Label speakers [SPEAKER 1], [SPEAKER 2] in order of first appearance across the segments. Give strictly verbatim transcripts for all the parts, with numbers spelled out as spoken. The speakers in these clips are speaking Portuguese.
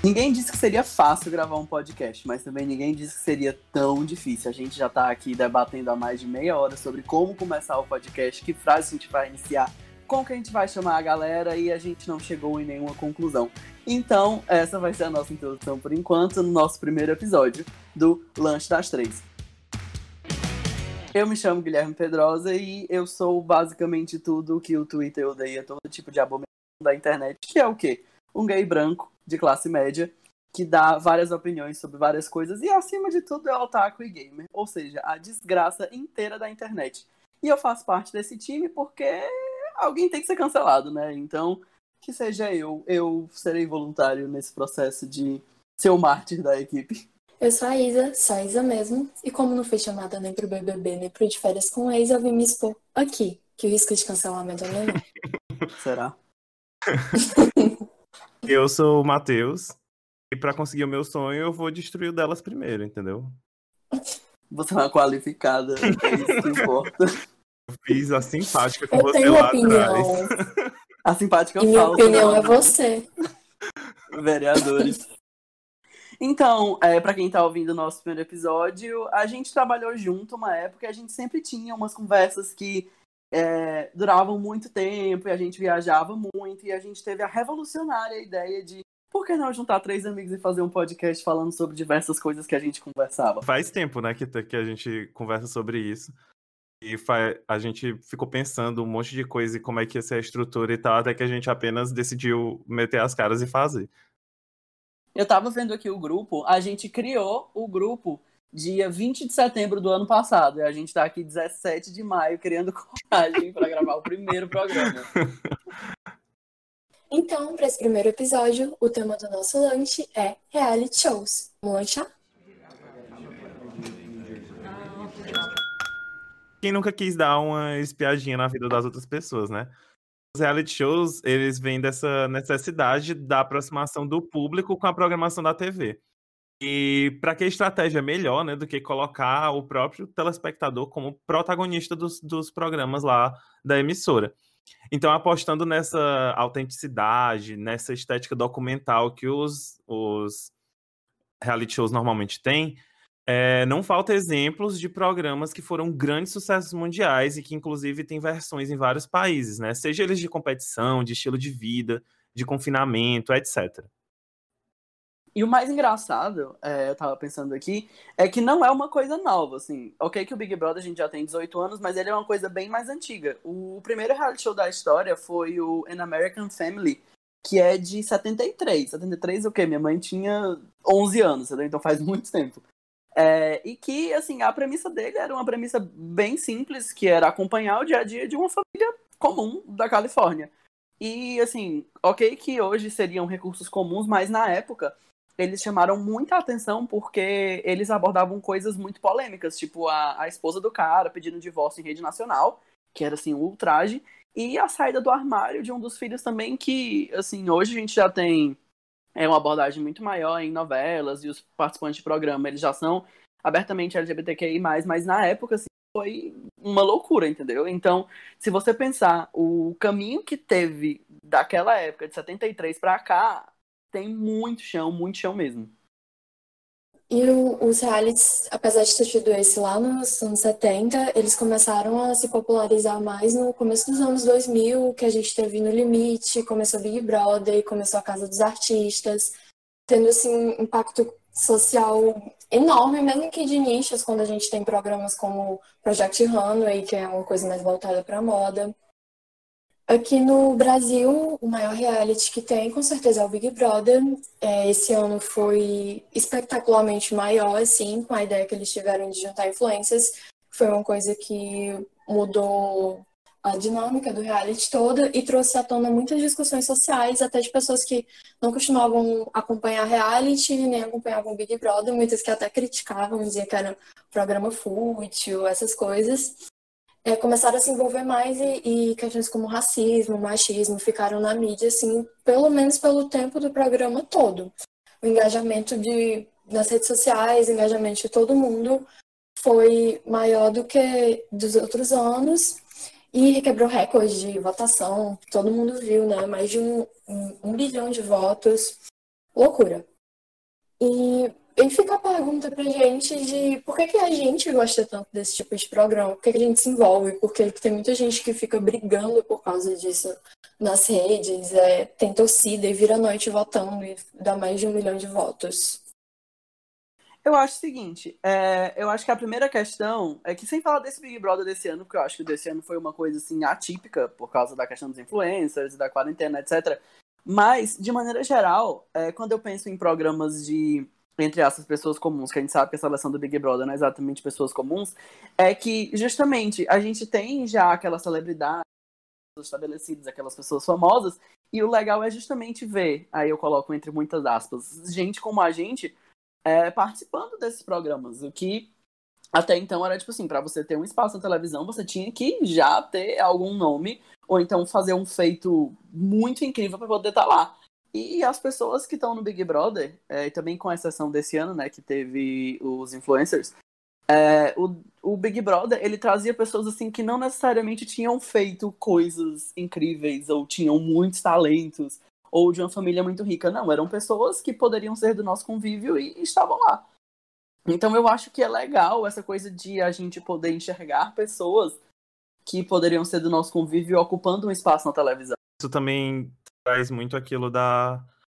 [SPEAKER 1] Ninguém disse que seria fácil gravar um podcast, mas também ninguém disse que seria tão difícil. A gente já tá aqui debatendo há mais de meia hora sobre como começar o podcast, que frase a gente vai iniciar, como que a gente vai chamar a galera, e a gente não chegou em nenhuma conclusão. Então, essa vai ser a nossa introdução por enquanto, no nosso primeiro episódio do Lanche das Três. Eu me chamo Guilherme Pedrosa e eu sou basicamente tudo que o Twitter odeia, todo tipo de abominação da internet, que é o quê? Um gay branco de classe média que dá várias opiniões sobre várias coisas e, acima de tudo, é otaku e gamer, ou seja, a desgraça inteira da internet. E eu faço parte desse time porque alguém tem que ser cancelado, né? Então, que seja eu. Eu serei voluntário nesse processo de ser o mártir da equipe.
[SPEAKER 2] Eu sou a Isa, sou a Isa mesmo, e como não fui chamada nem pro B B B nem pro De Férias com o Ex, eu vim me expor aqui, que o risco de cancelamento é menor.
[SPEAKER 1] Será?
[SPEAKER 3] Eu sou o Matheus, e pra conseguir o meu sonho, eu vou destruir o delas primeiro, entendeu?
[SPEAKER 1] Você é uma qualificada, é isso que importa.
[SPEAKER 3] Eu fiz a simpática com
[SPEAKER 2] Eu
[SPEAKER 3] você
[SPEAKER 2] tenho
[SPEAKER 3] lá
[SPEAKER 2] opinião.
[SPEAKER 3] atrás.
[SPEAKER 1] A simpática
[SPEAKER 2] E minha
[SPEAKER 1] falsa.
[SPEAKER 2] opinião
[SPEAKER 1] né?
[SPEAKER 2] é você.
[SPEAKER 1] Vereadores. Então, é, para quem tá ouvindo o nosso primeiro episódio, a gente trabalhou junto uma época e a gente sempre tinha umas conversas que é, duravam muito tempo e a gente viajava muito e a gente teve a revolucionária ideia de por que não juntar três amigos e fazer um podcast falando sobre diversas coisas que a gente conversava.
[SPEAKER 3] Faz tempo, né, que, que a gente conversa sobre isso. E fa- a gente ficou pensando um monte de coisa e como é que ia ser a estrutura e tal, até que a gente apenas decidiu meter as caras e fazer.
[SPEAKER 1] Eu tava vendo aqui o grupo, a gente criou o grupo dia vinte de setembro do ano passado, e a gente tá aqui dezessete de maio criando coragem para gravar o primeiro programa.
[SPEAKER 2] Então, para esse primeiro episódio, o tema do nosso lanche é reality shows. Vamos lanchar?
[SPEAKER 3] Quem nunca quis dar uma espiadinha na vida das outras pessoas, né? Os reality shows, eles vêm dessa necessidade da aproximação do público com a programação da T V. E para que estratégia melhor, né, do que colocar o próprio telespectador como protagonista dos, dos programas lá da emissora. Então, apostando nessa autenticidade, nessa estética documental que os, os reality shows normalmente têm, é, não falta exemplos de programas que foram grandes sucessos mundiais e que, inclusive, têm versões em vários países, né? Seja eles de competição, de estilo de vida, de confinamento, etcétera.
[SPEAKER 1] E o mais engraçado, é, eu tava pensando aqui, é que não é uma coisa nova, assim. Ok que o Big Brother a gente já tem dezoito anos, mas ele é uma coisa bem mais antiga. O primeiro reality show da história foi o An American Family, que é de setenta e três. setenta e três o quê? Minha mãe tinha onze anos, entendeu? Então faz muito tempo. É, e que, assim, a premissa dele era uma premissa bem simples, que era acompanhar o dia a dia de uma família comum da Califórnia. E, assim, ok que hoje seriam recursos comuns, mas na época eles chamaram muita atenção porque eles abordavam coisas muito polêmicas, tipo a, a esposa do cara pedindo divórcio em rede nacional, que era, assim, um ultraje, e a saída do armário de um dos filhos também, que, assim, hoje a gente já tem é uma abordagem muito maior em novelas, e os participantes de programa, eles já são abertamente L G B T Q I mais, mas na época, assim, foi uma loucura, entendeu? Então, se você pensar o caminho que teve daquela época, de setenta e três pra cá, tem muito chão, muito chão mesmo.
[SPEAKER 2] E o- os realities, apesar de ter tido esse lá nos anos setenta, eles começaram a se popularizar mais no começo dos anos dois mil, que a gente teve No Limite, começou Big Brother, começou a Casa dos Artistas, tendo assim um impacto social enorme, mesmo que de nichos, quando a gente tem programas como Project Runway, que é uma coisa mais voltada para moda. Aqui no Brasil, o maior reality que tem, com certeza, é o Big Brother. É, esse ano foi espetacularmente maior, assim, com a ideia que eles tiveram de juntar influências. Foi uma coisa que mudou a dinâmica do reality toda e trouxe à tona muitas discussões sociais, até de pessoas que não costumavam acompanhar reality, nem acompanhavam o Big Brother, muitas que até criticavam, diziam que era um programa fútil, essas coisas. É, começaram a se envolver mais e, e questões como racismo, machismo ficaram na mídia, assim, pelo menos pelo tempo do programa todo. O engajamento de, nas redes sociais, o engajamento de todo mundo foi maior do que dos outros anos e quebrou recorde de votação. Todo mundo viu, né? Mais de um, um, um bilhão de votos. Loucura. E, e fica a pergunta pra gente de por que, que a gente gosta tanto desse tipo de programa, por que, que a gente se envolve, porque tem muita gente que fica brigando por causa disso nas redes, é, tem torcida e vira a noite votando e dá mais de um milhão de votos.
[SPEAKER 1] Eu acho o seguinte, é, eu acho que a primeira questão é que, sem falar desse Big Brother desse ano, porque eu acho que desse ano foi uma coisa assim atípica por causa da questão dos influencers e da quarentena, etcétera. Mas, de maneira geral, é, quando eu penso em programas de, entre essas pessoas comuns, que a gente sabe que a seleção do Big Brother não é exatamente pessoas comuns, é que justamente a gente tem já aquela celebridade estabelecidas, aquelas pessoas famosas, e o legal é justamente ver, aí eu coloco entre muitas aspas, gente como a gente é, participando desses programas, o que até então era tipo assim, para você ter um espaço na televisão, você tinha que já ter algum nome, ou então fazer um feito muito incrível para poder estar lá. E as pessoas que estão no Big Brother, é, e também com exceção desse ano, né, que teve os influencers, é, o, o Big Brother, ele trazia pessoas assim que não necessariamente tinham feito coisas incríveis, ou tinham muitos talentos, ou de uma família muito rica. Não, eram pessoas que poderiam ser do nosso convívio e, e estavam lá. Então eu acho que é legal essa coisa de a gente poder enxergar pessoas que poderiam ser do nosso convívio ocupando um espaço na televisão.
[SPEAKER 3] Isso também traz muito aquilo da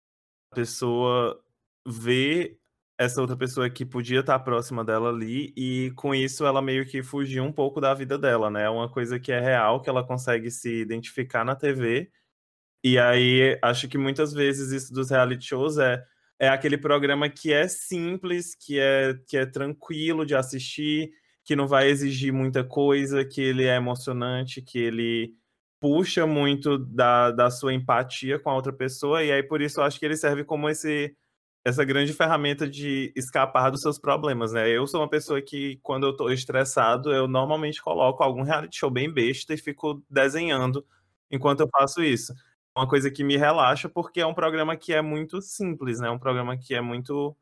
[SPEAKER 3] pessoa ver essa outra pessoa que podia estar próxima dela ali, e com isso ela meio que fugiu um pouco da vida dela, né? É uma coisa que é real, que ela consegue se identificar na T V. E aí, acho que muitas vezes isso dos reality shows é, é aquele programa que é simples, que é, que é tranquilo de assistir, que não vai exigir muita coisa, que ele é emocionante, que ele puxa muito da, da sua empatia com a outra pessoa, e aí por isso eu acho que ele serve como esse, essa grande ferramenta de escapar dos seus problemas, né? Eu sou uma pessoa que, quando eu tô estressado, eu normalmente coloco algum reality show bem besta e fico desenhando enquanto eu faço isso. Uma coisa que me relaxa, porque é um programa que é muito simples, né? Um programa que é muito...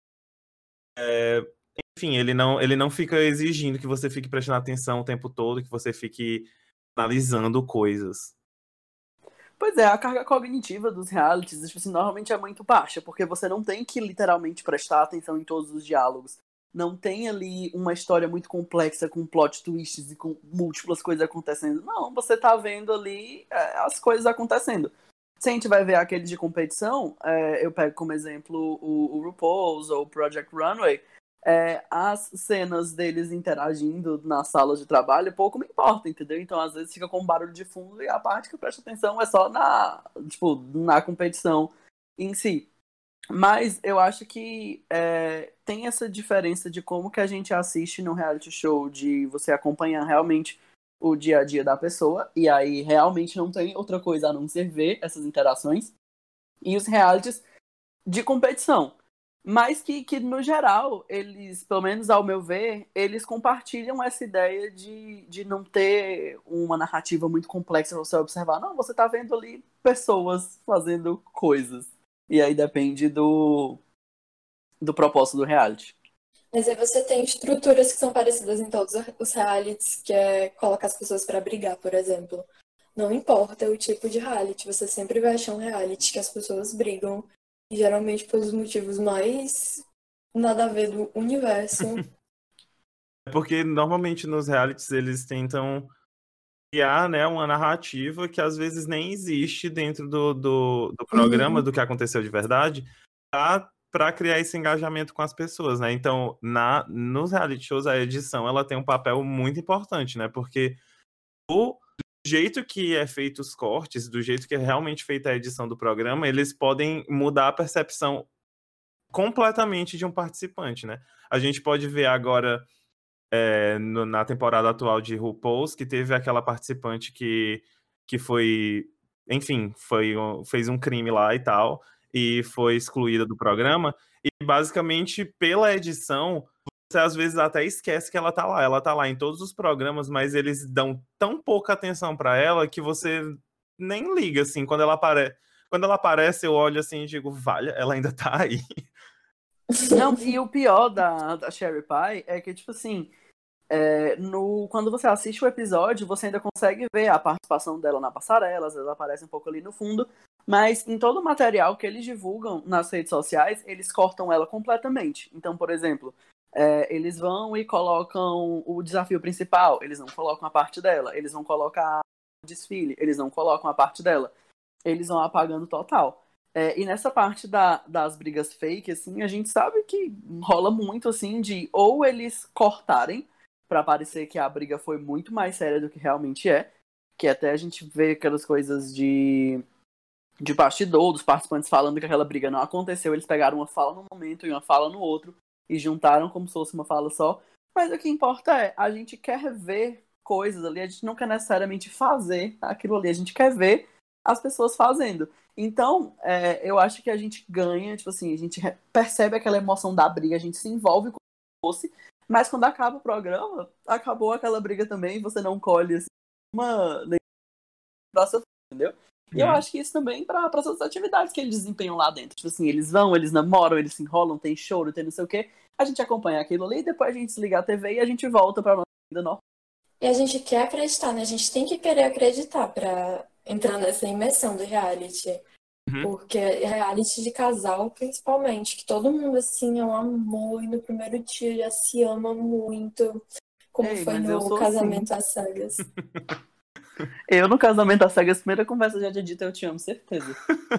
[SPEAKER 3] É, enfim, ele não, ele não fica exigindo que você fique prestando atenção o tempo todo, que você fique analisando coisas.
[SPEAKER 1] Pois é, a carga cognitiva dos realities, tipo assim, normalmente é muito baixa, porque você não tem que literalmente prestar atenção em todos os diálogos. Não tem ali uma história muito complexa com plot twists e com múltiplas coisas acontecendo. Não, você tá vendo ali é, as coisas acontecendo. Se a gente vai ver aqueles de competição, é, eu pego como exemplo o, o RuPaul's ou o Project Runway, é, as cenas deles interagindo nas salas de trabalho pouco me importa, entendeu? Então, às vezes, fica com um barulho de fundo e a parte que eu presto atenção é só na, tipo, na competição em si. Mas eu acho que é, tem essa diferença de como que a gente assiste no reality show, de você acompanhar realmente o dia a dia da pessoa, e aí realmente não tem outra coisa a não ser ver essas interações, e os realities de competição. Mas que, que, no geral, eles, pelo menos ao meu ver, eles compartilham essa ideia de, de não ter uma narrativa muito complexa pra você observar. Não, você tá vendo ali pessoas fazendo coisas. E aí depende do, do propósito do reality.
[SPEAKER 2] Mas aí você tem estruturas que são parecidas em todos os realities, que é colocar as pessoas pra brigar, por exemplo. Não importa o tipo de reality, você sempre vai achar um reality que as pessoas brigam, e geralmente por os motivos mais nada a ver do universo.
[SPEAKER 3] Porque normalmente nos realities eles tentam criar, né, uma narrativa que às vezes nem existe dentro do, do, do programa,
[SPEAKER 2] Uhum.
[SPEAKER 3] do que aconteceu de verdade, para criar esse engajamento com as pessoas, né? Então, na, nos reality shows, a edição ela tem um papel muito importante, né? Porque o jeito que é feito os cortes, do jeito que é realmente feita a edição do programa, eles podem mudar a percepção completamente de um participante, né? A gente pode ver agora é, no, na temporada atual de RuPaul's, que teve aquela participante que, que foi, enfim, foi, fez um crime lá e tal, e foi excluída do programa, e basicamente pela edição você às vezes até esquece que ela tá lá. Ela tá lá em todos os programas, mas eles dão tão pouca atenção pra ela que você nem liga, assim. Quando ela aparece, quando ela aparece, eu olho assim e digo, vale, ela ainda tá aí.
[SPEAKER 1] Não, e o pior da, da Sherry Pie é que, tipo assim, é, no, quando você assiste o episódio, você ainda consegue ver a participação dela na passarela, às vezes ela aparece um pouco ali no fundo, Mas em todo o material que eles divulgam nas redes sociais, eles cortam ela completamente. Então, por exemplo, é, eles vão e colocam o desafio principal, eles não colocam a parte dela. Eles vão colocar o desfile, eles não colocam a parte dela. Eles vão apagando total. É, e nessa parte da, das brigas fake, assim, a gente sabe que rola muito, assim, de ou eles cortarem pra parecer que a briga foi muito mais séria do que realmente é, que até a gente vê aquelas coisas de, de bastidor, dos participantes falando que aquela briga não aconteceu, eles pegaram uma fala num momento e uma fala no outro e juntaram como se fosse uma fala só. Mas o que importa é, a gente quer ver coisas ali, a gente não quer necessariamente fazer aquilo ali, a gente quer ver as pessoas fazendo. Então, é, eu acho que a gente ganha, tipo assim, a gente percebe aquela emoção da briga, a gente se envolve como se fosse, mas quando acaba o programa, acabou aquela briga também, você não colhe assim, uma praça, entendeu? E eu
[SPEAKER 3] Uhum.
[SPEAKER 1] acho que isso também para as outras atividades que eles desempenham lá dentro. Tipo assim, eles vão, eles namoram, eles se enrolam, tem choro, tem não sei o quê. A gente acompanha aquilo ali, depois a gente desliga a T V e a gente volta pra nossa vida normal.
[SPEAKER 2] E a gente quer acreditar, né? A gente tem que querer acreditar pra entrar nessa imersão do reality.
[SPEAKER 3] Uhum.
[SPEAKER 2] Porque é reality de casal, principalmente, que todo mundo, assim, é um amor, e no primeiro dia já se ama muito, como
[SPEAKER 1] Ei,
[SPEAKER 2] foi
[SPEAKER 1] mas eu
[SPEAKER 2] no
[SPEAKER 1] sou assim.
[SPEAKER 2] Casamento às Cegas.
[SPEAKER 1] Eu, no casamento às cegas, primeira conversa já tinha dito eu te amo, certeza.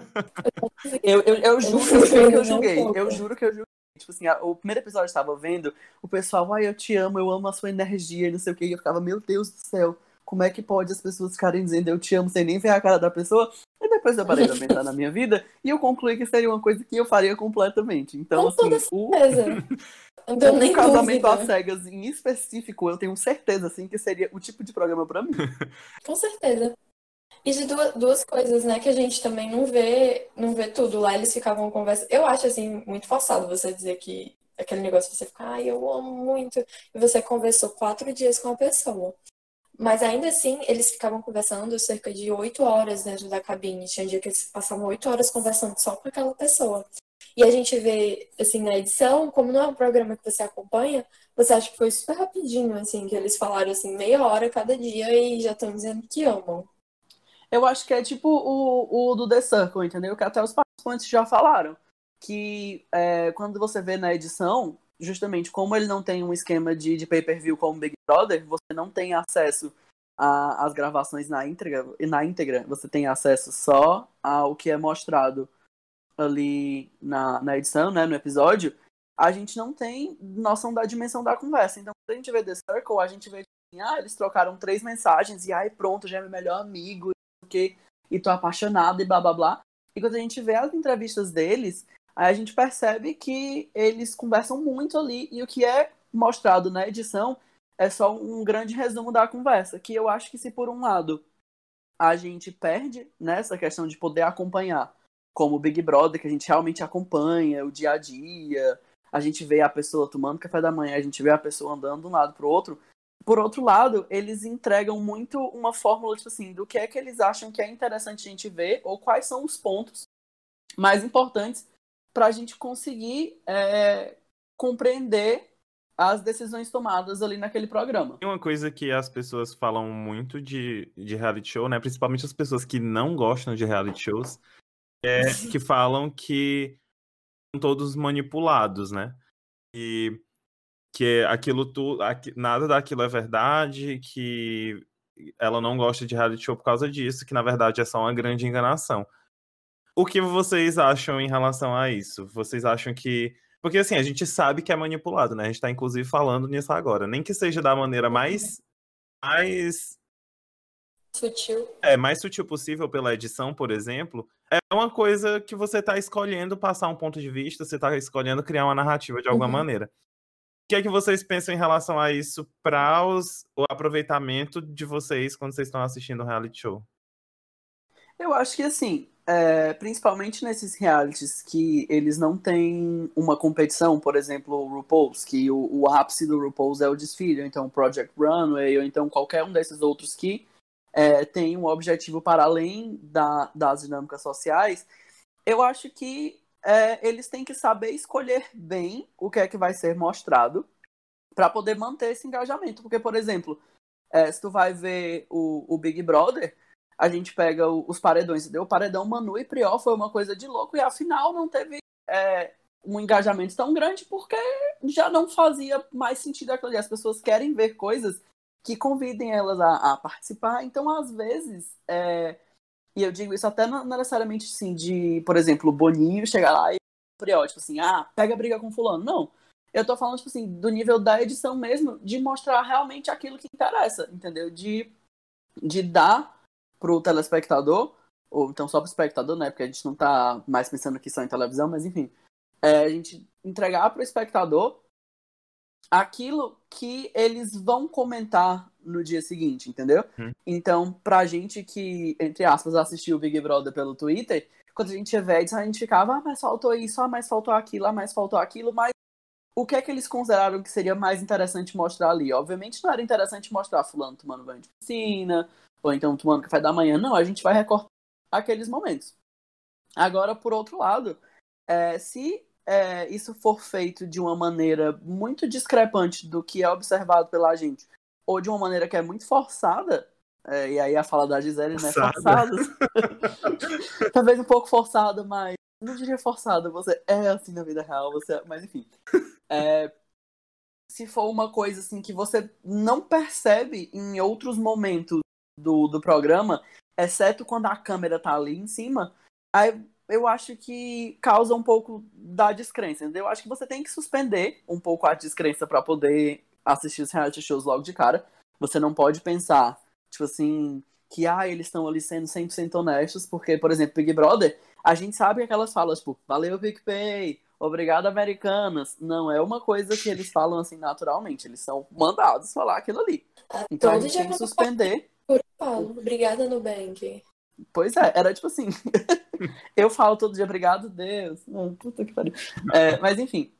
[SPEAKER 1] Eu, eu, eu juro, eu juro que eu julguei. Eu juro que eu julguei. Tipo assim, a- o primeiro episódio eu estava vendo, o pessoal, ai, eu te amo, eu amo a sua energia, e não sei o que. E eu ficava, meu Deus do céu, como é que pode as pessoas ficarem dizendo eu te amo sem nem ver a cara da pessoa? E depois eu parei pra pensar na minha vida e eu concluí que seria uma coisa que eu faria completamente. Então,
[SPEAKER 2] Com toda
[SPEAKER 1] assim, o,
[SPEAKER 2] certeza. Não tenho
[SPEAKER 1] o, o
[SPEAKER 2] nem
[SPEAKER 1] casamento às
[SPEAKER 2] dúvida.
[SPEAKER 1] cegas em específico, eu tenho certeza, assim, que seria o tipo de programa pra mim.
[SPEAKER 2] Com certeza. E de duas, duas coisas, né, que a gente também não vê, não vê tudo. Lá eles ficavam conversando. Eu acho, assim, muito forçado você dizer que aquele negócio de você ficar, ai, eu amo muito. E você conversou quatro dias com a pessoa. Mas ainda assim, eles ficavam conversando cerca de oito horas dentro da cabine. Tinha dia que eles passavam oito horas conversando só com aquela pessoa. E a gente vê, assim, na edição, como não é um programa que você acompanha, você acha que foi super rapidinho, assim, que eles falaram, assim, meia hora cada dia e já estão dizendo que amam.
[SPEAKER 1] Eu acho que é tipo o, o do The Circle, entendeu? Que até os participantes já falaram. Que é, quando você vê na edição, justamente como ele não tem um esquema de, de pay-per-view como Big Brother, você não tem acesso às gravações na íntegra, e na íntegra você tem acesso só ao que é mostrado ali na, na edição, né, no episódio. A gente não tem noção da dimensão da conversa. Então, quando a gente vê The Circle, a gente vê assim, ah, eles trocaram três mensagens e ai, pronto, já é meu melhor amigo, que, e tô apaixonado e blá blá blá. E quando a gente vê as entrevistas deles, aí a gente percebe que eles conversam muito ali e o que é mostrado na edição é só um grande resumo da conversa, que eu acho que se por um lado a gente perde nessa questão de poder acompanhar, como o Big Brother, que a gente realmente acompanha o dia a dia, a gente vê a pessoa tomando café da manhã, a gente vê a pessoa andando de um lado pro outro. Por outro lado, eles entregam muito uma fórmula, tipo assim, do que é que eles acham que é interessante a gente ver, ou quais são os pontos mais importantes para a gente conseguir é, compreender as decisões tomadas ali naquele programa.
[SPEAKER 3] Tem uma coisa que as pessoas falam muito de, de reality show, né? Principalmente as pessoas que não gostam de reality shows, é que falam que são todos manipulados, né? E que aquilo tu, aqui- nada daquilo é verdade, que ela não gosta de reality show por causa disso, que na verdade é só uma grande enganação. O que vocês acham em relação a isso? Vocês acham que. Porque assim, a gente sabe que é manipulado, né? A gente tá inclusive falando nisso agora. Nem que seja da maneira mais, mais,
[SPEAKER 2] Sutil.
[SPEAKER 3] é, mais sutil possível pela edição, por exemplo, é uma coisa que você tá escolhendo passar um ponto de vista, você tá escolhendo criar uma narrativa de alguma
[SPEAKER 2] Uhum.
[SPEAKER 3] maneira. O que é que vocês pensam em relação a isso para os, o aproveitamento de vocês quando vocês estão assistindo o reality show?
[SPEAKER 1] Eu acho que assim, é, principalmente nesses realities que eles não têm uma competição, por exemplo, o RuPaul's, que o, o ápice do RuPaul's é o desfile, ou então Project Runway, ou então qualquer um desses outros que é, tem um objetivo para além da, das dinâmicas sociais, eu acho que é, eles têm que saber escolher bem o que é que vai ser mostrado para poder manter esse engajamento. Porque, por exemplo, é, se tu vai ver o, o Big Brother, a gente pega o, os paredões, entendeu? O paredão Manu e Prior foi uma coisa de louco, e afinal não teve é, um engajamento tão grande, porque já não fazia mais sentido aquilo ali. As pessoas querem ver coisas que convidem elas a, a participar, então às vezes, é, e eu digo isso até não necessariamente assim, de, por exemplo, o Boninho chegar lá e Prior, tipo assim, ah, pega briga com fulano. Não. Eu tô falando, tipo assim, do nível da edição mesmo, de mostrar realmente aquilo que interessa, entendeu? De, de dar pro telespectador, ou então só pro espectador, né? Porque a gente não tá mais pensando que só em televisão, mas enfim. É, a gente entregar pro espectador aquilo que eles vão comentar no dia seguinte, entendeu?
[SPEAKER 3] Hum.
[SPEAKER 1] Então, pra gente que, entre aspas, assistiu o Big Brother pelo Twitter, quando a gente vê, a gente ficava, ah, mas faltou isso, ah, mas faltou aquilo, ah, mas faltou aquilo, mas o que é que eles consideraram que seria mais interessante mostrar ali? Obviamente não era interessante mostrar fulano tomando banho de piscina, ou então tomando café da manhã. Não, a gente vai recortar aqueles momentos. Agora, por outro lado, é, se é, isso for feito de uma maneira muito discrepante do que é observado pela gente, ou de uma maneira que é muito forçada, é, e aí a fala da Gisele, né, forçada. Talvez um pouco forçada, mas não diria forçada, você é assim na vida real, você é... mas enfim. É, se for uma coisa assim que você não percebe em outros momentos do, do programa, exceto quando a câmera tá ali em cima, aí eu acho que causa um pouco da descrença, entendeu? Eu acho que você tem que suspender um pouco a descrença pra poder assistir os reality shows logo de cara. Você não pode pensar, tipo assim, que ah, eles estão ali sendo cem por cento honestos, porque, por exemplo, Big Brother, a gente sabe aquelas falas, tipo, valeu PicPay, obrigado Americanas. Não é uma coisa que eles falam assim naturalmente, eles são mandados falar aquilo ali. Então a
[SPEAKER 2] Todo
[SPEAKER 1] gente
[SPEAKER 2] dia
[SPEAKER 1] tem que suspender.
[SPEAKER 2] eu falo, obrigada Nubank.
[SPEAKER 1] Pois é, era tipo assim, eu falo todo dia, obrigado Deus. Não, puta que pariu. É, mas enfim,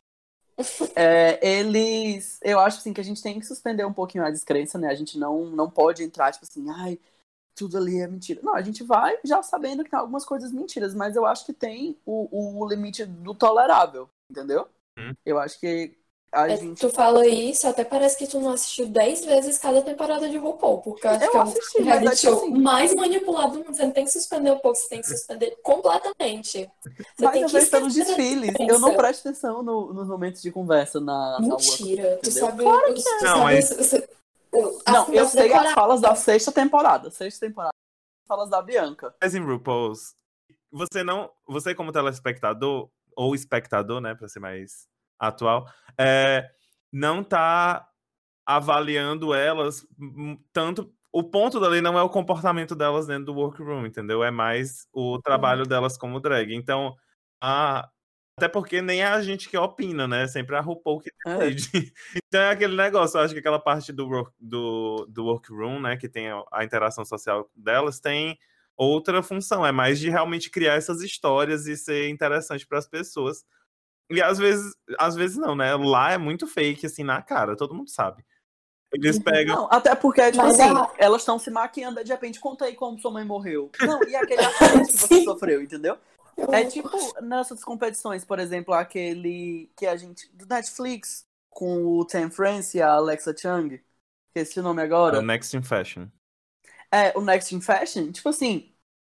[SPEAKER 1] é, eles, eu acho assim que a gente tem que suspender um pouquinho a descrença, né? A gente não, não pode entrar tipo assim, ai, tudo ali é mentira. Não, a gente vai já sabendo que tem algumas coisas mentiras, mas eu acho que tem o, o limite do tolerável, entendeu?
[SPEAKER 3] Hum.
[SPEAKER 1] Eu acho que a
[SPEAKER 2] É,
[SPEAKER 1] gente...
[SPEAKER 2] tu fala isso, até parece que tu não assistiu dez vezes cada temporada de RuPaul, porque eu acho
[SPEAKER 1] Eu
[SPEAKER 2] que é
[SPEAKER 1] assisti,
[SPEAKER 2] o
[SPEAKER 1] mas
[SPEAKER 2] reality
[SPEAKER 1] é tipo
[SPEAKER 2] show
[SPEAKER 1] assim...
[SPEAKER 2] mais manipulado do mundo. Você não tem que suspender um pouco, você tem que suspender completamente. Você
[SPEAKER 1] Mas
[SPEAKER 2] tem
[SPEAKER 1] eu
[SPEAKER 2] que
[SPEAKER 1] vejo
[SPEAKER 2] esquecer
[SPEAKER 1] pelos
[SPEAKER 2] da
[SPEAKER 1] desfiles, eu não
[SPEAKER 2] diferença.
[SPEAKER 1] presto atenção no, nos momentos de conversa na, na rua,
[SPEAKER 2] Mentira. Tu
[SPEAKER 1] entendeu?
[SPEAKER 2] sabe,
[SPEAKER 1] Claro
[SPEAKER 2] os,
[SPEAKER 1] que
[SPEAKER 2] tu
[SPEAKER 1] é.
[SPEAKER 3] Não,
[SPEAKER 2] sabe
[SPEAKER 3] mas-
[SPEAKER 2] os- os- o- as
[SPEAKER 1] Não, eu
[SPEAKER 2] conversas
[SPEAKER 1] sei as
[SPEAKER 2] decoradas.
[SPEAKER 1] falas da sexta temporada, sexta temporada, as falas da Bianca.
[SPEAKER 3] Mas em RuPaul's, você não, você como telespectador, ou espectador, né, pra ser mais atual, é, não tá avaliando elas hum, tanto... O ponto dali não é o comportamento delas dentro do workroom, entendeu? É mais o trabalho delas como drag. Então, a... até porque nem é a gente que opina, né? É sempre a RuPaul que
[SPEAKER 1] É.
[SPEAKER 3] decide. Então é aquele negócio, eu acho que aquela parte do, work, do, do workroom, né, que tem a, a interação social delas, tem outra função, é mais de realmente criar essas histórias e ser interessante para as pessoas. E às vezes, às vezes não, né? Lá é muito fake, assim, na cara, todo mundo sabe. Eles pegam...
[SPEAKER 1] Não, até porque, tipo
[SPEAKER 2] Mas
[SPEAKER 1] assim,
[SPEAKER 2] a-
[SPEAKER 1] elas estão se maquiando, de repente, conta aí como sua mãe morreu. Não, e aquele acidente que você
[SPEAKER 2] Sim.
[SPEAKER 1] sofreu, entendeu?
[SPEAKER 2] Eu-
[SPEAKER 1] É tipo nessas competições, por exemplo, aquele que a gente... do Netflix, com o Tam France e a Alexa Chung, que é esse nome
[SPEAKER 3] É
[SPEAKER 1] agora.
[SPEAKER 3] o Next in Fashion.
[SPEAKER 1] É, o Next in Fashion, tipo assim,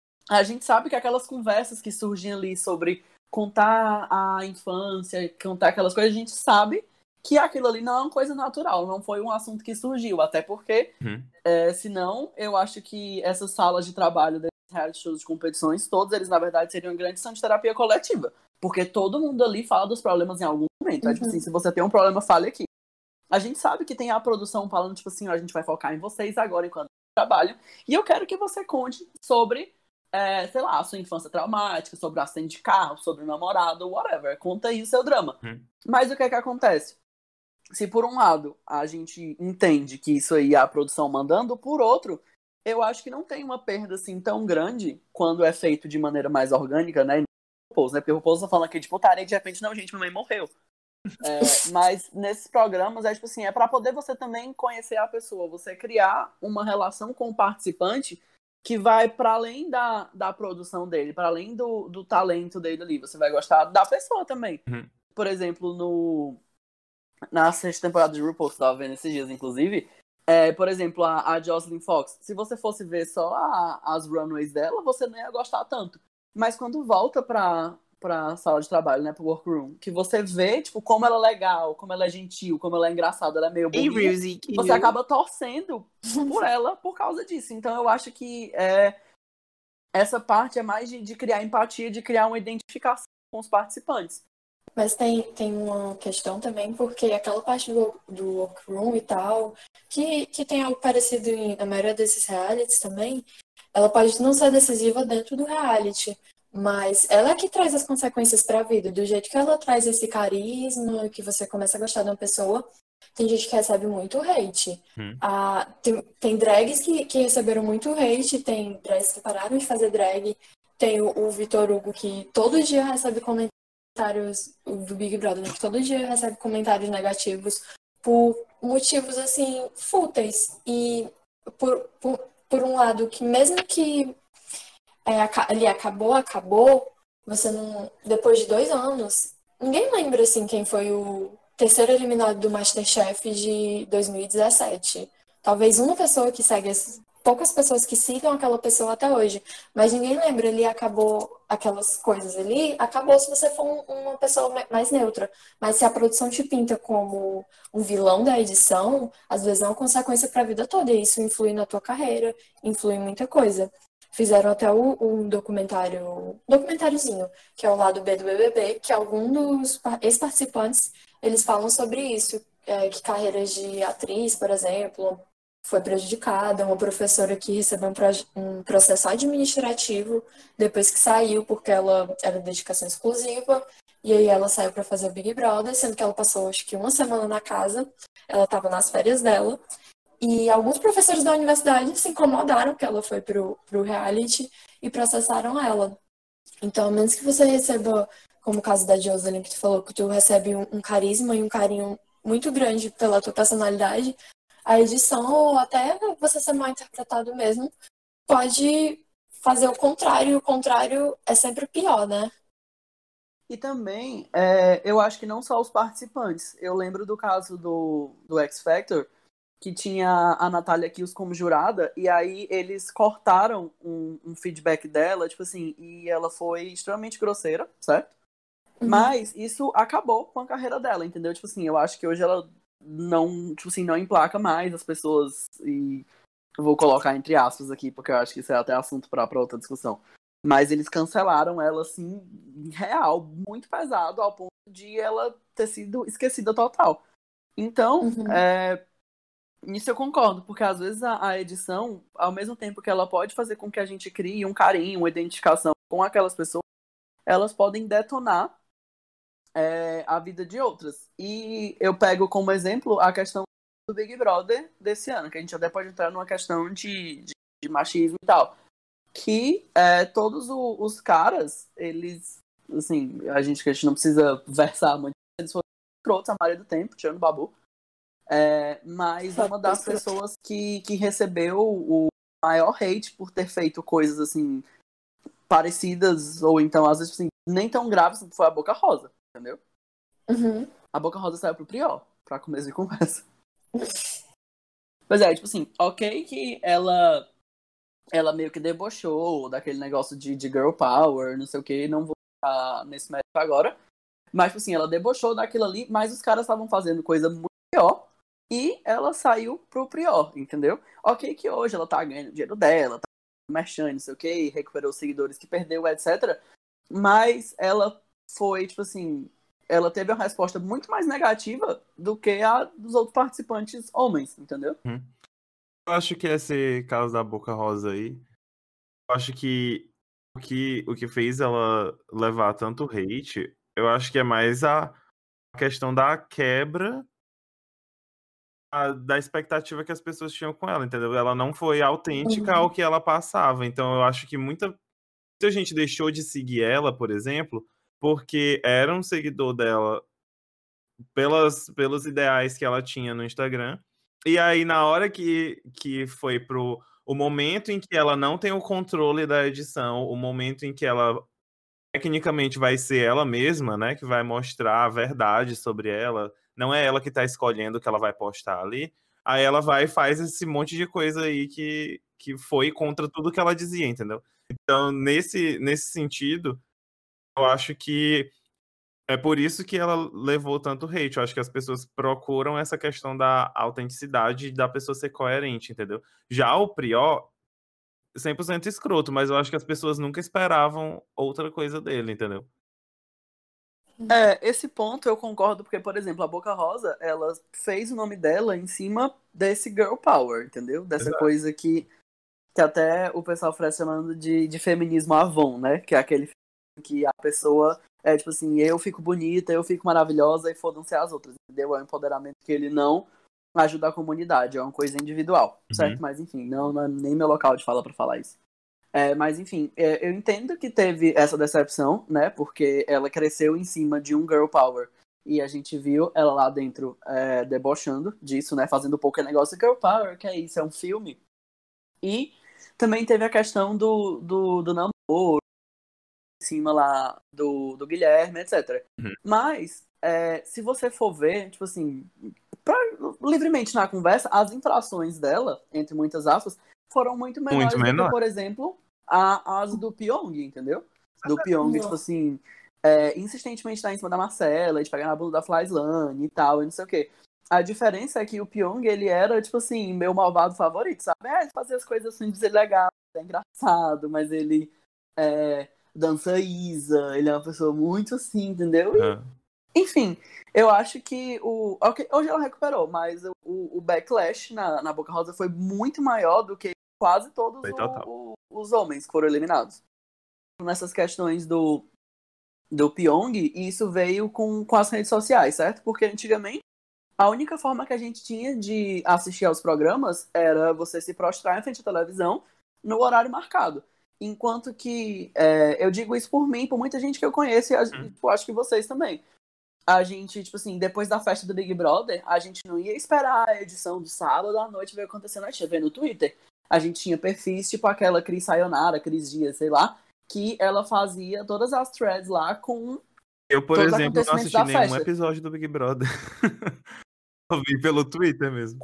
[SPEAKER 1] a gente sabe que aquelas conversas que surgem ali sobre contar a infância, contar aquelas coisas, a gente sabe que aquilo ali não é uma coisa natural, não foi um assunto que surgiu, até porque,
[SPEAKER 3] Uhum.
[SPEAKER 1] é, senão, eu acho que essas salas de trabalho desses reality shows de competições, todos eles, na verdade, seriam grandes sessão de terapia coletiva, porque todo mundo ali fala dos problemas em algum momento. É tipo assim, se você tem um problema, fale aqui. A gente sabe que tem a produção falando, tipo assim, ó, a gente vai focar em vocês agora enquanto trabalho, e eu quero que você conte sobre, é, sei lá, a sua infância traumática, sobre acidente de carro, sobre o namorado, whatever. Conta aí o seu drama.
[SPEAKER 3] Hum.
[SPEAKER 1] Mas o que é que acontece? Se por um lado a gente entende que isso aí é a produção mandando, por outro, eu acho que não tem uma perda assim tão grande quando é feito de maneira mais orgânica, né? RuPaul's, né? Porque o RuPaul's tá falando aqui de putaria e de repente, não, gente, minha mãe morreu. É, mas nesses programas é tipo assim, é pra poder você também conhecer a pessoa, você criar uma relação com o participante que vai para além da, da produção dele, para além do, do talento dele ali. Você vai gostar da pessoa também.
[SPEAKER 3] Uhum.
[SPEAKER 1] Por exemplo, no na sexta temporada de RuPaul, que eu tava vendo esses dias, inclusive, É, por exemplo, a, a Jocelyn Fox, se você fosse ver só a- as runways dela, você não ia gostar tanto. Mas quando volta pra, pra sala de trabalho, né, pro workroom, que você vê, tipo, como ela é legal, como ela é gentil, como ela é engraçada, ela é meio
[SPEAKER 3] Hey,
[SPEAKER 1] burrinha,
[SPEAKER 3] Rosie,
[SPEAKER 1] você acaba torcendo por ela por causa disso. Então eu acho que é, essa parte é mais de, de criar empatia, de criar uma identificação com os participantes.
[SPEAKER 2] Mas tem, tem uma questão também, porque aquela parte do, do workroom e tal, que, que tem algo parecido em, na maioria desses realities também, ela pode não ser decisiva dentro do reality, mas ela é que traz as consequências para a vida. Do jeito que ela traz esse carisma, que você começa a gostar de uma pessoa, tem gente que recebe muito hate.
[SPEAKER 3] Hum.
[SPEAKER 2] Ah, tem, tem drags que, que receberam muito hate, tem drags que pararam de fazer drag, tem o, o Vitor Hugo que todo dia recebe comentários do Big Brother, né, que todo dia recebe comentários negativos por motivos assim fúteis. E por, por, por um lado que mesmo que é, ali acabou, acabou, você não. Depois de dois anos, ninguém lembra assim quem foi o terceiro eliminado do MasterChef de dois mil e dezessete. Talvez uma pessoa que segue, poucas pessoas que sigam aquela pessoa até hoje, mas ninguém lembra ali, acabou aquelas coisas ali, acabou se você for um, uma pessoa mais neutra. Mas se a produção te pinta como um vilão da edição, às vezes é uma consequência para a vida toda, e isso influi na tua carreira, influi em muita coisa. Fizeram até um documentário, um documentáriozinho, que é o lado B do B B B, que alguns dos ex-participantes, eles falam sobre isso, é, que carreiras de atriz, por exemplo, foi prejudicada, uma professora que recebeu um, proje- um processo administrativo depois que saiu, porque ela era dedicação exclusiva, e aí ela saiu para fazer o Big Brother, sendo que ela passou acho que uma semana na casa, ela estava nas férias dela, e alguns professores da universidade se incomodaram que ela foi pro, pro reality e processaram ela. Então, a menos que você receba, como o caso da Jocelyn, que tu falou, que tu recebe um, um carisma e um carinho muito grande pela tua personalidade, a edição, ou até você ser mal interpretado mesmo, pode fazer o contrário, e o contrário é sempre pior, né?
[SPEAKER 1] E também, é, eu acho que não só os participantes. Eu lembro do caso do, do X Factor, que tinha a Natália Kills como jurada, e aí eles cortaram um, um feedback dela, tipo assim, e ela foi extremamente grosseira, certo?
[SPEAKER 2] Uhum.
[SPEAKER 1] Mas isso acabou com a carreira dela, entendeu? Tipo assim, eu acho que hoje ela não, tipo assim, não emplaca mais as pessoas, e eu vou colocar entre aspas aqui, porque eu acho que isso é até assunto pra, pra outra discussão. Mas eles cancelaram ela, assim, real, muito pesado, ao ponto de ela ter sido esquecida total. Então,
[SPEAKER 2] Uhum.
[SPEAKER 1] é, nisso eu concordo, porque às vezes a, a edição, ao mesmo tempo que ela pode fazer com que a gente crie um carinho, uma identificação com aquelas pessoas, elas podem detonar é, a vida de outras. E eu pego como exemplo a questão do Big Brother desse ano, que a gente até pode entrar numa questão de, de, de machismo e tal. Que é, todos o, os caras, eles, assim, a gente, que a gente não precisa versar muito, eles foram escrotos a maioria do tempo, tirando o Babu. É, mas uma das pessoas que, que recebeu o maior hate por ter feito coisas assim parecidas, ou então às vezes assim, nem tão graves, foi a Boca Rosa, entendeu?
[SPEAKER 2] Uhum.
[SPEAKER 1] A Boca Rosa saiu pro Prior, pra começo de conversa. Pois é, tipo assim, ok que ela ela meio que debochou daquele negócio de, de girl power, não sei o que, não vou ficar nesse mérito agora, mas tipo assim, ela debochou daquilo ali, mas os caras estavam fazendo coisa muito pior. E ela saiu pro Prior, entendeu? Ok que hoje ela tá ganhando dinheiro dela, tá mexendo, não sei o que, recuperou os seguidores que perdeu, etcétera. Mas ela foi, tipo assim, ela teve uma resposta muito mais negativa do que a dos outros participantes homens, entendeu?
[SPEAKER 3] Hum. Eu acho que esse caso da Boca Rosa aí, eu acho que o que, o que fez ela levar tanto hate, eu acho que é mais a questão da quebra a- da expectativa que as pessoas tinham com ela, entendeu? Ela não foi autêntica ao
[SPEAKER 2] Uhum.
[SPEAKER 3] que ela passava. Então eu acho que muita, muita gente deixou de seguir ela, por exemplo, porque era um seguidor dela pelas, pelos ideais que ela tinha no Instagram. E aí, na hora que, que foi pro o momento em que ela não tem o controle da edição, o momento em que ela tecnicamente vai ser ela mesma, né, que vai mostrar a verdade sobre ela, não é ela que tá escolhendo o que ela vai postar ali, Aí ela vai e faz esse monte de coisa aí que, que foi contra tudo que ela dizia, entendeu? Então, nesse, nesse sentido, eu acho que é por isso que ela levou tanto hate. Eu acho que as pessoas procuram essa questão da autenticidade e da pessoa ser coerente, entendeu? Já o Prior, cem por cento escroto, mas eu acho que as pessoas nunca esperavam outra coisa dele, entendeu?
[SPEAKER 1] É, esse ponto eu concordo, porque, por exemplo, a Boca Rosa, ela fez o nome dela em cima desse girl power, entendeu? Dessa
[SPEAKER 3] Exato.
[SPEAKER 1] coisa que, que até o pessoal oferece chamando de, de feminismo Avon, né? Que é aquele que a pessoa é tipo assim, eu fico bonita, eu fico maravilhosa e fodam-se as outras, entendeu? É um empoderamento que ele não ajuda a comunidade, é uma coisa individual,
[SPEAKER 3] Uhum.
[SPEAKER 1] certo? Mas enfim, não, não é nem meu local de fala pra falar isso. É, mas enfim, é, eu entendo que teve essa decepção, né? Porque ela cresceu em cima de um girl power. E a gente viu ela lá dentro é, debochando disso, né? Fazendo um pouco negócio de girl power, que é isso, é um filme. E também teve a questão do, do, do namoro, em cima lá do, do Guilherme, etcétera.
[SPEAKER 3] Uhum.
[SPEAKER 1] Mas, é, se você for ver, tipo assim, pra, livremente na conversa, as interações dela, entre muitas aspas, foram muito menores
[SPEAKER 3] Muito
[SPEAKER 1] do que,
[SPEAKER 3] menor.
[SPEAKER 1] por exemplo, a, as do Pyong, entendeu? Do Pyong, tipo assim, é, insistentemente tá em cima da Marcela, de pegar na bunda da Flyslane e tal, e não sei o quê. A diferença é que o Pyong, ele era, tipo assim, meu malvado favorito, sabe? É, ele fazia as coisas assim, dizer legal, é engraçado, mas ele é, dança Isa, ele é uma pessoa muito assim, entendeu? E,
[SPEAKER 3] Uhum.
[SPEAKER 1] enfim, eu acho que o. Okay, hoje ela recuperou, mas o, o backlash na, na Boca Rosa foi muito maior do que quase todos
[SPEAKER 3] Foi
[SPEAKER 1] o,
[SPEAKER 3] total.
[SPEAKER 1] o, os homens que foram eliminados. Nessas questões do, do Pyong, e isso veio com, com as redes sociais, certo? Porque antigamente a única forma que a gente tinha de assistir aos programas era você se prostrar em frente à televisão no horário marcado. Enquanto que, é, eu digo isso por mim, por muita gente que eu conheço, e a,
[SPEAKER 3] Uhum.
[SPEAKER 1] eu acho que vocês também. A gente, tipo assim, depois da festa do Big Brother, a gente não ia esperar a edição do sábado à noite ver acontecendo, a gente ia ver no Twitter. A gente tinha perfis, tipo aquela Cris Sayonara, Cris Dias, sei lá, que ela fazia todas as threads lá com
[SPEAKER 3] Eu, por
[SPEAKER 1] todos os
[SPEAKER 3] exemplo, não
[SPEAKER 1] acontecimentos
[SPEAKER 3] assisti
[SPEAKER 1] da
[SPEAKER 3] nenhum
[SPEAKER 1] festa.
[SPEAKER 3] episódio do Big Brother. Eu vi pelo Twitter mesmo.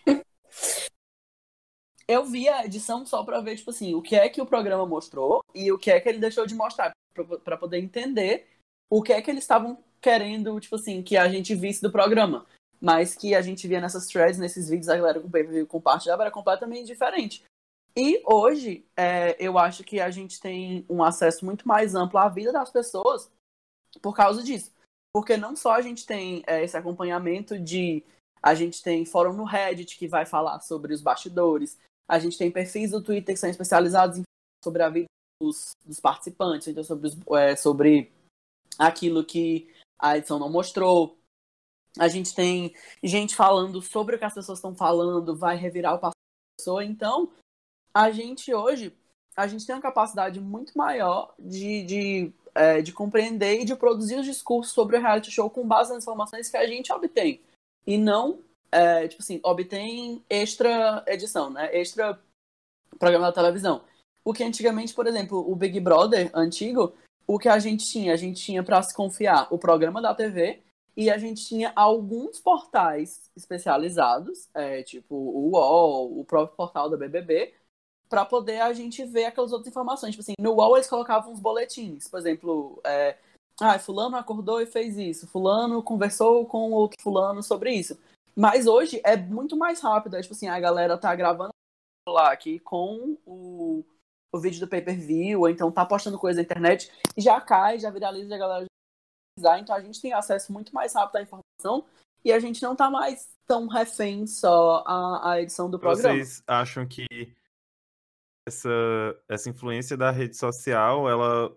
[SPEAKER 1] Eu vi a edição só pra ver, tipo assim, o que é que o programa mostrou e o que é que ele deixou de mostrar, pra, pra poder entender o que é que eles estavam querendo, tipo assim, que a gente visse do programa. Mas que a gente via nessas threads, nesses vídeos, a galera com o pay-per-view compartilhava, era completamente diferente. E hoje, é, eu acho que a gente tem um acesso muito mais amplo à vida das pessoas por causa disso. Porque não só a gente tem é, esse acompanhamento de... A gente tem fórum no Reddit que vai falar sobre os bastidores. A gente tem perfis do Twitter que são especializados em sobre a vida dos, dos participantes, então sobre, os, é, sobre aquilo que a edição não mostrou. A gente tem gente falando sobre o que as pessoas estão falando, vai revirar o passado da pessoa. Então, a gente hoje, a gente tem uma capacidade muito maior de, de, é, de compreender e de produzir os discursos sobre o reality show com base nas informações que a gente obtém. E não, é, tipo assim, obtém extra edição, né? Extra programa da televisão. O que antigamente, por exemplo, o Big Brother antigo, o que a gente tinha? A gente tinha para se confiar o programa da T V e a gente tinha alguns portais especializados, é, tipo o U O L, o próprio portal da B B B, para poder a gente ver aquelas outras informações. Tipo assim, no U O L eles colocavam uns boletins, por exemplo, é, ah, fulano acordou e fez isso, fulano conversou com outro fulano sobre isso. Mas hoje é muito mais rápido, é tipo assim, a galera tá gravando lá aqui com o, o vídeo do pay-per-view, ou então tá postando coisa na internet, e já cai, já viraliza, a galera já... Então a gente tem acesso muito mais rápido à informação e a gente não tá mais tão refém só à, à edição do programa.
[SPEAKER 3] Vocês acham que essa, essa influência da rede social, ela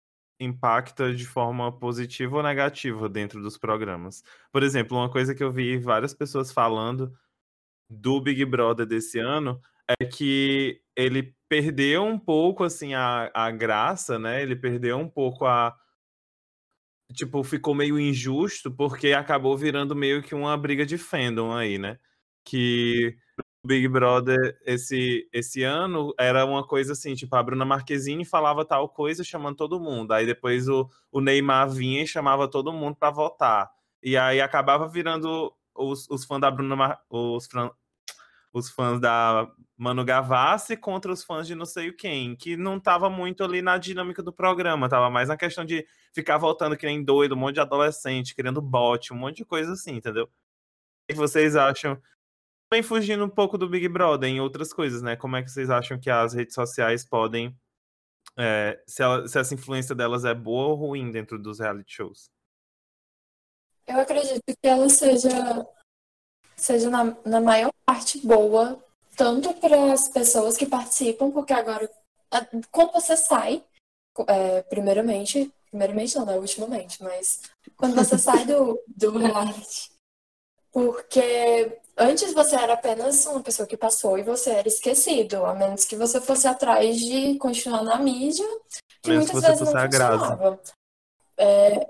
[SPEAKER 3] impacta de forma positiva ou negativa dentro dos programas? Por exemplo, uma coisa que eu vi várias pessoas falando do Big Brother desse ano é que ele perdeu um pouco, assim, a, a graça, né? Ele perdeu um pouco a... Tipo, ficou meio injusto porque acabou virando meio que uma briga de fandom aí, né? Que o Big Brother esse, esse ano era uma coisa assim, tipo, a Bruna Marquezine falava tal coisa chamando todo mundo. Aí depois o, o Neymar vinha e chamava todo mundo pra votar. E aí acabava virando os, os fãs da Bruna Mar... os, fã- os fãs da Manu Gavassi contra os fãs de não sei quem, que não tava muito ali na dinâmica do programa, tava mais na questão de ficar voltando que nem doido, um monte de adolescente, querendo bot, um monte de coisa assim, entendeu? O que vocês acham? Também fugindo um pouco do Big Brother em outras coisas, né? Como é que vocês acham que as redes sociais podem, é, se, ela, se essa influência delas é boa ou ruim dentro dos reality shows?
[SPEAKER 2] Eu acredito que ela seja, seja na, na maior parte boa, tanto para as pessoas que participam, porque agora, quando você sai, é, primeiramente, primeiramente não, né, ultimamente, mas quando você sai do, do reality, porque antes você era apenas uma pessoa que passou e você era esquecido, a menos que você fosse atrás de continuar na mídia, que
[SPEAKER 3] Menos que
[SPEAKER 2] muitas
[SPEAKER 3] você
[SPEAKER 2] vezes
[SPEAKER 3] fosse
[SPEAKER 2] não
[SPEAKER 3] a Grazi.
[SPEAKER 2] funcionava. É,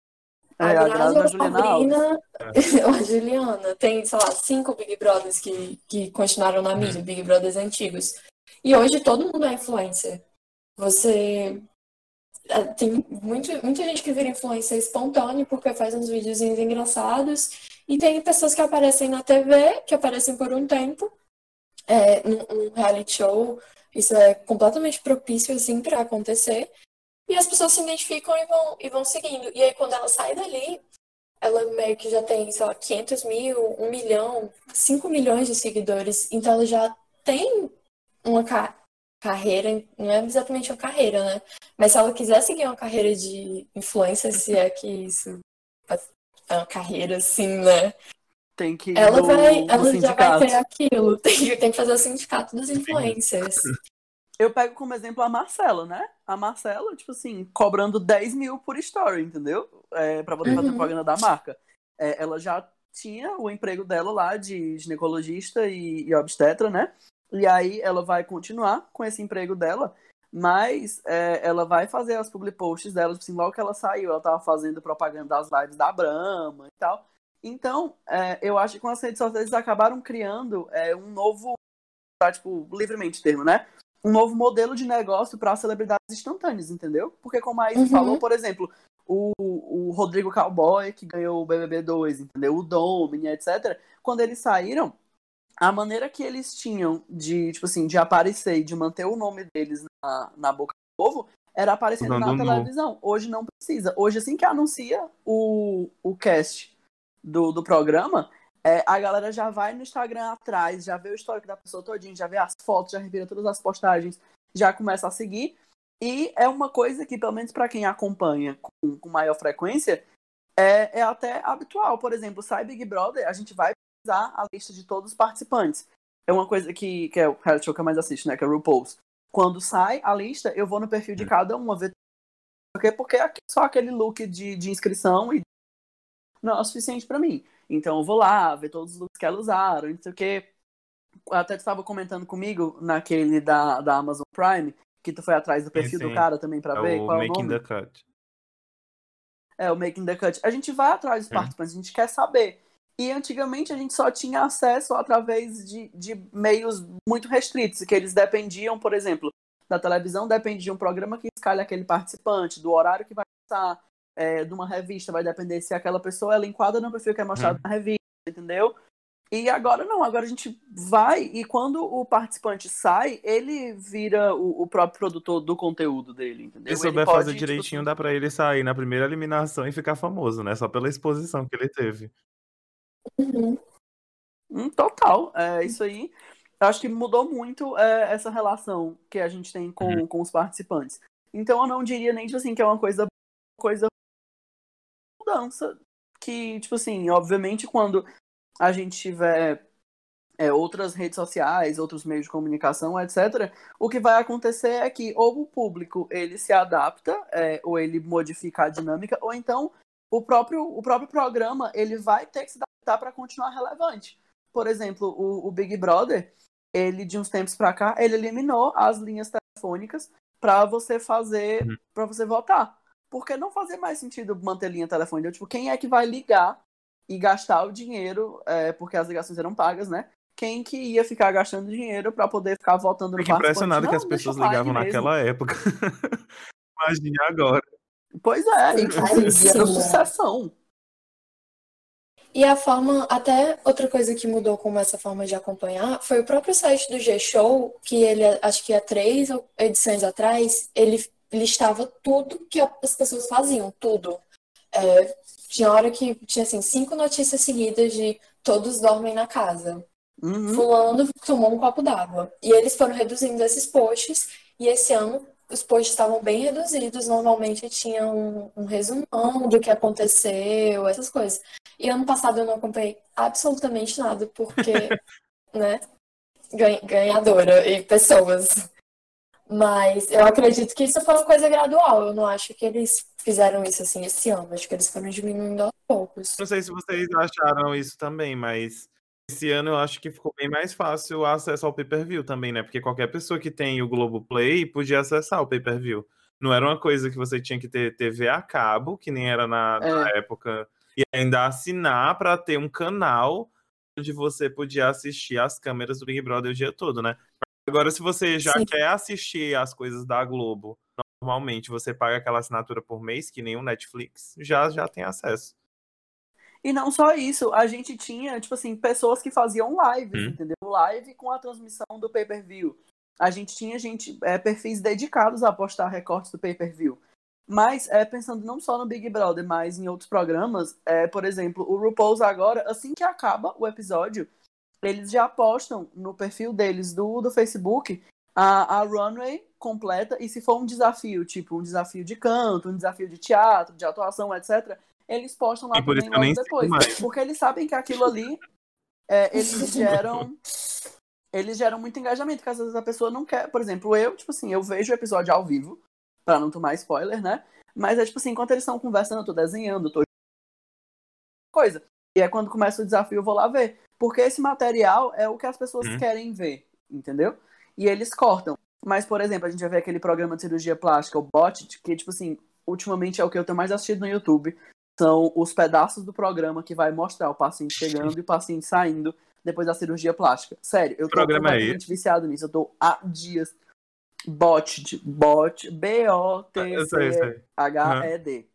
[SPEAKER 2] a
[SPEAKER 1] É, a
[SPEAKER 2] Grazi
[SPEAKER 1] Grazi
[SPEAKER 2] ou
[SPEAKER 1] a
[SPEAKER 2] a
[SPEAKER 1] Juliana Alves.
[SPEAKER 2] Sabrina ou a Juliana. Tem, sei lá, cinco Big Brothers que, que continuaram na mídia, Big Brothers antigos. E hoje todo mundo é influencer. Você... é, tem muito, muita gente que vira influencer espontâneo porque faz uns videozinhos engraçados. E tem pessoas que aparecem na T V, que aparecem por um tempo. É, num, num reality show, isso é completamente propício, assim, para acontecer. E as pessoas se identificam e vão, e vão seguindo. E aí, quando ela sai dali, ela meio que já tem, sei lá, quinhentos mil, um milhão, cinco milhões de seguidores. Então, ela já tem uma ca- carreira, não é exatamente uma carreira, né? Mas se ela quiser seguir uma carreira de influencer, se é que isso é uma carreira assim, né?
[SPEAKER 1] Tem que ir
[SPEAKER 2] Ela,
[SPEAKER 1] no,
[SPEAKER 2] vai,
[SPEAKER 1] no
[SPEAKER 2] ela já vai ter
[SPEAKER 1] sindicato.
[SPEAKER 2] aquilo. Tem, tem que fazer o sindicato dos influencers.
[SPEAKER 1] Eu pego como exemplo a Marcela, né? A Marcela, tipo assim, cobrando dez mil por story, entendeu? É, pra poder fazer
[SPEAKER 2] Uhum.
[SPEAKER 1] propaganda da marca. É, ela já tinha o emprego dela lá de ginecologista e, e obstetra, né? E aí ela vai continuar com esse emprego dela, mas é, ela vai fazer as public posts dela, tipo assim, logo que ela saiu, ela tava fazendo propaganda das lives da Brahma e tal. Então, é, eu acho que com as redes sociais eles acabaram criando é, um novo, tá, tipo, livremente termo, né? Um novo modelo de negócio para celebridades instantâneas, entendeu? Porque como a Izzy
[SPEAKER 2] Uhum.
[SPEAKER 1] falou, por exemplo, o, o Rodrigo Cowboy, que ganhou o B B B dois, entendeu? O Domini, etcétera. Quando eles saíram, a maneira que eles tinham de, tipo assim, de aparecer e de manter o nome deles na, na boca do povo era aparecendo
[SPEAKER 3] Usando
[SPEAKER 1] na
[SPEAKER 3] o Nu.
[SPEAKER 1] televisão. Hoje não precisa. Hoje, assim que anuncia o, o cast do, do programa, é, a galera já vai no Instagram atrás, já vê o histórico da pessoa todinha, já vê as fotos, já revira todas as postagens, já começa a seguir. E é uma coisa que, pelo menos para quem acompanha com, com maior frequência, é, é até habitual. Por exemplo, sai Big Brother, a gente vai precisar a lista de todos os participantes. É uma coisa que, que é o reality show que eu mais assisto, né? Que é o RuPaul's. Quando sai a lista, eu vou no perfil de cada uma ver porque, porque é só aquele look de, de inscrição e não é o suficiente pra mim. Então eu vou lá, ver todos os looks que elas usaram, não sei o quê. Até tu estava comentando comigo naquele da, da Amazon Prime, que tu foi atrás do
[SPEAKER 3] Sim,
[SPEAKER 1] perfil do
[SPEAKER 3] sim.
[SPEAKER 1] cara também pra
[SPEAKER 3] É
[SPEAKER 1] ver
[SPEAKER 3] o
[SPEAKER 1] qual é o
[SPEAKER 3] Making
[SPEAKER 1] nome.
[SPEAKER 3] the Cut.
[SPEAKER 1] É, o Making the Cut. A gente vai atrás dos
[SPEAKER 3] É.
[SPEAKER 1] participantes, a gente quer saber. E antigamente a gente só tinha acesso através de, de meios muito restritos, que eles dependiam, por exemplo, da televisão depende de um programa que escalha aquele participante, do horário que vai passar, é, de uma revista, vai depender se aquela pessoa ela enquadra no perfil que é mostrado
[SPEAKER 3] Hum.
[SPEAKER 1] na revista, entendeu? E agora não, agora a gente vai e quando o participante sai, ele vira o, o próprio produtor do conteúdo dele, entendeu?
[SPEAKER 3] Se
[SPEAKER 1] Ele
[SPEAKER 3] souber
[SPEAKER 1] pode,
[SPEAKER 3] fazer
[SPEAKER 1] tipo
[SPEAKER 3] direitinho,
[SPEAKER 1] assim,
[SPEAKER 3] dá pra ele sair na primeira eliminação e ficar famoso, né? Só pela exposição que ele teve.
[SPEAKER 2] Uhum.
[SPEAKER 1] Hum, total, é isso aí. Eu acho que mudou muito é, essa relação que a gente tem com,
[SPEAKER 3] Uhum.
[SPEAKER 1] com os participantes. Então eu não diria nem, tipo assim, que é uma coisa, coisa mudança, que, tipo assim, obviamente quando a gente tiver é, outras redes sociais, outros meios de comunicação, etcétera, o que vai acontecer é que ou o público ele se adapta, é, ou ele modifica a dinâmica, ou então o próprio, o próprio programa ele vai ter que se adaptar para continuar relevante. Por exemplo, o, o Big Brother, ele de uns tempos para cá, ele eliminou as linhas telefônicas para você fazer,
[SPEAKER 3] Uhum.
[SPEAKER 1] para você votar. Porque não fazia mais sentido manter linha telefônica. Tipo, quem é que vai ligar e gastar o dinheiro, é, porque as ligações eram pagas, né? Quem que ia ficar gastando dinheiro para poder ficar votando no
[SPEAKER 3] Fico impressionado
[SPEAKER 1] participante?
[SPEAKER 3] que as
[SPEAKER 1] Não, deixa
[SPEAKER 3] pessoas
[SPEAKER 1] online
[SPEAKER 3] ligavam
[SPEAKER 1] mesmo.
[SPEAKER 3] naquela época. Imagine agora.
[SPEAKER 1] Pois é,
[SPEAKER 2] Sim,
[SPEAKER 1] e, tipo assim, e era
[SPEAKER 2] caríssimo.
[SPEAKER 1] sucessão.
[SPEAKER 2] E a forma, até outra coisa que mudou com essa forma de acompanhar foi o próprio site do G-Show, que ele, acho que há três edições atrás, ele listava tudo que as pessoas faziam, tudo. É, tinha hora que tinha, assim, cinco notícias seguidas de todos dormem na casa.
[SPEAKER 1] Uhum.
[SPEAKER 2] Fulano tomou um copo d'água. E eles foram reduzindo esses posts, e esse ano os posts estavam bem reduzidos, normalmente tinha um, um resumão do que aconteceu, essas coisas. E ano passado eu não acompanhei absolutamente nada, porque, né, ganhadora e pessoas. Mas eu acredito que isso foi uma coisa gradual, eu não acho que eles fizeram isso assim esse ano, acho que eles foram diminuindo aos poucos.
[SPEAKER 3] Não sei se vocês acharam isso também, mas esse ano eu acho que ficou bem mais fácil o acesso ao pay-per-view também, né? Porque qualquer pessoa que tem o Globoplay podia acessar o pay-per-view. Não era uma coisa que você tinha que ter T V a cabo, que nem era na,
[SPEAKER 1] É.
[SPEAKER 3] na época, e ainda assinar para ter um canal onde você podia assistir as câmeras do Big Brother o dia todo, né? Agora, se você já
[SPEAKER 2] Sim.
[SPEAKER 3] quer assistir as coisas da Globo, normalmente você paga aquela assinatura por mês, que nem o Netflix, já, já tem acesso.
[SPEAKER 1] E não só isso, a gente tinha, tipo assim, pessoas que faziam lives,
[SPEAKER 3] Hum.
[SPEAKER 1] entendeu? Live com a transmissão do pay-per-view. A gente tinha gente, é, perfis dedicados a postar recortes do pay-per-view. Mas, é, pensando não só no Big Brother, mas em outros programas, é, por exemplo, o RuPaul's agora, assim que acaba o episódio, eles já postam no perfil deles do, do Facebook a, a runway completa, e se for um desafio, tipo um desafio de canto, um desafio de teatro, de atuação, etcétera, eles postam lá
[SPEAKER 3] E por isso
[SPEAKER 1] também
[SPEAKER 3] que eu nem
[SPEAKER 1] logo
[SPEAKER 3] sigo
[SPEAKER 1] depois.
[SPEAKER 3] mais.
[SPEAKER 1] Porque eles sabem que aquilo ali, é, eles geram eles geram muito engajamento, porque às vezes a pessoa não quer. Por exemplo, eu, tipo assim, eu vejo o episódio ao vivo, pra não tomar spoiler, né? Mas é tipo assim, enquanto eles estão conversando, eu tô desenhando, eu tô coisa. E é quando começa o desafio, eu vou lá ver. Porque esse material é o que as pessoas
[SPEAKER 3] Hum.
[SPEAKER 1] querem ver, entendeu? E eles cortam. Mas, por exemplo, a gente vai ver aquele programa de cirurgia plástica, o Botched, que, tipo assim, ultimamente é o que eu tenho mais assistido no YouTube. São os pedaços do programa que vai mostrar o paciente chegando e o paciente saindo depois da cirurgia plástica. Sério, eu tô
[SPEAKER 3] programa é
[SPEAKER 1] completamente viciado nisso. Eu tô há dias. Botched. Bot. B O T C H E D.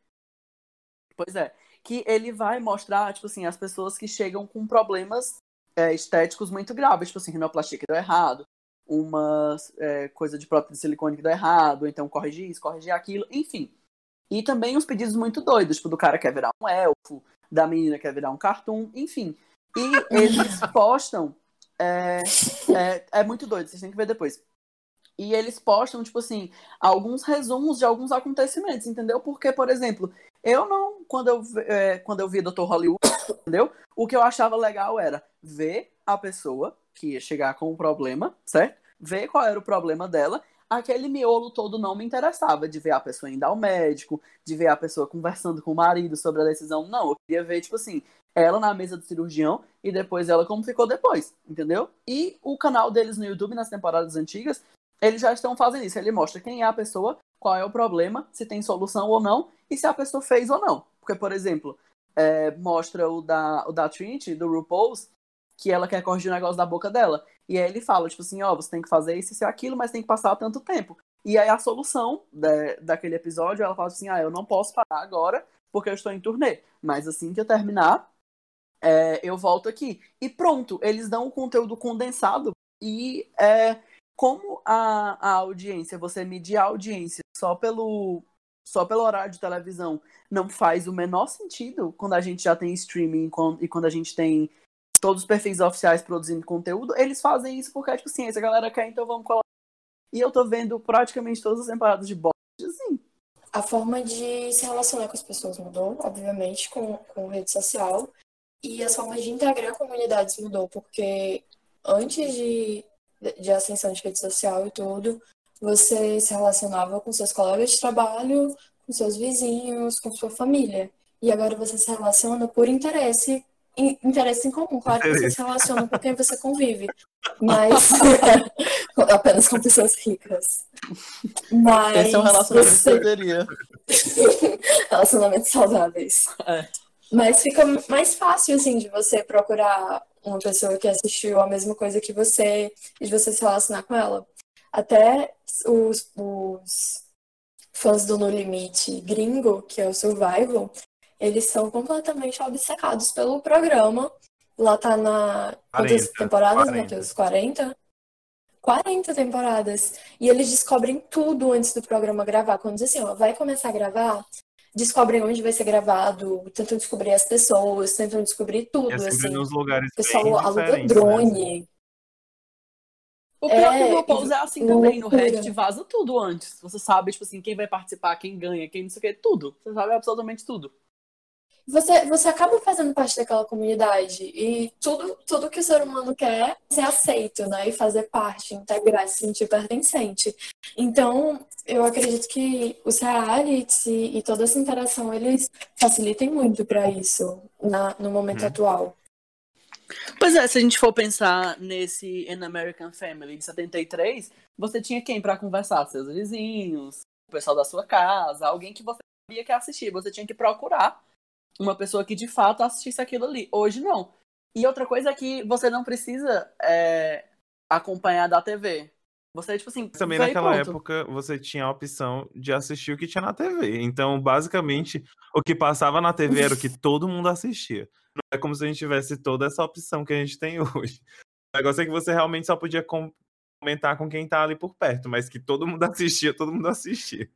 [SPEAKER 1] Pois é. Que ele vai mostrar, tipo assim, as pessoas que chegam com problemas é, estéticos muito graves. Tipo assim, rinoplastia que deu errado, uma é, coisa de prótese de silicone que deu errado, então corrigir isso, corrigir aquilo, enfim. E também uns pedidos muito doidos, tipo, do cara que quer virar um elfo, da menina que quer virar um cartoon, enfim. E eles postam... É, é, é muito doido, vocês têm que ver depois. E eles postam, tipo assim, alguns resumos de alguns acontecimentos, entendeu? Porque, por exemplo, eu não... Quando eu, é, quando eu vi doutor Hollywood, entendeu? O que eu achava legal era ver a pessoa que ia chegar com um problema, certo? Ver qual era o problema dela. Aquele miolo todo não me interessava, de ver a pessoa indo ao médico, de ver a pessoa conversando com o marido sobre a decisão. Não, eu queria ver, tipo assim, ela na mesa do cirurgião e depois ela como ficou depois, entendeu? E o canal deles no YouTube, nas temporadas antigas, eles já estão fazendo isso. Ele mostra quem é a pessoa, qual é o problema, se tem solução ou não, e se a pessoa fez ou não. Porque, por exemplo, é, mostra o da, o da Trinity, do RuPaul's, que ela quer corrigir o negócio da boca dela. E aí ele fala, tipo assim, ó, oh, você tem que fazer isso, isso e aquilo, mas tem que passar tanto tempo. E aí a solução de, daquele episódio, ela fala assim, ah, eu não posso parar agora, porque eu estou em turnê. Mas assim que eu terminar, é, eu volto aqui. E pronto, eles dão o conteúdo condensado. E é, como a, a audiência, você medir a audiência só pelo, só pelo horário de televisão, não faz o menor sentido quando a gente já tem streaming e quando a gente tem todos os perfis oficiais produzindo conteúdo, eles fazem isso porque, tipo assim, essa galera quer, então vamos colocar. E eu tô vendo praticamente todas as temporadas de Bot, assim.
[SPEAKER 2] A forma de se relacionar com as pessoas mudou, obviamente, com, com rede social. E as formas de integrar comunidades mudou, porque antes de, de ascensão de rede social e tudo, você se relacionava com seus colegas de trabalho, com seus vizinhos, com sua família. E agora você se relaciona por interesse, interesse em comum. Claro que você se relaciona com quem você convive, mas apenas com pessoas ricas. Mas
[SPEAKER 1] esse é um relacionamento
[SPEAKER 2] você...
[SPEAKER 1] que eu teria.
[SPEAKER 2] Relacionamentos saudáveis.
[SPEAKER 1] É.
[SPEAKER 2] Mas fica mais fácil, assim, de você procurar uma pessoa que assistiu a mesma coisa que você e de você se relacionar com ela. Até os, os fãs do No Limite gringo, que é o Survival, eles são completamente obcecados pelo programa. Lá tá na... Quantas
[SPEAKER 3] quarenta,
[SPEAKER 2] temporadas,
[SPEAKER 3] quarenta.
[SPEAKER 2] Matheus? quarenta? quarenta temporadas. E eles descobrem tudo antes do programa gravar. Quando diz assim, ó, vai começar a gravar, descobrem onde vai ser gravado, tentam descobrir as pessoas, tentam descobrir
[SPEAKER 3] É
[SPEAKER 2] tudo,
[SPEAKER 3] sempre
[SPEAKER 2] assim.
[SPEAKER 3] nos
[SPEAKER 2] O
[SPEAKER 3] lugares bem
[SPEAKER 2] pessoal aluga
[SPEAKER 3] diferentes, né? Assim.
[SPEAKER 2] drone.
[SPEAKER 1] O próprio
[SPEAKER 2] É,
[SPEAKER 1] RuPaul's
[SPEAKER 2] e
[SPEAKER 1] é assim
[SPEAKER 2] uma
[SPEAKER 1] também. No
[SPEAKER 2] loucura.
[SPEAKER 1] Reddit vaza tudo antes. Você sabe, tipo assim, quem vai participar, quem ganha, quem não sei o que, tudo. Você sabe absolutamente tudo.
[SPEAKER 2] Você, você acaba fazendo parte daquela comunidade e tudo, tudo que o ser humano quer é ser aceito, né? E fazer parte, integrar, se sentir pertencente. Então, eu acredito que os realities e, e toda essa interação, eles facilitem muito para isso na, no momento
[SPEAKER 3] Uhum.
[SPEAKER 2] atual.
[SPEAKER 1] Pois é, se a gente for pensar nesse An American Family de setenta e três, você tinha quem pra conversar? Seus vizinhos, o pessoal da sua casa, alguém que você sabia que ia assistir. Você tinha que procurar uma pessoa que de fato assistisse aquilo ali. Hoje não. E outra coisa é que você não precisa é, acompanhar da T V. Você, tipo assim,
[SPEAKER 3] Também
[SPEAKER 1] vê e
[SPEAKER 3] naquela
[SPEAKER 1] pronto.
[SPEAKER 3] época você tinha a opção de assistir o que tinha na T V. Então, basicamente, o que passava na T V era o que todo mundo assistia. Não é como se a gente tivesse toda essa opção que a gente tem hoje. O negócio é que você realmente só podia com- comentar com quem tá ali por perto, mas que todo mundo assistia, todo mundo assistia.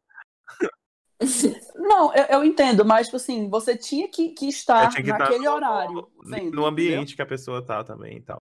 [SPEAKER 1] Não, eu, eu entendo, mas, tipo assim, você tinha que, que
[SPEAKER 3] É,
[SPEAKER 1] estar
[SPEAKER 3] tinha que estar
[SPEAKER 1] naquele
[SPEAKER 3] no,
[SPEAKER 1] horário
[SPEAKER 3] no,
[SPEAKER 1] vendo,
[SPEAKER 3] no
[SPEAKER 1] entendeu?
[SPEAKER 3] ambiente que a pessoa tá também e tal.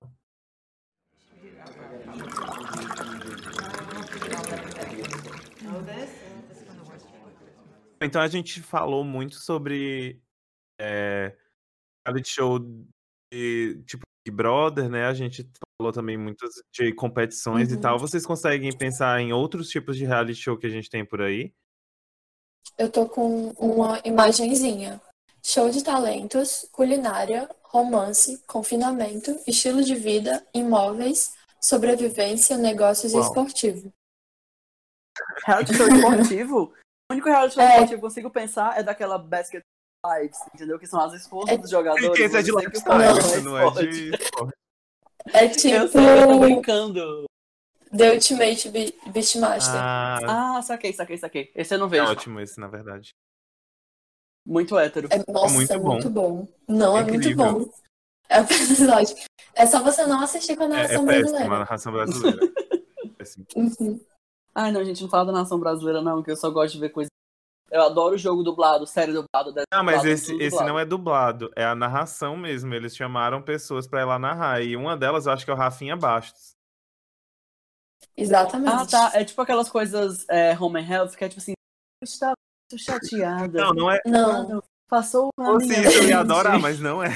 [SPEAKER 3] Então a gente falou muito sobre é, reality show de tipo Big Brother, né? A gente falou também muitas de competições e
[SPEAKER 2] Uhum.
[SPEAKER 3] tal. Vocês conseguem pensar em outros tipos de reality show que a gente tem por aí?
[SPEAKER 2] Eu tô com uma imagenzinha. Show de talentos, culinária, romance, confinamento, estilo de vida, imóveis, sobrevivência, negócios e
[SPEAKER 3] Uau.
[SPEAKER 2] esportivo.
[SPEAKER 1] Reality show esportivo? O único reality show
[SPEAKER 2] É.
[SPEAKER 1] esportivo que eu consigo pensar é daquela Basket Wives, entendeu? Que são as esposas
[SPEAKER 2] É-
[SPEAKER 1] dos jogadores.
[SPEAKER 3] Esse é de
[SPEAKER 1] Você sempre
[SPEAKER 3] lifestyle,
[SPEAKER 1] fala,
[SPEAKER 3] isso
[SPEAKER 1] é
[SPEAKER 3] não é
[SPEAKER 1] esporte.
[SPEAKER 3] de esporte.
[SPEAKER 2] É
[SPEAKER 1] Eu
[SPEAKER 2] tipo
[SPEAKER 1] sei, eu tô brincando.
[SPEAKER 2] The Ultimate Be- Beastmaster.
[SPEAKER 3] Ah,
[SPEAKER 1] Ah, saquei, saquei, saquei. Esse eu não
[SPEAKER 3] é
[SPEAKER 1] vejo.
[SPEAKER 3] ótimo esse, na verdade.
[SPEAKER 1] Muito hétero.
[SPEAKER 2] É, nossa,
[SPEAKER 3] muito
[SPEAKER 2] é muito
[SPEAKER 3] bom.
[SPEAKER 2] bom. Não,
[SPEAKER 3] É
[SPEAKER 2] é muito
[SPEAKER 3] incrível.
[SPEAKER 2] bom. É um episódio. É só você não assistir com a
[SPEAKER 3] É, é
[SPEAKER 2] narração
[SPEAKER 3] péssimo, a
[SPEAKER 2] brasileira.
[SPEAKER 3] narração brasileira. Péssimo.
[SPEAKER 2] Uhum.
[SPEAKER 1] Ai, não, gente, não fala da nação brasileira, não, que eu só gosto de ver coisa. Eu adoro jogo dublado, série dublado, desenho
[SPEAKER 3] Não, mas
[SPEAKER 1] dublado,
[SPEAKER 3] esse,
[SPEAKER 1] tudo
[SPEAKER 3] esse não
[SPEAKER 1] dublado.
[SPEAKER 3] é dublado, é a narração mesmo. Eles chamaram pessoas pra ir lá narrar. E uma delas, eu acho que é o Rafinha Bastos.
[SPEAKER 1] Ah,
[SPEAKER 2] Exatamente.
[SPEAKER 1] tá. É tipo aquelas coisas é, home and health, que é tipo assim, eu estava muito chateada.
[SPEAKER 3] Não, não é.
[SPEAKER 2] Não.
[SPEAKER 1] Mano, passou na
[SPEAKER 3] Fosse
[SPEAKER 1] minha
[SPEAKER 3] isso, eu ia
[SPEAKER 1] frente.
[SPEAKER 3] adorar, mas não é.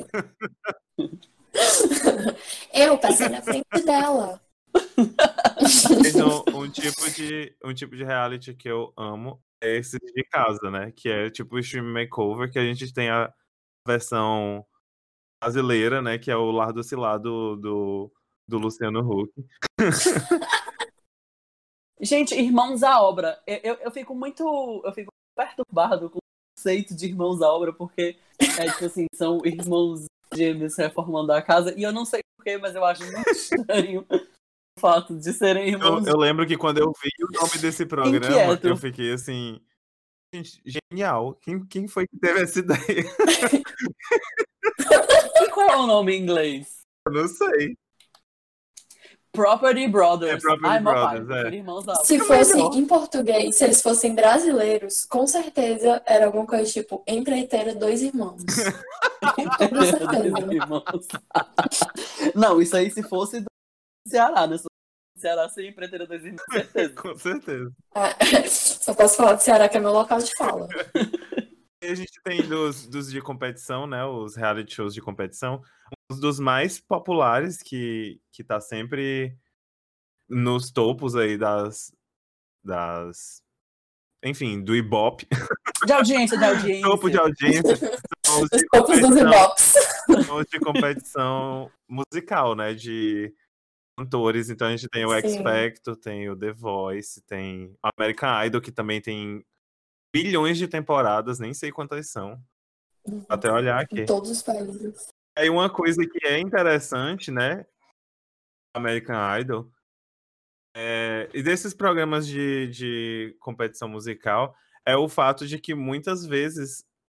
[SPEAKER 2] Eu passei na frente dela.
[SPEAKER 3] Mas um, um tipo de, um tipo de reality que eu amo é esse de casa, né? Que é tipo o Stream Makeover, que a gente tem a versão brasileira, né? Que é o Lar do Cilá do, do, do Luciano Huck.
[SPEAKER 1] Gente, Irmãos à Obra. Eu, eu, eu fico muito. Eu fico perturbado com o conceito de Irmãos à Obra, porque é tipo assim, são irmãos gêmeos reformando a casa, e eu não sei porquê, mas eu acho muito estranho o fato de serem
[SPEAKER 3] Eu,
[SPEAKER 1] irmãos
[SPEAKER 3] eu lembro que quando eu vi o nome desse programa,
[SPEAKER 1] Inquieto.
[SPEAKER 3] eu fiquei assim. Gente, genial. Quem, quem foi que teve essa ideia?
[SPEAKER 1] E qual é o nome em inglês?
[SPEAKER 3] Eu não sei.
[SPEAKER 1] Property Brothers.
[SPEAKER 3] É Property
[SPEAKER 1] Ai, meu pai,
[SPEAKER 3] Brothers,
[SPEAKER 1] prefiro
[SPEAKER 3] é.
[SPEAKER 1] Irmãos à Obra.
[SPEAKER 2] Se fosse em português, se eles fossem brasileiros, com certeza era alguma coisa tipo Empreiteira Dois Irmãos. Com toda certeza.
[SPEAKER 1] Irmãos. Não, isso aí se fosse do Ceará, né? Se fosse do Ceará seria Empreiteira Dois Irmãos, com certeza.
[SPEAKER 3] Com certeza.
[SPEAKER 2] Ah, só posso falar do Ceará, que é meu local de fala.
[SPEAKER 3] E a gente tem dos, dos de competição, né? Os reality shows de competição. Um dos mais populares que, que tá sempre nos topos aí das. das enfim, do Ibope.
[SPEAKER 1] De audiência, de audiência.
[SPEAKER 3] Topo de audiência. São os
[SPEAKER 2] Os
[SPEAKER 3] de
[SPEAKER 2] topos dos
[SPEAKER 3] competição,
[SPEAKER 2] Ibops.
[SPEAKER 3] são os de competição musical, né? De cantores. Então a gente tem o X
[SPEAKER 2] Sim.
[SPEAKER 3] Factor, tem o The Voice, tem o American Idol, que também tem bilhões de temporadas, nem sei quantas são. Até olhar
[SPEAKER 2] Em
[SPEAKER 3] aqui.
[SPEAKER 2] todos os países.
[SPEAKER 3] Aí uma coisa que é interessante, né? American Idol. É, e desses programas de, de competição musical é o fato de que muitas vezes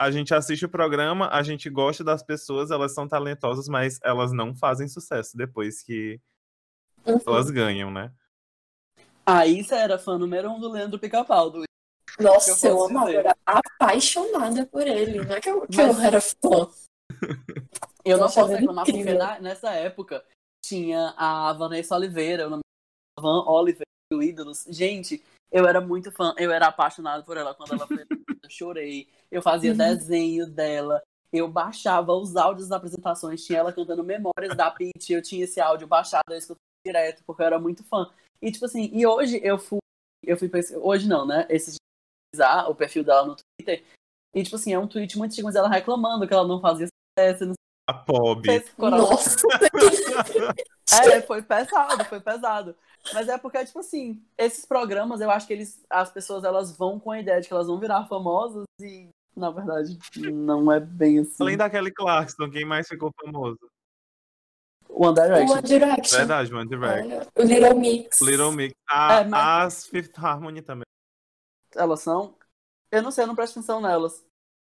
[SPEAKER 3] a gente assiste o programa, a gente gosta das pessoas, elas são talentosas, mas elas não fazem sucesso depois que
[SPEAKER 2] Uhum.
[SPEAKER 3] elas ganham, né?
[SPEAKER 1] Aí você era fã número um do Leandro Pica-Pau. Do...
[SPEAKER 2] Nossa,
[SPEAKER 1] eu
[SPEAKER 2] eu
[SPEAKER 1] posso
[SPEAKER 2] amava, eu
[SPEAKER 1] dizer.
[SPEAKER 2] era apaixonada por ele. Não é que eu, que
[SPEAKER 1] Mas-
[SPEAKER 2] eu era fã.
[SPEAKER 1] Eu não
[SPEAKER 2] Eu achava
[SPEAKER 1] posso
[SPEAKER 2] ele
[SPEAKER 1] reclamar porque
[SPEAKER 2] incrível.
[SPEAKER 1] na- nessa época tinha a Vanessa Oliveira, o nome dela, Van Oliver, do Ídolos. Gente, eu era muito fã, eu era apaixonado por ela quando ela foi. Eu chorei, eu fazia
[SPEAKER 2] Uhum.
[SPEAKER 1] desenho dela, eu baixava os áudios das apresentações, tinha ela cantando Memórias da Pitty, eu tinha esse áudio baixado, eu escutava direto, porque eu era muito fã. E tipo assim, e hoje eu fui, eu fui pesquisar, hoje não, né? Esses dias pesquisar o perfil dela no Twitter, e tipo assim, é um tweet muito antigo, mas ela reclamando que ela não fazia sucesso, não
[SPEAKER 3] A Pob.
[SPEAKER 1] sei se coração.
[SPEAKER 2] Nossa,
[SPEAKER 1] É, foi pesado, foi pesado. Mas é porque, tipo assim, esses programas, eu acho que eles, as pessoas, elas vão com a ideia de que elas vão virar famosas e, na verdade, não é bem assim.
[SPEAKER 3] Além da Kelly Clarkson, quem mais ficou famoso?
[SPEAKER 1] One
[SPEAKER 2] o
[SPEAKER 1] Direction.
[SPEAKER 2] One Direction.
[SPEAKER 3] Verdade, One Direction.
[SPEAKER 2] Olha, o Little Mix.
[SPEAKER 3] Little Mix. A,
[SPEAKER 1] É, mas-
[SPEAKER 3] As Fifth Harmony também.
[SPEAKER 1] Elas são... Eu não sei, eu não presto atenção nelas.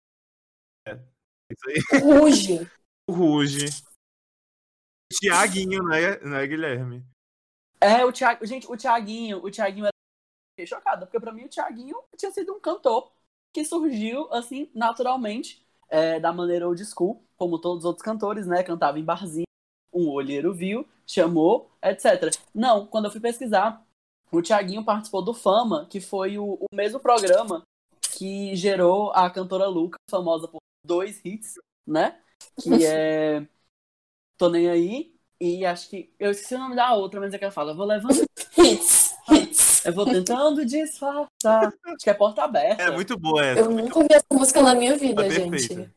[SPEAKER 3] Isso aí.
[SPEAKER 2] Ruge.
[SPEAKER 3] O Ruge. Tiaguinho, né, né, Guilherme?
[SPEAKER 1] É, o Thiago... Gente, o Thiaguinho, o Thiaguinho era... Fiquei chocada, porque pra mim o Thiaguinho tinha sido um cantor que surgiu, assim, naturalmente, é, da maneira old school, como todos os outros cantores, né? Cantava em barzinho, um olheiro viu, chamou, etcétera. Não, quando eu fui pesquisar, o Thiaguinho participou do Fama, que foi o, o mesmo programa que gerou a cantora Luca, famosa por dois hits, né? Que é Tô Nem Aí, e acho que... Eu esqueci o nome da outra, mas é que ela fala, vou levando...
[SPEAKER 2] Hits. Hits.
[SPEAKER 1] Eu vou tentando disfarçar. Acho que é Porta Aberta.
[SPEAKER 3] É muito boa essa.
[SPEAKER 2] Eu nunca ouvi essa música na minha vida,
[SPEAKER 3] Tá
[SPEAKER 2] gente.
[SPEAKER 3] perfeita.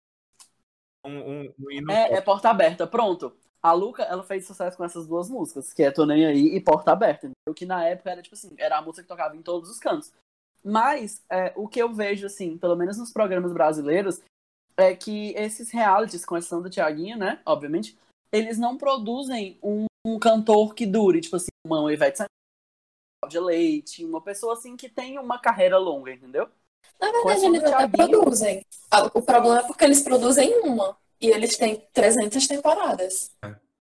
[SPEAKER 3] Um, um, um hino
[SPEAKER 1] É,
[SPEAKER 3] pop.
[SPEAKER 1] é Porta Aberta, pronto. A Luca, ela fez sucesso com essas duas músicas, que é Tô Nem Aí e Porta Aberta. O que na época era, tipo assim, era a música que tocava em todos os cantos. Mas, é, o que eu vejo, assim, pelo menos nos programas brasileiros, é que esses realities, com exceção do Thiaguinho, né, obviamente, eles não produzem um, um cantor que dure, tipo assim, uma Ivete Sangalo, Cláudia Leite, uma pessoa, assim, que tem uma carreira longa, entendeu?
[SPEAKER 2] Na
[SPEAKER 1] Com
[SPEAKER 2] verdade,
[SPEAKER 1] exceção do
[SPEAKER 2] eles até
[SPEAKER 1] Thiaguinho.
[SPEAKER 2] produzem. Ah, o problema é porque eles produzem uma. E eles têm trezentas temporadas.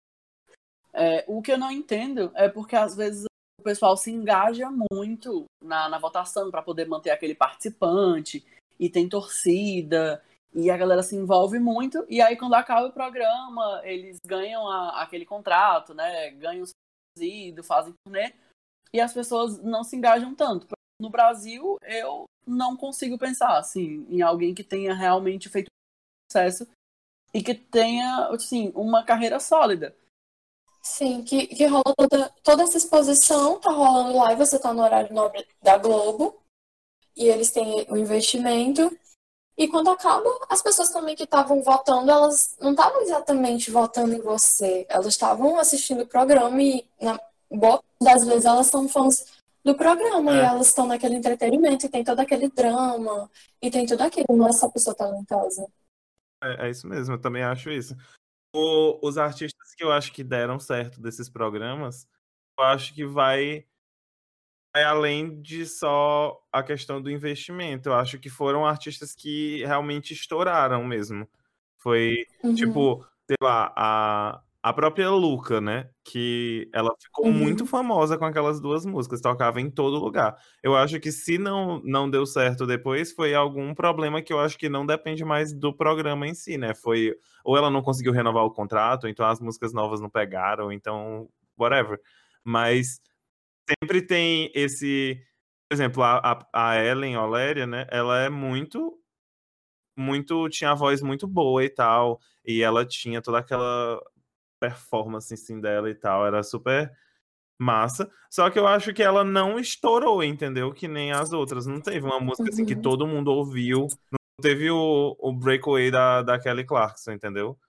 [SPEAKER 1] É, o que eu não entendo é porque às vezes o pessoal se engaja muito na, na votação para poder manter aquele participante, e tem torcida, e a galera se envolve muito, e aí quando acaba o programa, eles ganham a- aquele contrato, né? Ganham o subsídio, fazem turnê, e as pessoas não se engajam tanto. No Brasil, eu não consigo pensar assim, em alguém que tenha realmente feito sucesso e que tenha, assim, uma carreira sólida.
[SPEAKER 2] Sim, que, que rola toda, toda essa exposição, tá rolando lá e você tá no horário nobre da Globo. E eles têm o investimento. E quando acaba, as pessoas também que estavam votando, elas não estavam exatamente votando em você. Elas estavam assistindo o programa e, na boa parte das vezes, elas são fãs do programa.
[SPEAKER 3] É.
[SPEAKER 2] E elas estão naquele entretenimento e tem todo aquele drama. E tem tudo aquilo. Não é só pessoa talentosa.
[SPEAKER 3] É, é isso mesmo, eu também acho isso. O- os artistas que eu acho que deram certo desses programas, eu acho que vai, vai além de só a questão do investimento. Eu acho que foram artistas que realmente estouraram mesmo. Foi,
[SPEAKER 2] Uhum.
[SPEAKER 3] tipo, sei lá, a, a própria Luca, né? Que ela ficou
[SPEAKER 2] Uhum.
[SPEAKER 3] muito famosa com aquelas duas músicas, tocava em todo lugar. Eu acho que se não, não deu certo depois, foi algum problema que eu acho que não depende mais do programa em si, né? Foi, ou ela não conseguiu renovar o contrato, ou então as músicas novas não pegaram, ou então, whatever. Mas sempre tem esse. Por exemplo, a, a, a Ellen Oléria, né? Ela é muito. Muito. Tinha a voz muito boa e tal. E ela tinha toda aquela performance assim dela e tal. Era super massa. Só que eu acho que ela não estourou, entendeu? Que nem as outras. Não teve uma música assim que
[SPEAKER 2] Uhum.
[SPEAKER 3] todo mundo ouviu. Não teve o, o breakaway da, da Kelly Clarkson, entendeu?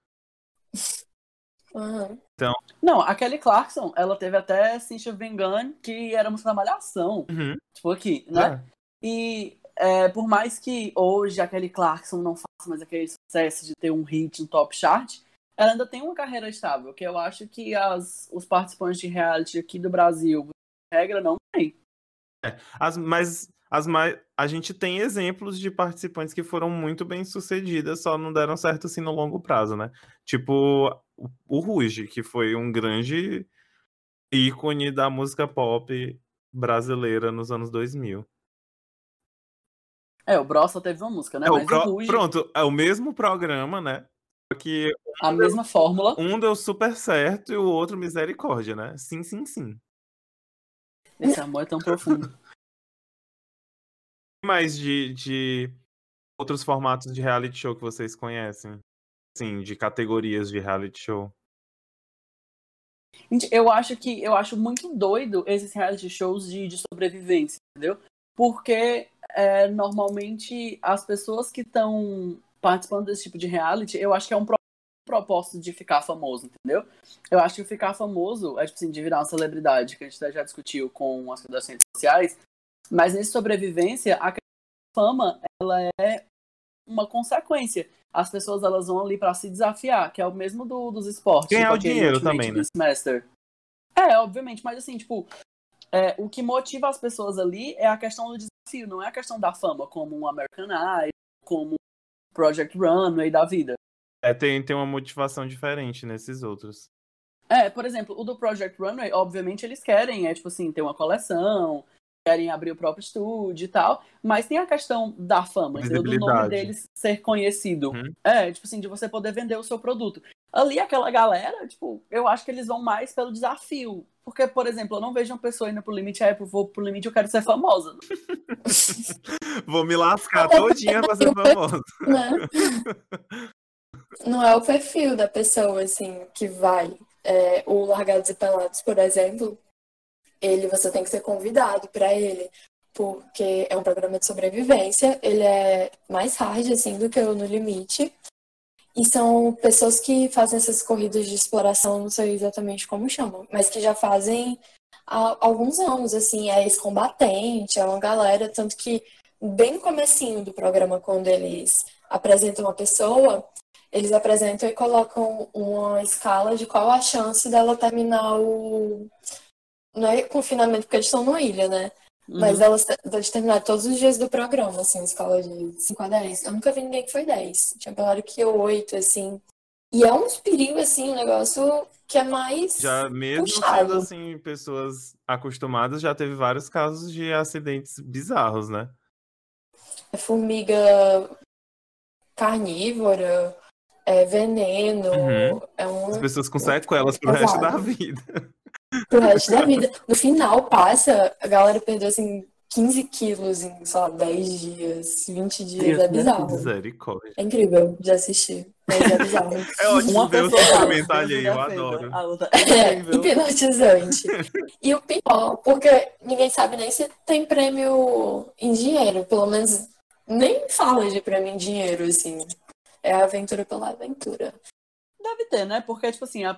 [SPEAKER 2] Uhum.
[SPEAKER 1] Não, a Kelly Clarkson, ela teve até Since You've Been Gone, que era música da Malhação.
[SPEAKER 3] Uhum.
[SPEAKER 1] Tipo aqui, né?
[SPEAKER 3] É.
[SPEAKER 1] E é, por mais que hoje a Kelly Clarkson não faça mais aquele sucesso de ter um hit no top chart, ela ainda tem uma carreira estável, que eu acho que as, os participantes de reality aqui do Brasil, regra, não tem.
[SPEAKER 3] As, mas as mais... a gente tem exemplos de participantes que foram muito bem sucedidas, só não deram certo assim no longo prazo, né? Tipo o, o Ruge, que foi um grande ícone da música pop brasileira nos anos dois mil.
[SPEAKER 1] É, o Bro só teve uma música, né?
[SPEAKER 3] É, o
[SPEAKER 1] Mas o
[SPEAKER 3] pro...
[SPEAKER 1] Ruge,
[SPEAKER 3] Pronto, é o mesmo programa, né? Que
[SPEAKER 1] a mesma fórmula.
[SPEAKER 3] um deu super certo e o outro misericórdia, né? Sim, sim, sim.
[SPEAKER 1] Esse amor é tão profundo.
[SPEAKER 3] Mais de, de outros formatos de reality show que vocês conhecem? Sim, de categorias de reality show.
[SPEAKER 1] Gente, eu acho que eu acho muito doido esses reality shows de, de sobrevivência, entendeu? Porque é, normalmente as pessoas que estão participando desse tipo de reality, eu acho que é um pro- propósito de ficar famoso, entendeu? Eu acho que ficar famoso é tipo assim, de virar uma celebridade, que a gente já discutiu com as das redes sociais, mas nesse sobrevivência, a fama, ela é uma consequência. As pessoas elas vão ali para se desafiar, que é o mesmo do, dos esportes,
[SPEAKER 3] Ganhar
[SPEAKER 1] tipo
[SPEAKER 3] o
[SPEAKER 1] aquele
[SPEAKER 3] dinheiro
[SPEAKER 1] Ultimate
[SPEAKER 3] também, né?
[SPEAKER 1] Beastmaster. É, obviamente, mas assim, tipo, é, o que motiva as pessoas ali é a questão do desafio, não é a questão da fama, como um American Idol, como Project Runway da vida.
[SPEAKER 3] É, tem, tem uma motivação diferente nesses outros.
[SPEAKER 1] É, por exemplo, o do Project Runway, obviamente eles querem, é tipo assim, ter uma coleção, querem abrir o próprio estúdio e tal, mas tem a questão da fama, entendeu? Do nome
[SPEAKER 3] Visibilidade.
[SPEAKER 1] deles ser conhecido.
[SPEAKER 3] Uhum.
[SPEAKER 1] É, tipo assim, de você poder vender o seu produto. Ali, aquela galera, tipo, eu acho que eles vão mais pelo desafio. Porque, por exemplo, eu não vejo uma pessoa indo pro limite, é, eu vou pro limite, eu quero ser famosa.
[SPEAKER 3] Vou me lascar todinha pra ser famosa.
[SPEAKER 2] Né? Não é o perfil da pessoa, assim, que vai. É, o Largados e Pelados, por exemplo, ele, você tem que ser convidado para ele, porque é um programa de sobrevivência, ele é mais hard, assim, do que o No Limite, e são pessoas que fazem essas corridas de exploração, não sei exatamente como chamam, mas que já fazem há alguns anos, assim, é ex-combatente, é uma galera, tanto que bem no comecinho do programa, quando eles apresentam uma pessoa, eles apresentam e colocam uma escala de qual a chance dela terminar o... Não é confinamento, porque eles estão numa ilha, né?
[SPEAKER 1] Uhum.
[SPEAKER 2] Mas elas de terminar todos os dias do programa, assim, escala de cinco a dez. Eu nunca vi ninguém que foi dez. Tinha galera que oito, assim. E é uns perigos, assim, um negócio que é mais
[SPEAKER 3] Já mesmo
[SPEAKER 2] puxado.
[SPEAKER 3] sendo assim, pessoas acostumadas, já teve vários casos de acidentes bizarros, né?
[SPEAKER 2] É formiga carnívora, é veneno,
[SPEAKER 3] Uhum.
[SPEAKER 2] é um...
[SPEAKER 3] As pessoas com sequelas pro
[SPEAKER 2] pesado.
[SPEAKER 3] resto da vida.
[SPEAKER 2] Pro resto da vida. No final, passa, a galera perdeu, assim, quinze quilos em, sei lá, dez dias, vinte dias.
[SPEAKER 1] Deus,
[SPEAKER 2] É
[SPEAKER 1] né?
[SPEAKER 2] bizarro.
[SPEAKER 3] Misericórdia.
[SPEAKER 2] É incrível de assistir, mas é bizarro.
[SPEAKER 3] É ótimo
[SPEAKER 1] Uma
[SPEAKER 3] ver o
[SPEAKER 1] pessoa fala,
[SPEAKER 3] sofrimento
[SPEAKER 1] Deus
[SPEAKER 3] alheio,
[SPEAKER 1] me
[SPEAKER 3] eu
[SPEAKER 1] defenda.
[SPEAKER 3] adoro.
[SPEAKER 1] A outra
[SPEAKER 2] É
[SPEAKER 1] é incrível.
[SPEAKER 2] hipnotizante. E o pior, porque ninguém sabe nem se tem prêmio em dinheiro, pelo menos nem fala de prêmio em dinheiro, assim. É a aventura pela aventura.
[SPEAKER 1] Deve ter, né? Porque, tipo assim, a,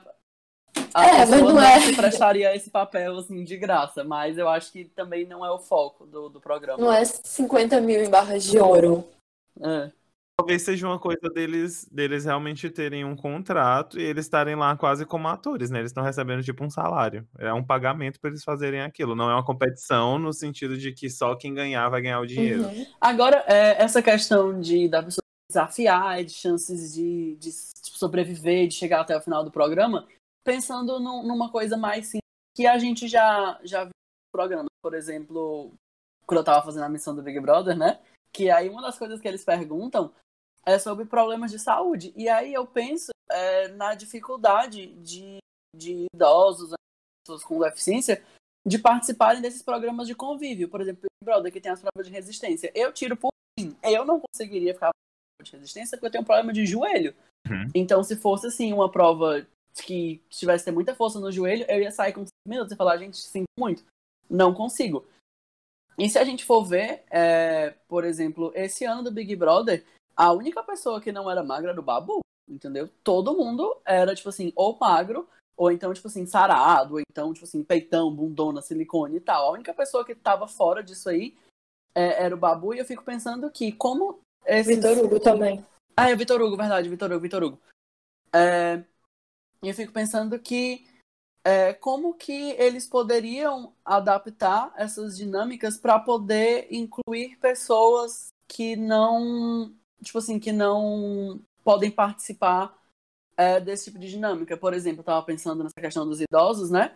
[SPEAKER 1] a
[SPEAKER 2] É, mas
[SPEAKER 1] pessoa
[SPEAKER 2] não
[SPEAKER 1] não
[SPEAKER 2] é.
[SPEAKER 1] se prestaria a esse papel, assim, de graça. Mas eu acho que também não é o foco do, do programa.
[SPEAKER 2] Não é cinquenta mil em barras de ouro.
[SPEAKER 1] É.
[SPEAKER 3] Talvez seja uma coisa deles, deles realmente terem um contrato e eles estarem lá quase como atores, né? Eles estão recebendo tipo um salário. É um pagamento para eles fazerem aquilo. Não é uma competição no sentido de que só quem ganhar vai ganhar o dinheiro.
[SPEAKER 2] Uhum.
[SPEAKER 1] Agora, é, essa questão de da pessoa desafiar, de chances de, de sobreviver, de chegar até o final do programa, pensando num, numa coisa mais simples que a gente já, já viu no programa. Por exemplo, quando eu tava fazendo a missão do Big Brother, né? Que aí uma das coisas que eles perguntam é sobre problemas de saúde. E aí eu penso é, na dificuldade de, de idosos, pessoas com deficiência, de participarem desses programas de convívio. Por exemplo, Big Brother, que tem as provas de resistência. Eu tiro por mim. Eu não conseguiria ficar com de resistência porque eu tenho um problema de joelho.
[SPEAKER 3] Uhum.
[SPEAKER 1] Então, se fosse, assim, uma prova que tivesse ter muita força no joelho, eu ia sair com cinco minutos e falar, gente, sinto muito. Não consigo. E se a gente for ver, é, por exemplo, esse ano do Big Brother, a única pessoa que não era magra era o Babu, entendeu? Todo mundo era, tipo assim, ou magro, ou então, tipo assim, sarado, ou então, tipo assim, peitão, bundona, silicone e tal. A única pessoa que tava fora disso aí é, era o Babu, e eu fico pensando que como esses...
[SPEAKER 2] Vitor Hugo também.
[SPEAKER 1] Ah, é o Vitor Hugo, verdade, Vitor Hugo, Vitor Hugo. É, e eu fico pensando que é, como que eles poderiam adaptar essas dinâmicas para poder incluir pessoas que não, tipo assim, que não podem participar é, desse tipo de dinâmica. Por exemplo, eu estava pensando nessa questão dos idosos, né?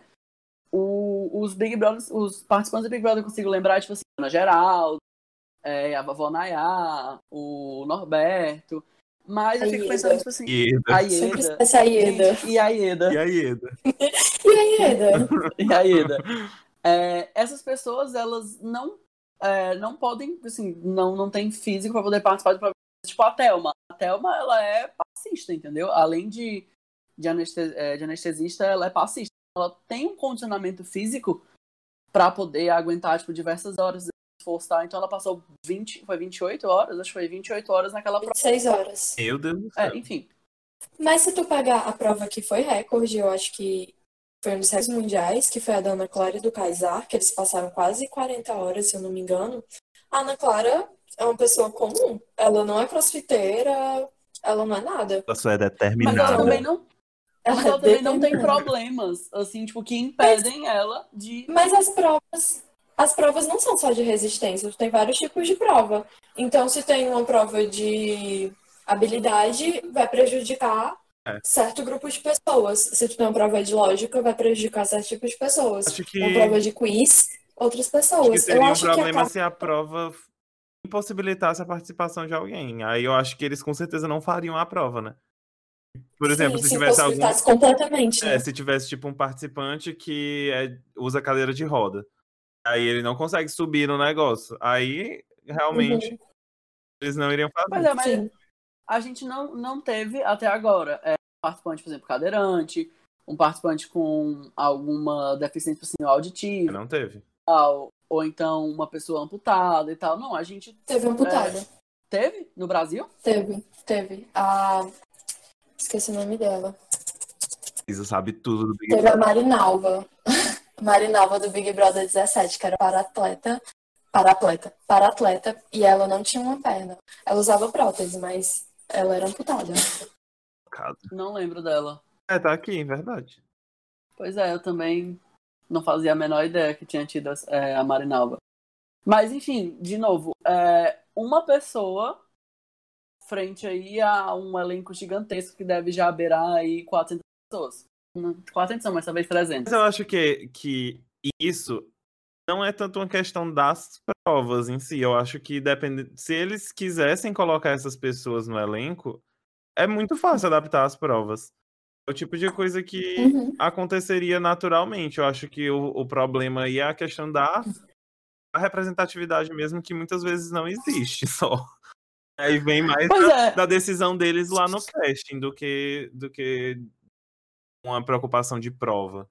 [SPEAKER 1] O, os Big Brothers, os participantes do Big Brother eu consigo lembrar, tipo assim, Ana Geraldo, é, a vovó Nayá, o Norberto. Mas eu
[SPEAKER 2] A
[SPEAKER 1] fico
[SPEAKER 2] Ieda.
[SPEAKER 1] pensando, tipo assim,
[SPEAKER 3] Ieda.
[SPEAKER 1] a
[SPEAKER 2] Sempre
[SPEAKER 1] Ieda.
[SPEAKER 2] esquece a Ieda.
[SPEAKER 1] Gente, e a Ieda.
[SPEAKER 3] E a Ieda?
[SPEAKER 2] E a Ieda?
[SPEAKER 1] E a Ieda. É, essas pessoas, elas não, é, não podem, assim, não, não tem físico para poder participar do programa. Tipo a Thelma. A Thelma, ela é passista, entendeu? Além de, de, aneste- é, de anestesista, ela é passista. Ela tem um condicionamento físico para poder aguentar, tipo, diversas horas de esforço, tá? Então ela passou vinte, foi vinte e oito horas? Acho que foi vinte e oito horas naquela prova.
[SPEAKER 2] vinte e seis horas.
[SPEAKER 3] Meu Deus do céu.
[SPEAKER 1] É, enfim.
[SPEAKER 2] Mas se tu pegar a prova que foi recorde, eu acho que foi um dos recordes mundiais, que foi a da Ana Clara e do Kaysar, que eles passaram quase quarenta horas, se eu não me engano. A Ana Clara é uma pessoa comum. Ela não é crossfiteira, ela não é nada.
[SPEAKER 3] A sua é
[SPEAKER 1] Mas ela
[SPEAKER 3] determinada.
[SPEAKER 1] também não,
[SPEAKER 2] Ela
[SPEAKER 1] mas ela
[SPEAKER 2] é
[SPEAKER 1] também não tem
[SPEAKER 2] determinada.
[SPEAKER 1] problemas, assim, tipo, que impedem ela de...
[SPEAKER 2] Mas as provas, as provas não são só de resistência, tem vários tipos de prova. Então, se tem uma prova de habilidade, vai prejudicar
[SPEAKER 3] É.
[SPEAKER 2] certo grupo de pessoas. Se tu tem uma prova de lógica, vai prejudicar certo tipo de pessoas.
[SPEAKER 3] Acho que,
[SPEAKER 2] Uma prova de quiz, outras
[SPEAKER 3] acho que
[SPEAKER 2] pessoas. Eu
[SPEAKER 3] seria um
[SPEAKER 2] acho que
[SPEAKER 3] problema
[SPEAKER 2] acaba...
[SPEAKER 3] se a prova impossibilitasse a participação de alguém. Aí eu acho que eles com certeza não fariam a prova, né? Por exemplo,
[SPEAKER 2] Sim,
[SPEAKER 3] se
[SPEAKER 2] se
[SPEAKER 3] tivesse algum.
[SPEAKER 2] impossibilitasse completamente,
[SPEAKER 3] É,
[SPEAKER 2] né?
[SPEAKER 3] se tivesse tipo um participante que é- usa cadeira de roda. Aí ele não consegue subir no negócio. Aí realmente
[SPEAKER 2] Uhum.
[SPEAKER 3] eles não iriam
[SPEAKER 1] Mas
[SPEAKER 3] fazer.
[SPEAKER 1] é, mas
[SPEAKER 2] Sim.
[SPEAKER 1] a gente não, não teve até agora é, um participante, por exemplo, cadeirante, um participante com alguma deficiência assim, auditiva,
[SPEAKER 3] Não teve.
[SPEAKER 1] tal, ou então uma pessoa amputada e tal. Não, a gente
[SPEAKER 2] Teve amputada.
[SPEAKER 1] é, teve no Brasil?
[SPEAKER 2] Teve, teve. A... Esqueci o nome dela.
[SPEAKER 3] Isa sabe tudo do Big
[SPEAKER 2] Teve a
[SPEAKER 3] Brother.
[SPEAKER 2] Marinalva. Marinalva do Big Brother dezessete, que era para-atleta. Para-atleta. Para-atleta. E ela não tinha uma perna. Ela usava prótese, mas ela era amputada.
[SPEAKER 1] Não lembro dela.
[SPEAKER 3] É, tá aqui, verdade.
[SPEAKER 1] Pois é, eu também não fazia a menor ideia que tinha tido é, a Marinalva. Mas, enfim, de novo, é, uma pessoa frente aí a um elenco gigantesco que deve já beirar aí quatrocentas pessoas. Não, quatrocentas não, mas talvez trezentas.
[SPEAKER 3] Mas eu acho que, que isso não é tanto uma questão das provas em si. Eu acho que depende. Se eles quisessem colocar essas pessoas no elenco, é muito fácil adaptar as provas. É o tipo de coisa que
[SPEAKER 2] Uhum.
[SPEAKER 3] aconteceria naturalmente. Eu acho que o, o problema aí é a questão da a representatividade mesmo, que muitas vezes não existe só. Aí vem mais
[SPEAKER 1] Pois
[SPEAKER 3] da,
[SPEAKER 1] é.
[SPEAKER 3] da decisão deles lá no casting do que, do que uma preocupação de prova.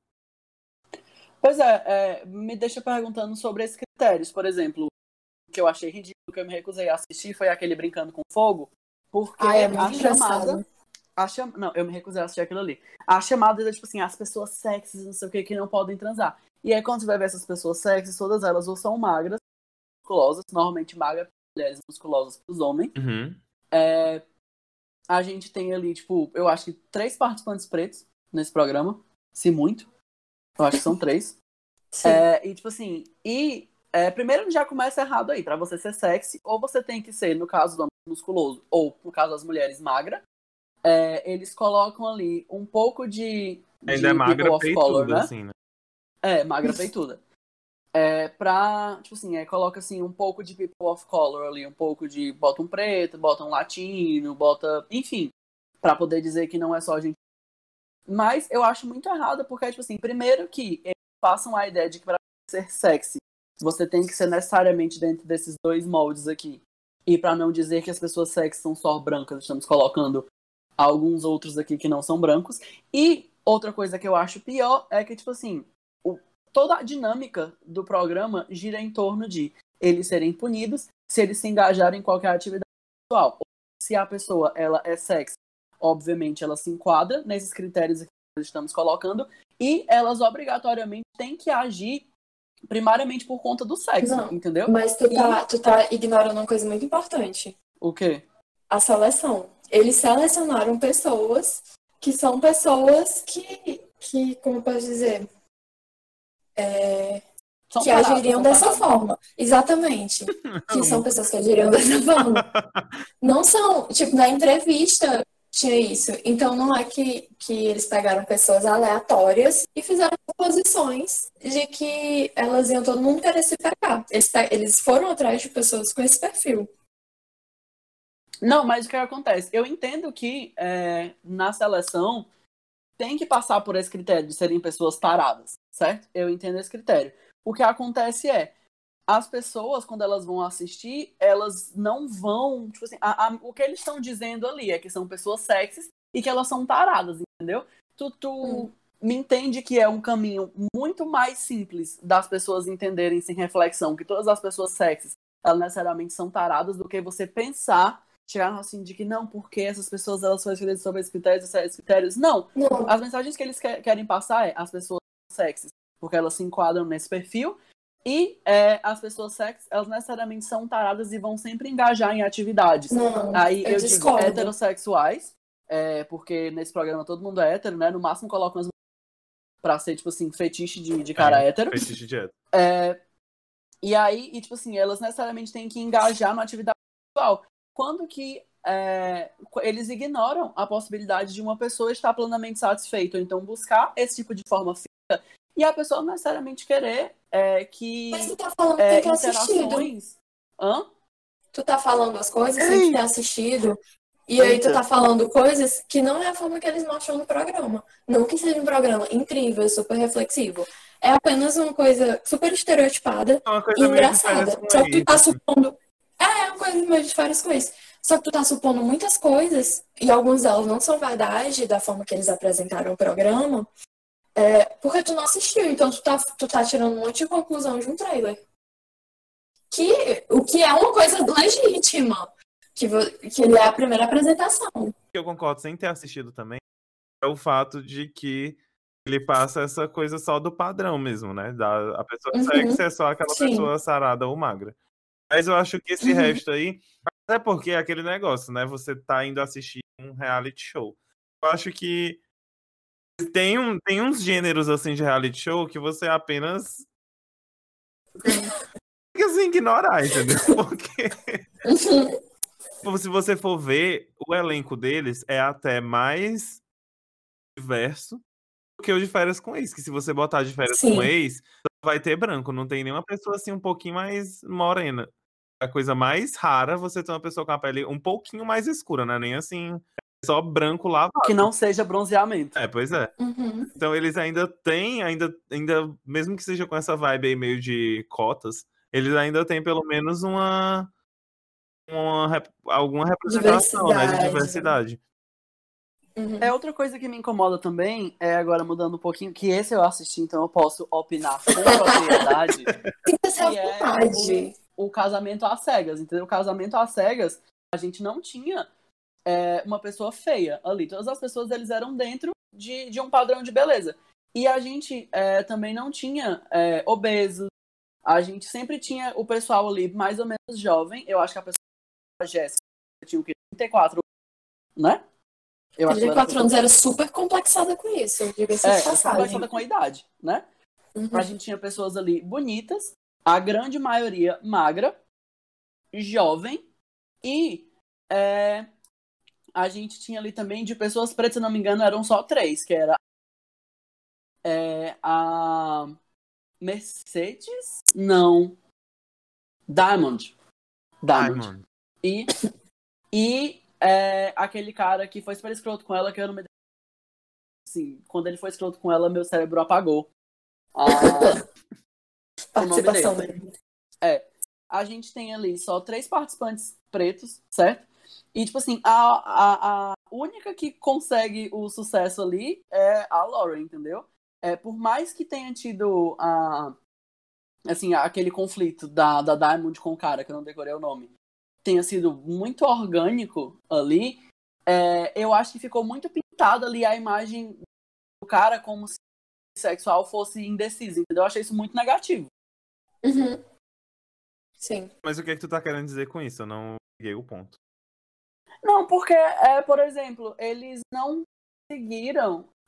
[SPEAKER 1] Pois é, é, me deixa perguntando sobre esses critérios. Por exemplo, o que eu achei ridículo, que eu me recusei a assistir, foi aquele Brincando com Fogo, porque
[SPEAKER 2] Ah, é muito
[SPEAKER 1] a chamada...
[SPEAKER 2] engraçado.
[SPEAKER 1] A cham... Não, eu me recusei a assistir aquilo ali. A chamada era, tipo assim, as pessoas sexys, não sei o que, que não podem transar. E aí, quando você vai ver essas pessoas sexys, todas elas ou são magras, musculosas, normalmente magras para mulheres, musculosas para os homens.
[SPEAKER 3] Uhum.
[SPEAKER 1] É... A gente tem ali, tipo, eu acho que três participantes pretos nesse programa, se muito. Eu acho que são três.
[SPEAKER 2] Sim.
[SPEAKER 1] É, e, tipo assim, e é, primeiro já começa errado aí. Pra você ser sexy, ou você tem que ser, no caso do homem, musculoso, ou no caso das mulheres, magra. É, eles colocam ali um pouco de,
[SPEAKER 3] Ainda
[SPEAKER 1] de
[SPEAKER 3] é magra
[SPEAKER 1] people of color,
[SPEAKER 3] peituda,
[SPEAKER 1] né?
[SPEAKER 3] assim, né?
[SPEAKER 1] É, magra peituda. É, pra, tipo assim, é, coloca assim um pouco de people of color ali, um pouco de, bota um preto, bota um latino, bota, enfim, pra poder dizer que não é só gente. Mas eu acho muito errado, porque, tipo assim, primeiro que eles passam a ideia de que pra ser sexy, você tem que ser necessariamente dentro desses dois moldes aqui. E pra não dizer que as pessoas sexy são só brancas, estamos colocando alguns outros aqui que não são brancos. E outra coisa que eu acho pior é que, tipo assim, o, toda a dinâmica do programa gira em torno de eles serem punidos se eles se engajarem em qualquer atividade sexual. Se a pessoa ela é sexy, obviamente ela se enquadra nesses critérios que nós estamos colocando, e elas obrigatoriamente têm que agir primariamente por conta do sexo,
[SPEAKER 2] Não,
[SPEAKER 1] entendeu?
[SPEAKER 2] mas tu tá,
[SPEAKER 1] E...
[SPEAKER 2] tu tá ignorando uma coisa muito importante.
[SPEAKER 1] O quê?
[SPEAKER 2] A seleção. Eles selecionaram pessoas que são pessoas que, que, como eu posso dizer, é,
[SPEAKER 1] São
[SPEAKER 2] que
[SPEAKER 1] tarados,
[SPEAKER 2] agiriam
[SPEAKER 1] são
[SPEAKER 2] dessa
[SPEAKER 1] tarados.
[SPEAKER 2] forma. Exatamente. Que são pessoas que agiriam dessa forma. Não são, tipo, na entrevista tinha isso. Então não é que, que eles pegaram pessoas aleatórias e fizeram posições de que elas iam todo mundo querer se pegar. Eles, pe- eles foram atrás de pessoas com esse perfil.
[SPEAKER 1] Não, mas o que acontece? Eu entendo que é, na seleção tem que passar por esse critério de serem pessoas taradas, certo? Eu entendo esse critério. O que acontece é, as pessoas, quando elas vão assistir, elas não vão, tipo assim, a, a, o que eles estão dizendo ali é que são pessoas sexys e que elas são taradas, entendeu? Tu, tu
[SPEAKER 2] Hum.
[SPEAKER 1] me entende que é um caminho muito mais simples das pessoas entenderem sem reflexão que todas as pessoas sexys, elas necessariamente são taradas do que você pensar, chegar assim de que não, porque essas pessoas elas foram escolhidas sobre esses critérios, esses critérios. Não.
[SPEAKER 2] Não,
[SPEAKER 1] As mensagens que eles que- querem passar é as pessoas sexys, porque elas se enquadram nesse perfil. E é, as pessoas sexy, elas necessariamente são taradas e vão sempre engajar em atividades.
[SPEAKER 2] não,
[SPEAKER 1] Aí
[SPEAKER 2] eu
[SPEAKER 1] eu digo
[SPEAKER 2] discordo.
[SPEAKER 1] heterossexuais, é, porque nesse programa todo mundo é hétero, né? No máximo colocam as pra ser, tipo assim, fetiche de, de cara
[SPEAKER 3] É,
[SPEAKER 1] hétero.
[SPEAKER 3] fetiche de hétero.
[SPEAKER 1] É, e aí, e, tipo assim, elas necessariamente têm que engajar na atividade sexual. Quando que é, eles ignoram a possibilidade de uma pessoa estar plenamente satisfeita, ou então buscar esse tipo de forma física, e a pessoa não necessariamente querer é, que
[SPEAKER 2] Mas tu tá falando que
[SPEAKER 1] é,
[SPEAKER 2] tem que ter assistido.
[SPEAKER 1] interações. Hã?
[SPEAKER 2] Tu tá falando as coisas sem
[SPEAKER 3] Ei!
[SPEAKER 2] ter assistido. E aí tu
[SPEAKER 1] Eita.
[SPEAKER 2] tá falando coisas que não é a forma que eles mostram no programa. Não que seja um programa incrível, super reflexivo. É apenas uma coisa super estereotipada
[SPEAKER 3] É uma
[SPEAKER 2] e
[SPEAKER 3] coisa meio de férias
[SPEAKER 2] engraçada.
[SPEAKER 3] com
[SPEAKER 2] Só que tu
[SPEAKER 3] ex,
[SPEAKER 2] tá
[SPEAKER 3] assim.
[SPEAKER 2] supondo. É, é uma coisa meio de férias com isso. Só que tu tá supondo muitas coisas, e algumas delas não são verdade, da forma que eles apresentaram o programa, é, porque tu não assistiu. Então tu tá, tu tá tirando um monte de conclusão de um trailer. Que, o que é uma coisa legítima. Que, vo- que ele é a primeira apresentação.
[SPEAKER 3] Que eu concordo sem ter assistido também é o fato de que ele passa essa coisa só do padrão mesmo, né? Da, a pessoa
[SPEAKER 2] Uhum,
[SPEAKER 3] sexy é só aquela
[SPEAKER 2] sim.
[SPEAKER 3] pessoa sarada ou magra. Mas eu acho que esse
[SPEAKER 2] Uhum.
[SPEAKER 3] resto aí, até porque é aquele negócio, né? Você tá indo assistir um reality show. Eu acho que tem, um, tem uns gêneros assim de reality show que você apenas tem que assim, ignorar, entendeu? Porque
[SPEAKER 2] Uhum.
[SPEAKER 3] se você for ver, o elenco deles é até mais diverso do que o de férias com ex. Que se você botar de férias com
[SPEAKER 2] Sim.
[SPEAKER 3] ex, vai ter branco. Não tem nenhuma pessoa assim um pouquinho mais morena. A coisa mais rara você ter uma pessoa com a pele um pouquinho mais escura, né? Nem assim, só branco lavado.
[SPEAKER 1] Que não seja bronzeamento.
[SPEAKER 3] É, pois é.
[SPEAKER 2] Uhum.
[SPEAKER 3] Então eles ainda têm, ainda, ainda, mesmo que seja com essa vibe aí meio de cotas, eles ainda têm pelo menos uma, uma rep- alguma representação, né, de
[SPEAKER 2] Diversidade.
[SPEAKER 3] diversidade.
[SPEAKER 2] Uhum.
[SPEAKER 1] É outra coisa que me incomoda também, é agora mudando um pouquinho, que esse eu assisti, então eu posso opinar com propriedade,
[SPEAKER 2] Tem que ser à
[SPEAKER 1] que é
[SPEAKER 2] vontade.
[SPEAKER 1] o, o casamento às cegas, entendeu? O casamento às cegas, a gente não tinha é, uma pessoa feia ali. Todas as pessoas, eles eram dentro de, de um padrão de beleza. E a gente é, também não tinha é, obesos, a gente sempre tinha o pessoal ali mais ou menos jovem. Eu acho que a pessoa, a Jéssica, tinha o quê? trinta e quatro, né? Eu acho que ela
[SPEAKER 2] trinta e
[SPEAKER 1] era
[SPEAKER 2] quatro anos era super complexada com isso, diga-se
[SPEAKER 1] É,
[SPEAKER 2] de
[SPEAKER 1] eu sou
[SPEAKER 2] passagem.
[SPEAKER 1] complexada com a idade, né?
[SPEAKER 2] Uhum.
[SPEAKER 1] A gente tinha pessoas ali bonitas, a grande maioria magra, jovem, e é, a gente tinha ali também de pessoas pretas, se não me engano, eram só três, que era é, a Mercedes? Não. Diamond. Diamond.
[SPEAKER 3] Diamond.
[SPEAKER 1] E, e é, aquele cara que foi super escroto com ela, que eu não me assim, quando ele foi escroto com ela, meu cérebro apagou. Ah,
[SPEAKER 2] Participação dele.
[SPEAKER 1] É, a gente tem ali só três participantes pretos, certo? E, tipo assim, a, a, a única que consegue o sucesso ali é a Lauren, entendeu? É, por mais que tenha tido a, assim, aquele conflito da, da Diamond com o cara, que eu não decorei o nome, tenha sido muito orgânico ali, é, eu acho que ficou muito pintado ali a imagem do cara como se o sexual fosse indeciso, entendeu? Eu achei isso muito negativo.
[SPEAKER 2] Uhum. Sim.
[SPEAKER 3] Mas o que é que tu tá querendo dizer com isso? Eu não peguei o ponto.
[SPEAKER 1] Não, porque, é, por exemplo, eles não conseguiram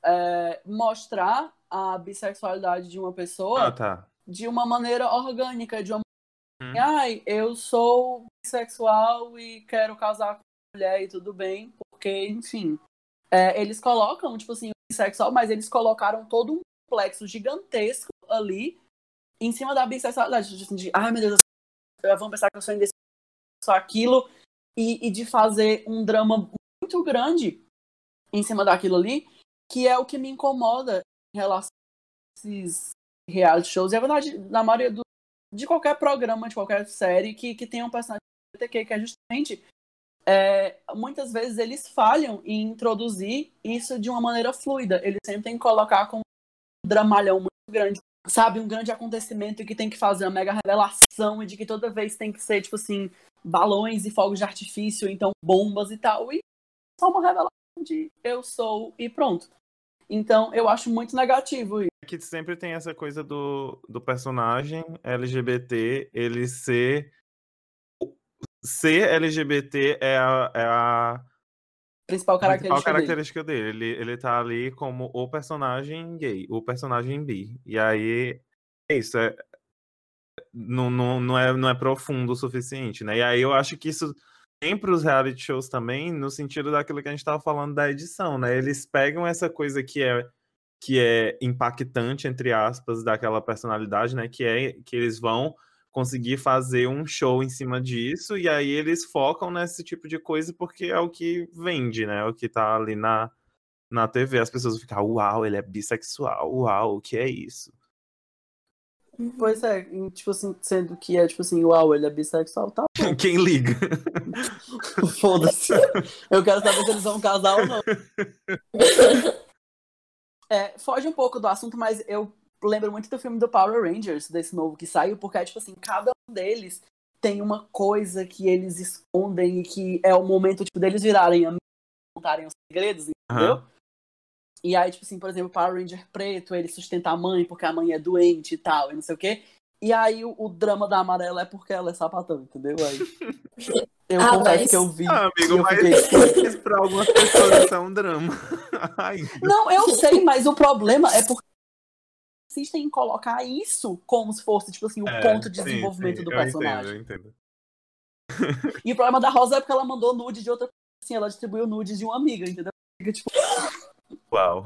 [SPEAKER 1] é, mostrar a bissexualidade de uma pessoa
[SPEAKER 3] Ah, tá.
[SPEAKER 1] de uma maneira orgânica, de uma
[SPEAKER 3] Hum.
[SPEAKER 1] ai, eu sou bissexual e quero casar com mulher e tudo bem, porque, enfim, é, eles colocam, tipo assim, bissexual, mas eles colocaram todo um complexo gigantesco ali em cima da bissexualidade, tipo assim, de, ai meu Deus, vão pensar que eu sou indeciso, só aquilo, e, e de fazer um drama muito grande em cima daquilo ali, que é o que me incomoda em relação a esses reality shows, e é verdade, na maioria do, de qualquer programa, de qualquer série que, que tenha um personagem L G B T Q, que é justamente é, muitas vezes eles falham em introduzir isso de uma maneira fluida, eles sempre têm que colocar como um dramalhão muito grande, sabe, um grande acontecimento que tem que fazer uma mega revelação e de que toda vez tem que ser, tipo assim, balões e fogos de artifício, então bombas e tal, e só uma revelação de eu sou e pronto. Então, eu acho muito negativo isso.
[SPEAKER 3] Que sempre tem essa coisa do, do personagem L G B T, ele ser... Ser L G B T é a, é a
[SPEAKER 1] Principal característica,
[SPEAKER 3] principal característica dele. dele. Ele, ele tá ali como o personagem gay, o personagem bi. E aí, é isso, é, não, não, não, é, não é profundo o suficiente, né? E aí eu acho que isso tem pros reality shows também, no sentido daquilo que a gente tava falando da edição, né? Eles pegam essa coisa que é, que é impactante, entre aspas, daquela personalidade, né? Que é que eles vão conseguir fazer um show em cima disso, e aí eles focam nesse tipo de coisa porque é o que vende, né? É o que tá ali na, na T V. As pessoas vão ficar, uau, ele é bissexual, uau, o que é isso?
[SPEAKER 1] Pois é, e, tipo assim, sendo que é tipo assim, uau, ele é bissexual, tá bom.
[SPEAKER 3] Quem liga?
[SPEAKER 1] Foda-se. Eu quero saber se eles vão casar ou não. É, foge um pouco do assunto, mas eu lembro muito do filme do Power Rangers, desse novo que saiu, porque é tipo assim, cada um deles tem uma coisa que eles escondem e que é o momento tipo, deles virarem amigos, contarem os segredos, entendeu?
[SPEAKER 3] Uhum.
[SPEAKER 1] E aí, tipo assim, por exemplo, o Power Ranger preto, ele sustenta a mãe porque a mãe é doente e tal, e não sei o quê. E aí o, o drama da amarela é porque ela é sapatão, entendeu? Aí eu
[SPEAKER 2] Ah,
[SPEAKER 1] confesso
[SPEAKER 2] mas-
[SPEAKER 1] que eu vi
[SPEAKER 3] Ah,
[SPEAKER 1] e
[SPEAKER 3] amigo,
[SPEAKER 1] eu
[SPEAKER 3] mas
[SPEAKER 1] fiquei...
[SPEAKER 3] isso pra algumas pessoas isso é um drama. Ainda.
[SPEAKER 1] Não, eu sei, mas o problema é porque insistem em colocar isso como se fosse, tipo assim, o
[SPEAKER 3] É,
[SPEAKER 1] ponto de
[SPEAKER 3] sim,
[SPEAKER 1] desenvolvimento
[SPEAKER 3] sim,
[SPEAKER 1] do
[SPEAKER 3] eu
[SPEAKER 1] personagem.
[SPEAKER 3] entendo, eu entendo.
[SPEAKER 1] E o problema da Rosa é porque ela mandou nude de outra pessoa, assim, ela distribuiu nudes de uma amiga, entendeu? Fica, tipo,
[SPEAKER 3] Uau.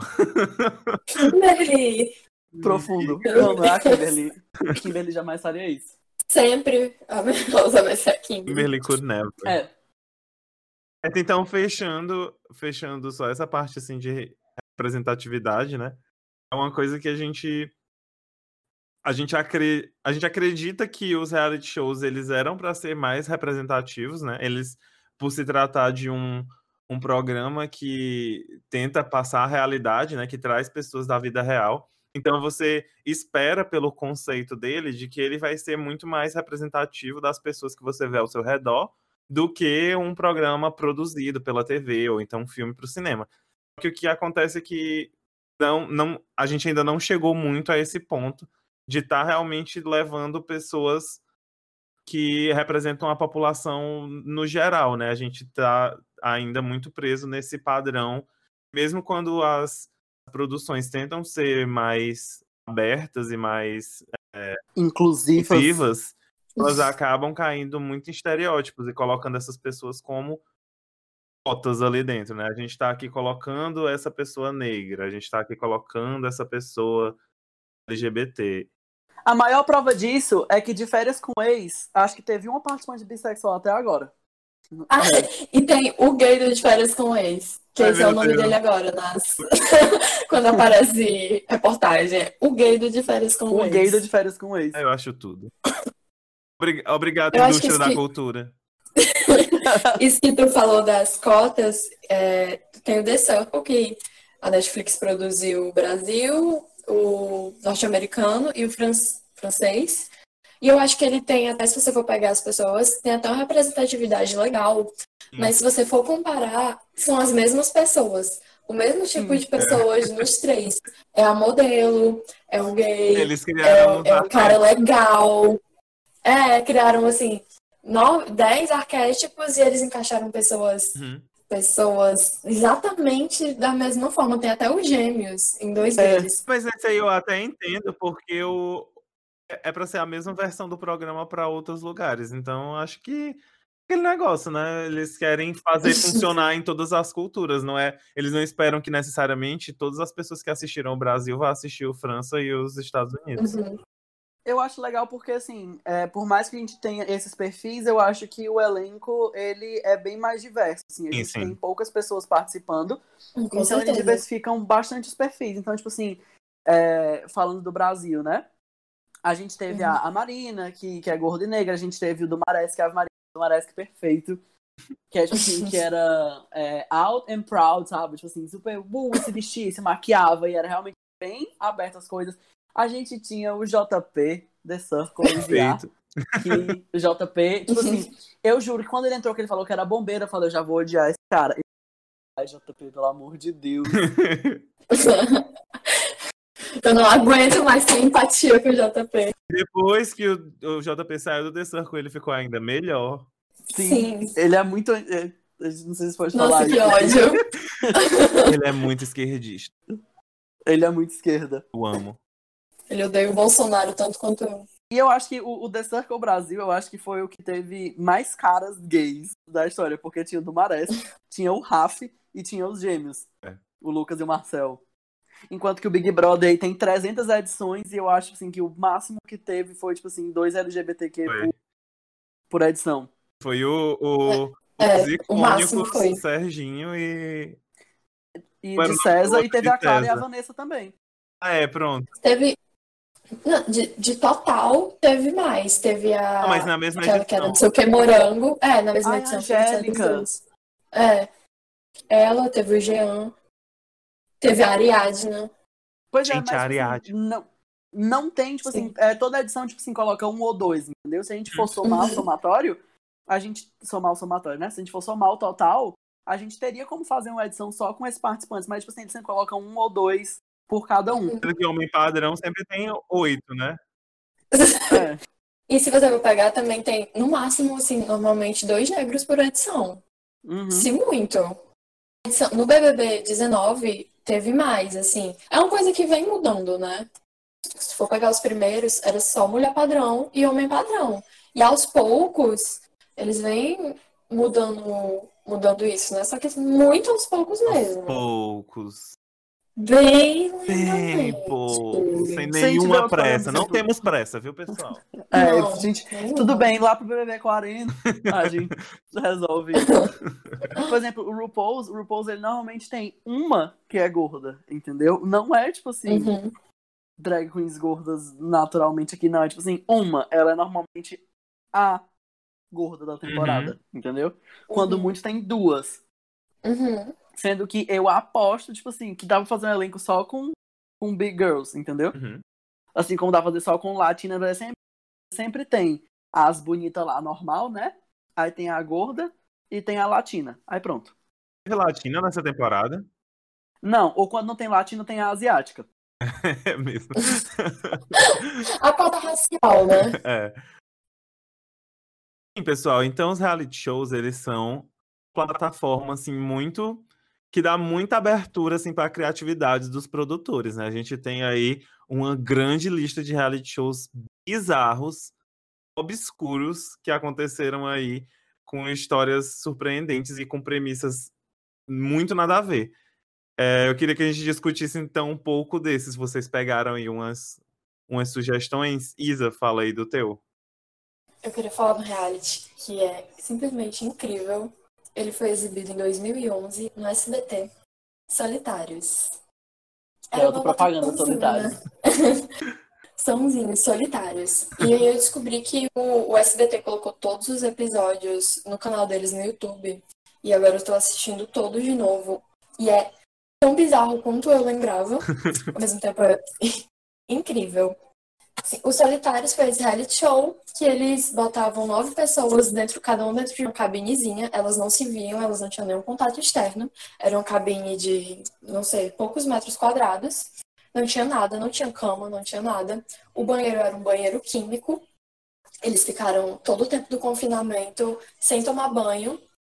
[SPEAKER 2] Kimberly,
[SPEAKER 1] profundo. Não, não é a Kimberly. A Kimberly jamais faria isso.
[SPEAKER 2] sempre a Rosa vai ser a Kimberly.
[SPEAKER 3] Kimberly could never.
[SPEAKER 1] É,
[SPEAKER 3] Então, fechando, fechando só essa parte assim de representatividade, né? É uma coisa que a gente a gente, acre, a gente acredita que os reality shows eles eram para ser mais representativos, né? Eles, por se tratar de um, um programa que tenta passar a realidade, né? Que traz pessoas da vida real. Então você espera pelo conceito dele de que ele vai ser muito mais representativo das pessoas que você vê ao seu redor do que um programa produzido pela T V ou então um filme para o cinema. Porque o que acontece é que não, não, a gente ainda não chegou muito a esse ponto de estar tá realmente levando pessoas que representam a população no geral, né? A gente está ainda muito preso nesse padrão, mesmo quando as produções tentam ser mais abertas e mais é,
[SPEAKER 1] inclusivas.
[SPEAKER 3] inclusivas, elas acabam caindo muito em estereótipos e colocando essas pessoas como cotas ali dentro, né? A gente está aqui colocando essa pessoa negra, a gente está aqui colocando essa pessoa L G B T.
[SPEAKER 1] A maior prova disso é que de Férias com Ex, acho que teve uma participante bissexual até agora.
[SPEAKER 2] Ah, e tem o gay do De Férias com o Ex, que
[SPEAKER 3] Ai,
[SPEAKER 2] esse é o
[SPEAKER 3] meu
[SPEAKER 2] nome
[SPEAKER 3] Deus.
[SPEAKER 2] dele agora, nas... quando aparece reportagem. O gay do De Férias com o
[SPEAKER 1] O
[SPEAKER 2] Ex.
[SPEAKER 1] gay do De Férias com Ex.
[SPEAKER 3] Eu acho tudo. Obrig- Obrigado,
[SPEAKER 2] Eu acho que
[SPEAKER 3] indústria
[SPEAKER 2] isso
[SPEAKER 3] da
[SPEAKER 2] que-
[SPEAKER 3] cultura.
[SPEAKER 2] Isso que tu falou das cotas, é, tem o The Circle, que a Netflix produziu o Brasil, o norte-americano e o fran- francês. E eu acho que ele tem, até se você for pegar as pessoas, tem até uma representatividade legal. Mas se você for comparar, são as mesmas pessoas. O mesmo tipo de pessoas nos três. É a modelo, é o gay,
[SPEAKER 3] Eles criaram
[SPEAKER 2] é, é o cara legal. É, criaram assim, nove, dez arquétipos e eles encaixaram pessoas
[SPEAKER 3] Uhum.
[SPEAKER 2] pessoas exatamente da mesma forma. Tem até os gêmeos em dois
[SPEAKER 1] É.
[SPEAKER 2] deles.
[SPEAKER 3] Mas esse aí eu até entendo, porque o... é é pra ser a mesma versão do programa pra outros lugares. Então, acho que aquele negócio, né? Eles querem fazer funcionar em todas as culturas, não é? Eles não esperam que necessariamente todas as pessoas que assistiram o Brasil vão assistir o França e os Estados Unidos.
[SPEAKER 2] Uhum.
[SPEAKER 1] Eu acho legal porque, assim, é, por mais que a gente tenha esses perfis, eu acho que o elenco, ele é bem mais diverso, assim. A
[SPEAKER 3] Sim,
[SPEAKER 1] gente
[SPEAKER 3] sim.
[SPEAKER 1] tem poucas pessoas participando,
[SPEAKER 2] Com
[SPEAKER 1] então eles
[SPEAKER 2] certeza.
[SPEAKER 1] diversificam bastante os perfis. Então, tipo assim, é, falando do Brasil, né? A gente teve
[SPEAKER 2] Uhum.
[SPEAKER 1] a, a Marina, que, que é gorda e negra. A gente teve o do Mares, que é a Marina do Mares, que é perfeito. Que é, tipo assim, que era é, out and proud, sabe? Tipo assim, super, uh, se vestia, se maquiava e era realmente bem aberto às coisas. A gente tinha o J P, The Circle, Enviar,
[SPEAKER 3] Perfeito.
[SPEAKER 1] que o J P, tipo assim, eu juro que quando ele entrou, que ele falou que era bombeiro, eu falei, eu já vou odiar esse cara. Ai, J P, pelo amor de Deus.
[SPEAKER 2] Eu não aguento mais ter empatia com o J P.
[SPEAKER 3] Depois que o, o J P saiu do The Circle, ele ficou ainda melhor.
[SPEAKER 1] Sim,
[SPEAKER 2] Sim.
[SPEAKER 1] ele é muito. é, não sei se pode
[SPEAKER 2] Nossa,
[SPEAKER 1] falar
[SPEAKER 2] que
[SPEAKER 1] isso.
[SPEAKER 2] ódio.
[SPEAKER 3] Ele é muito esquerdista.
[SPEAKER 1] Ele é muito esquerda.
[SPEAKER 3] Eu amo.
[SPEAKER 2] Ele odeia o Bolsonaro tanto quanto eu.
[SPEAKER 1] E eu acho que o, o The Circle Brasil, eu acho que foi o que teve mais caras gays da história, porque tinha o do Marés, tinha o Raf e tinha os gêmeos,
[SPEAKER 3] É.
[SPEAKER 1] o Lucas e o Marcel. Enquanto que o Big Brother aí tem trezentas edições e eu acho assim, que o máximo que teve foi, tipo assim, dois L G B T Q
[SPEAKER 3] Foi.
[SPEAKER 1] por, por edição.
[SPEAKER 3] Foi o, o,
[SPEAKER 2] É,
[SPEAKER 3] os
[SPEAKER 2] o máximo
[SPEAKER 3] icônicos,
[SPEAKER 2] foi.
[SPEAKER 3] o Serginho e...
[SPEAKER 1] E
[SPEAKER 3] Qual era
[SPEAKER 1] de
[SPEAKER 3] o nome do
[SPEAKER 1] César, e
[SPEAKER 3] outro?
[SPEAKER 1] teve
[SPEAKER 3] De
[SPEAKER 1] a Clara e a
[SPEAKER 3] César.
[SPEAKER 1] Vanessa também.
[SPEAKER 3] Ah, é, pronto.
[SPEAKER 2] Teve. Não, de, de total, teve mais. Teve
[SPEAKER 3] Ah, mas
[SPEAKER 2] a.
[SPEAKER 3] na mesma
[SPEAKER 2] Aquela que era
[SPEAKER 3] edição.
[SPEAKER 2] não sei o que, Morango. É, na mesma
[SPEAKER 1] Ai,
[SPEAKER 2] edição foi só dos
[SPEAKER 1] Angélica.
[SPEAKER 2] dois. É. Ela, teve o Jean. Teve a Ariadna.
[SPEAKER 1] Pois é,
[SPEAKER 3] Gente,
[SPEAKER 1] mas
[SPEAKER 3] a
[SPEAKER 1] tipo assim,
[SPEAKER 3] Ariadne.
[SPEAKER 1] não, não tem, tipo
[SPEAKER 2] Sim.
[SPEAKER 1] assim, é, toda edição, tipo assim, coloca um ou dois, entendeu? Se a gente for somar o
[SPEAKER 2] Uhum.
[SPEAKER 1] somatório, a gente. Somar o somatório, né? Se a gente for somar o total, a gente teria como fazer uma edição só com esses participantes, mas, tipo assim, eles sempre colocam um ou dois por cada um.
[SPEAKER 3] Sendo que homem padrão sempre tem oito, né?
[SPEAKER 1] É.
[SPEAKER 2] E se você for pegar, também tem, no máximo, assim, normalmente dois negros por edição.
[SPEAKER 1] Uhum.
[SPEAKER 2] Se muito. Edição- No B B B dezenove, teve mais, assim. É uma coisa que vem mudando, né? Se for pegar os primeiros, era só mulher padrão e homem padrão. E aos poucos, eles vêm mudando, mudando isso, né? Só que muito aos poucos
[SPEAKER 3] Aos
[SPEAKER 2] mesmo.
[SPEAKER 3] poucos.
[SPEAKER 2] Bem
[SPEAKER 3] Bem
[SPEAKER 2] lentamente.
[SPEAKER 3] poucos. Sem
[SPEAKER 1] Se a gente vê
[SPEAKER 3] nenhuma
[SPEAKER 1] outro
[SPEAKER 3] pressa.
[SPEAKER 1] programa,
[SPEAKER 3] Não
[SPEAKER 1] por exemplo,
[SPEAKER 3] temos pressa, viu, pessoal?
[SPEAKER 1] É,
[SPEAKER 2] Não,
[SPEAKER 1] gente,
[SPEAKER 2] nenhuma.
[SPEAKER 1] tudo bem, lá pro B B B quarenta, a gente resolve isso. Por exemplo, o RuPaul's, o RuPaul's, ele normalmente tem uma que é gorda, entendeu? Não é, tipo assim,
[SPEAKER 2] Uhum.
[SPEAKER 1] drag queens gordas naturalmente aqui, não. É tipo assim, uma, ela é normalmente a gorda da temporada, entendeu? Quando
[SPEAKER 2] Uhum.
[SPEAKER 1] muito tem duas.
[SPEAKER 2] Uhum.
[SPEAKER 1] Sendo que eu aposto, tipo assim, que dá pra fazer um elenco só com, com Big Girls, entendeu?
[SPEAKER 3] Uhum.
[SPEAKER 1] Assim como dá pra fazer só com Latina, mas sempre, sempre tem as bonitas lá, normal, né? Aí tem a gorda e tem a latina. Aí pronto.
[SPEAKER 3] Teve latina nessa temporada?
[SPEAKER 1] Não, ou quando não tem latina, tem a asiática.
[SPEAKER 3] É mesmo.
[SPEAKER 2] A cota racial, né?
[SPEAKER 3] É. Sim, pessoal, então os reality shows, eles são plataforma, assim, muito... que dá muita abertura, assim, para a criatividade dos produtores, né? A gente tem aí uma grande lista de reality shows bizarros, obscuros, que aconteceram aí com histórias surpreendentes e com premissas muito nada a ver. É, eu queria que a gente discutisse, então, um pouco desses. Vocês pegaram aí umas, umas sugestões. Isa, fala aí do teu.
[SPEAKER 2] Eu queria falar do reality, que é simplesmente incrível. Ele foi exibido em dois mil e onze no S B T. Solitários.
[SPEAKER 1] Que é
[SPEAKER 2] Era
[SPEAKER 1] outra
[SPEAKER 2] uma
[SPEAKER 1] propaganda
[SPEAKER 2] votaçãozinha,
[SPEAKER 1] solitária.
[SPEAKER 2] né? Sãozinhos solitários. E aí eu descobri que o, o S B T colocou todos os episódios no canal deles no YouTube. E agora eu tô assistindo todos de novo. E é tão bizarro quanto eu lembrava. Ao mesmo tempo é incrível. Sim, os Solitários foi esse reality show que eles botavam nove pessoas dentro, cada um dentro de uma cabinezinha. Elas não se viam, elas não tinham nenhum contato externo. Era uma cabine de, não sei, poucos metros quadrados. Não tinha nada, não tinha cama, não tinha nada. O banheiro era um banheiro químico. Eles ficaram todo o tempo do confinamento sem tomar banho.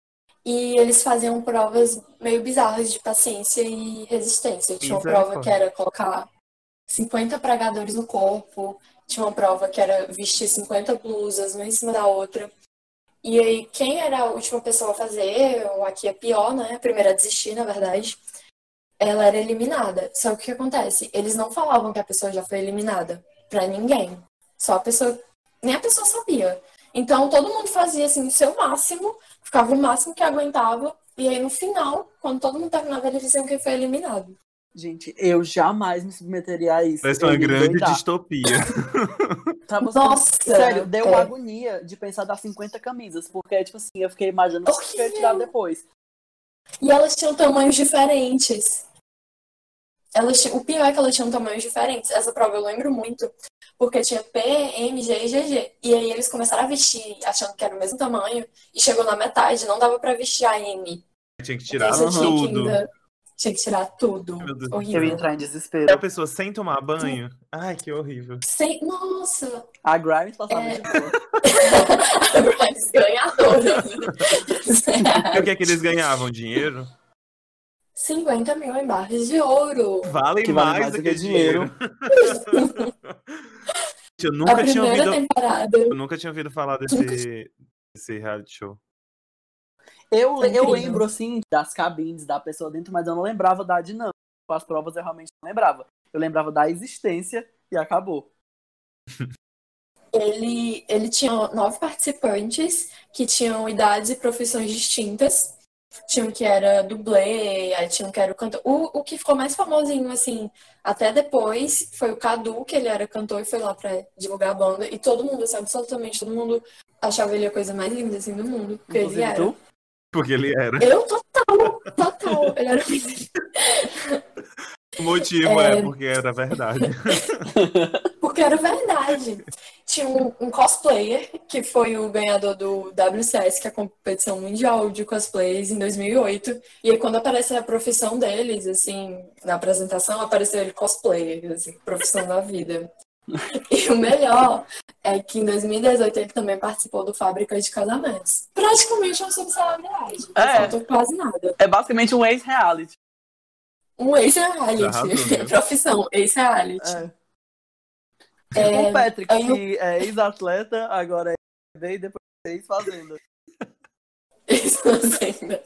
[SPEAKER 2] E eles faziam provas meio bizarras de paciência e resistência. Tinha uma prova que era colocar cinquenta pregadores no corpo, tinha uma prova que era vestir cinquenta blusas, uma em cima da outra. E aí, quem era a última pessoa a fazer, ou aqui é pior, né? A primeira a desistir, na verdade, ela era eliminada. Só que o que acontece? Eles não falavam que a pessoa já foi eliminada pra ninguém. Só a pessoa... Nem a pessoa sabia. Então, todo mundo fazia, assim, o seu máximo, ficava o máximo que aguentava, e aí, no final, quando todo mundo terminava, eles diziam que foi eliminado.
[SPEAKER 1] Gente, eu jamais me submeteria a isso.
[SPEAKER 3] Parece uma grande distopia.
[SPEAKER 1] Tava,
[SPEAKER 2] Nossa!
[SPEAKER 1] Sério, deu
[SPEAKER 2] é.
[SPEAKER 1] uma agonia de pensar das cinquenta camisas, porque, tipo assim, eu fiquei imaginando o que eu ia tirar depois.
[SPEAKER 2] E elas tinham tamanhos diferentes. Elas, o pior é que elas tinham tamanhos diferentes. Essa prova eu lembro muito, porque tinha P, M, G e G G. E aí eles começaram a vestir achando que era o mesmo tamanho, e chegou na metade, não dava pra vestir a M.
[SPEAKER 3] Tinha que tirar
[SPEAKER 2] Então,
[SPEAKER 3] tudo.
[SPEAKER 2] Tinha que, ainda, tinha que tirar tudo. Horrível.
[SPEAKER 1] Eu ia entrar em desespero.
[SPEAKER 3] A pessoa sem tomar banho? Ai, que horrível.
[SPEAKER 2] Sem... Nossa!
[SPEAKER 1] A Grimes passava
[SPEAKER 2] É.
[SPEAKER 1] de boa.
[SPEAKER 2] A Grimes ganhadora.
[SPEAKER 3] E o que é que eles ganhavam? Dinheiro?
[SPEAKER 2] cinquenta mil em barras de ouro.
[SPEAKER 3] Vale
[SPEAKER 1] Que vale
[SPEAKER 3] mais,
[SPEAKER 1] mais
[SPEAKER 3] do
[SPEAKER 1] do
[SPEAKER 3] que
[SPEAKER 1] que
[SPEAKER 3] dinheiro. Eu
[SPEAKER 2] A
[SPEAKER 3] nunca tinha
[SPEAKER 2] primeira
[SPEAKER 3] ouvido,
[SPEAKER 2] temporada.
[SPEAKER 3] eu nunca tinha ouvido falar desse, desse reality show.
[SPEAKER 1] Eu,
[SPEAKER 2] Foi
[SPEAKER 1] eu
[SPEAKER 2] incrível.
[SPEAKER 1] lembro, assim, das cabines, da pessoa dentro, mas eu não lembrava da dinâmica. Com as provas eu realmente não lembrava. Eu lembrava da existência e acabou.
[SPEAKER 2] Ele, ele tinha nove participantes que tinham idades e profissões distintas. Tinha um que era dublê, aí tinha um que era o cantor. O, o que ficou mais famosinho, assim, até depois, foi o Cadu, que ele era cantor e foi lá pra divulgar a banda. E todo mundo, assim, absolutamente todo mundo achava ele a coisa mais linda, assim, do mundo. Porque ele
[SPEAKER 1] Inclusive
[SPEAKER 2] era.
[SPEAKER 1] tu.
[SPEAKER 3] Porque ele era.
[SPEAKER 2] Eu, total, total. Ele era...
[SPEAKER 3] O motivo é...
[SPEAKER 2] É.
[SPEAKER 3] porque era verdade.
[SPEAKER 2] Porque era verdade. Tinha um, um cosplayer, que foi o ganhador do W C S, que é a competição mundial de cosplays, em dois mil e oito. E aí, quando aparece a profissão deles, assim, na apresentação, apareceu ele cosplayer, assim, profissão da vida. E o melhor é que em dois mil e dezoito ele também participou do Fábrica de Casamentos. Praticamente uma subcelebridade. Não
[SPEAKER 1] É.
[SPEAKER 2] faltou quase nada.
[SPEAKER 1] É basicamente um ex-reality.
[SPEAKER 2] Um ex-reality.
[SPEAKER 3] Arrasou mesmo.
[SPEAKER 2] Profissão, ex-reality.
[SPEAKER 1] É.
[SPEAKER 2] É,
[SPEAKER 1] O Patrick,
[SPEAKER 2] aí eu-
[SPEAKER 1] que é ex-atleta, agora é B B e depois é ex-fazenda.
[SPEAKER 2] Ex-fazenda.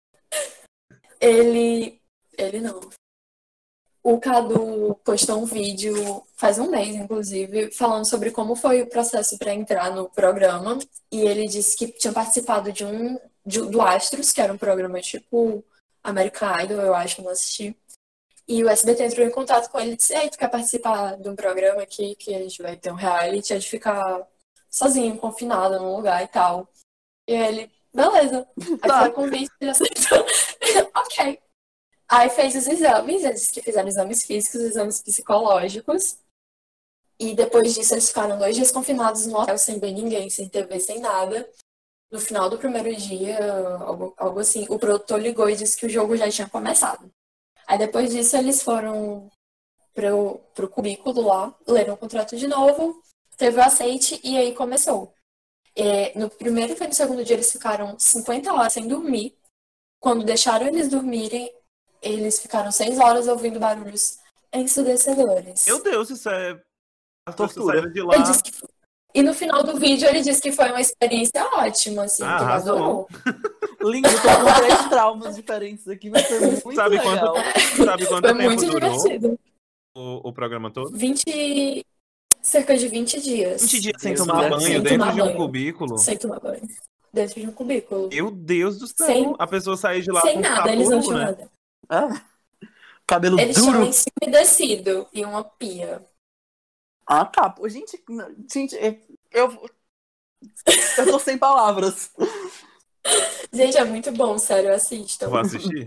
[SPEAKER 2] Ele. Ele não. O Cadu postou um vídeo faz um mês, inclusive, falando sobre como foi o processo para entrar no programa. E ele disse que tinha participado de um de- do Astros, que era um programa tipo American Idol, eu acho, não assisti. E o S B T entrou em contato com ele e disse: Ei, tu quer participar de um programa aqui que a gente vai ter um reality, é de ficar sozinho, confinado num lugar e tal. E aí ele, beleza. Aí
[SPEAKER 1] Tá.
[SPEAKER 2] foi o convite, ele aceitou. Ok. Aí fez os exames, eles que fizeram exames físicos, exames psicológicos. E depois disso eles ficaram dois dias confinados no hotel, sem ver ninguém, sem T V, sem nada. No final do primeiro dia, algo, algo assim, o produtor ligou e disse que o jogo já tinha começado. Aí depois disso eles foram pro, pro cubículo lá, leram o contrato de novo, teve o aceite e aí começou. É, no primeiro e no segundo dia eles ficaram cinquenta horas sem dormir. Quando deixaram eles dormirem, eles ficaram seis horas ouvindo barulhos ensurdecedores.
[SPEAKER 3] Meu Deus, isso é... As pessoas
[SPEAKER 1] Tortura.
[SPEAKER 3] saíram de lá...
[SPEAKER 2] Ele disse que... E no final do vídeo ele disse que foi uma experiência ótima, assim,
[SPEAKER 3] Ah,
[SPEAKER 2] que ele
[SPEAKER 3] arrasou.
[SPEAKER 2] adorou.
[SPEAKER 1] Lindo, eu tô com três traumas diferentes aqui, vai ser muito
[SPEAKER 3] Sabe
[SPEAKER 1] legal.
[SPEAKER 3] quanto, sabe quanto
[SPEAKER 2] Foi
[SPEAKER 3] tempo
[SPEAKER 2] muito
[SPEAKER 3] durou
[SPEAKER 2] divertido.
[SPEAKER 3] o, o programa todo?
[SPEAKER 2] vinte... Cerca de vinte dias.
[SPEAKER 3] vinte dias sem
[SPEAKER 1] Deus
[SPEAKER 3] tomar
[SPEAKER 1] Deus.
[SPEAKER 3] banho
[SPEAKER 2] Sem
[SPEAKER 3] dentro
[SPEAKER 2] tomar
[SPEAKER 3] de um
[SPEAKER 2] banho.
[SPEAKER 3] cubículo?
[SPEAKER 2] Sem tomar banho. Dentro de um cubículo.
[SPEAKER 3] Meu Deus do céu!
[SPEAKER 2] Sem-
[SPEAKER 3] A pessoa sair de lá
[SPEAKER 2] Sem
[SPEAKER 3] com
[SPEAKER 2] nada, eles não
[SPEAKER 3] capurro,
[SPEAKER 2] tinham
[SPEAKER 3] né?
[SPEAKER 2] nada.
[SPEAKER 1] É. Cabelo
[SPEAKER 2] Eles tinham
[SPEAKER 1] duro.
[SPEAKER 2] ensimedecido e uma pia.
[SPEAKER 1] Ah, tá. Pô, gente, gente, eu, eu tô sem palavras.
[SPEAKER 2] Gente, é muito bom, sério, assistam.
[SPEAKER 3] Vou assistir.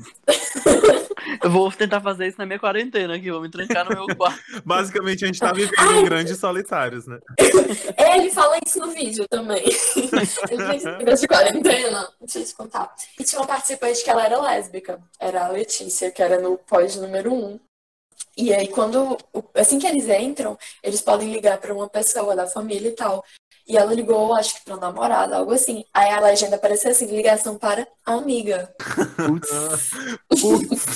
[SPEAKER 1] Eu vou tentar fazer isso na minha quarentena aqui, vou me trancar no meu quarto.
[SPEAKER 3] Basicamente, a gente tá vivendo em grandes solitários, né?
[SPEAKER 2] Ele fala isso no vídeo também. Ele disse que de quarentena, deixa eu te contar. E tinha uma participante que ela era lésbica, era a Letícia, que era no pod número um. E aí, quando, assim que eles entram, eles podem ligar pra uma pessoa da família e tal. E ela ligou, acho que pra namorada, algo assim. Aí a legenda apareceu assim, ligação para a amiga.
[SPEAKER 1] Putz.
[SPEAKER 3] Putz.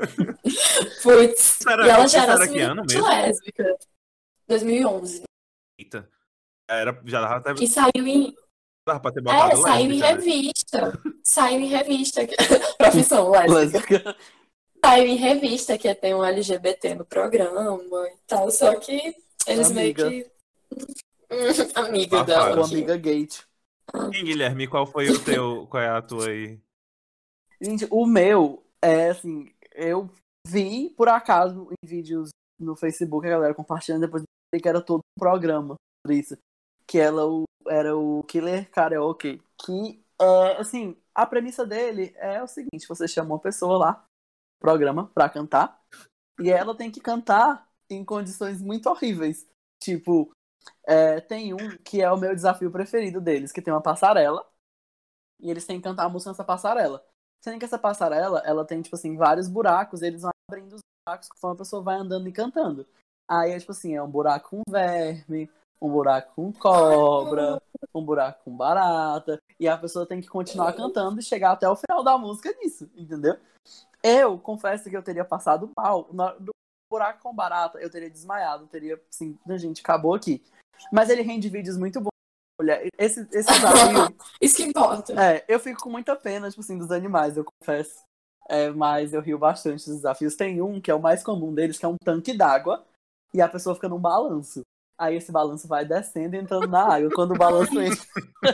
[SPEAKER 2] Putz.
[SPEAKER 3] Era,
[SPEAKER 2] E ela
[SPEAKER 3] isso
[SPEAKER 2] já era
[SPEAKER 3] era que ano
[SPEAKER 2] assumidamente
[SPEAKER 3] mesmo?
[SPEAKER 2] lésbica. dois mil e onze.
[SPEAKER 3] Eita. Era, já dava até
[SPEAKER 2] Que saiu em...
[SPEAKER 3] dava pra ter
[SPEAKER 2] É,
[SPEAKER 3] botado
[SPEAKER 2] saiu em
[SPEAKER 3] lésbica, né?
[SPEAKER 2] revista. Saiu em revista. Profissão lésbica.
[SPEAKER 1] Lésbica.
[SPEAKER 2] Saiu em revista que tem um L G B T no programa e tal. Só que eles
[SPEAKER 1] Amiga.
[SPEAKER 2] meio que... Hum, amiga
[SPEAKER 3] Safada.
[SPEAKER 2] dela.
[SPEAKER 1] O amiga gate.
[SPEAKER 3] E Guilherme, qual foi o teu, qual é a tua aí?
[SPEAKER 1] Gente, o meu é assim, eu vi por acaso em vídeos no Facebook a galera compartilhando, depois eu que era todo um programa sobre isso. Que ela o- era o Killer Karaoke. Que é assim, a premissa dele é o seguinte: você chama uma pessoa lá, programa, pra cantar, e ela tem que cantar em condições muito horríveis. Tipo, é, tem um que é o meu desafio preferido deles, que tem uma passarela, e eles têm que cantar a música nessa passarela. Sendo que essa passarela, ela tem, tipo assim, vários buracos, eles vão abrindo os buracos conforme a pessoa vai andando e cantando. Aí é, tipo assim, é um buraco com verme, um buraco com cobra, um buraco com barata, e a pessoa tem que continuar cantando e chegar até o final da música nisso, entendeu? Eu confesso que eu teria passado mal. Na- Do buraco com barata, eu teria desmaiado, eu teria, assim, gente, acabou aqui. Mas ele rende vídeos muito bons. Olha, esse, esse desafio,
[SPEAKER 2] Isso que importa.
[SPEAKER 1] é, eu fico com muita pena, tipo assim, dos animais, eu confesso. É, mas eu rio bastante dos desafios. Tem um que é o mais comum deles, que é um tanque d'água, e a pessoa fica num balanço. Aí esse balanço vai descendo e entrando na água. Quando o balanço entra.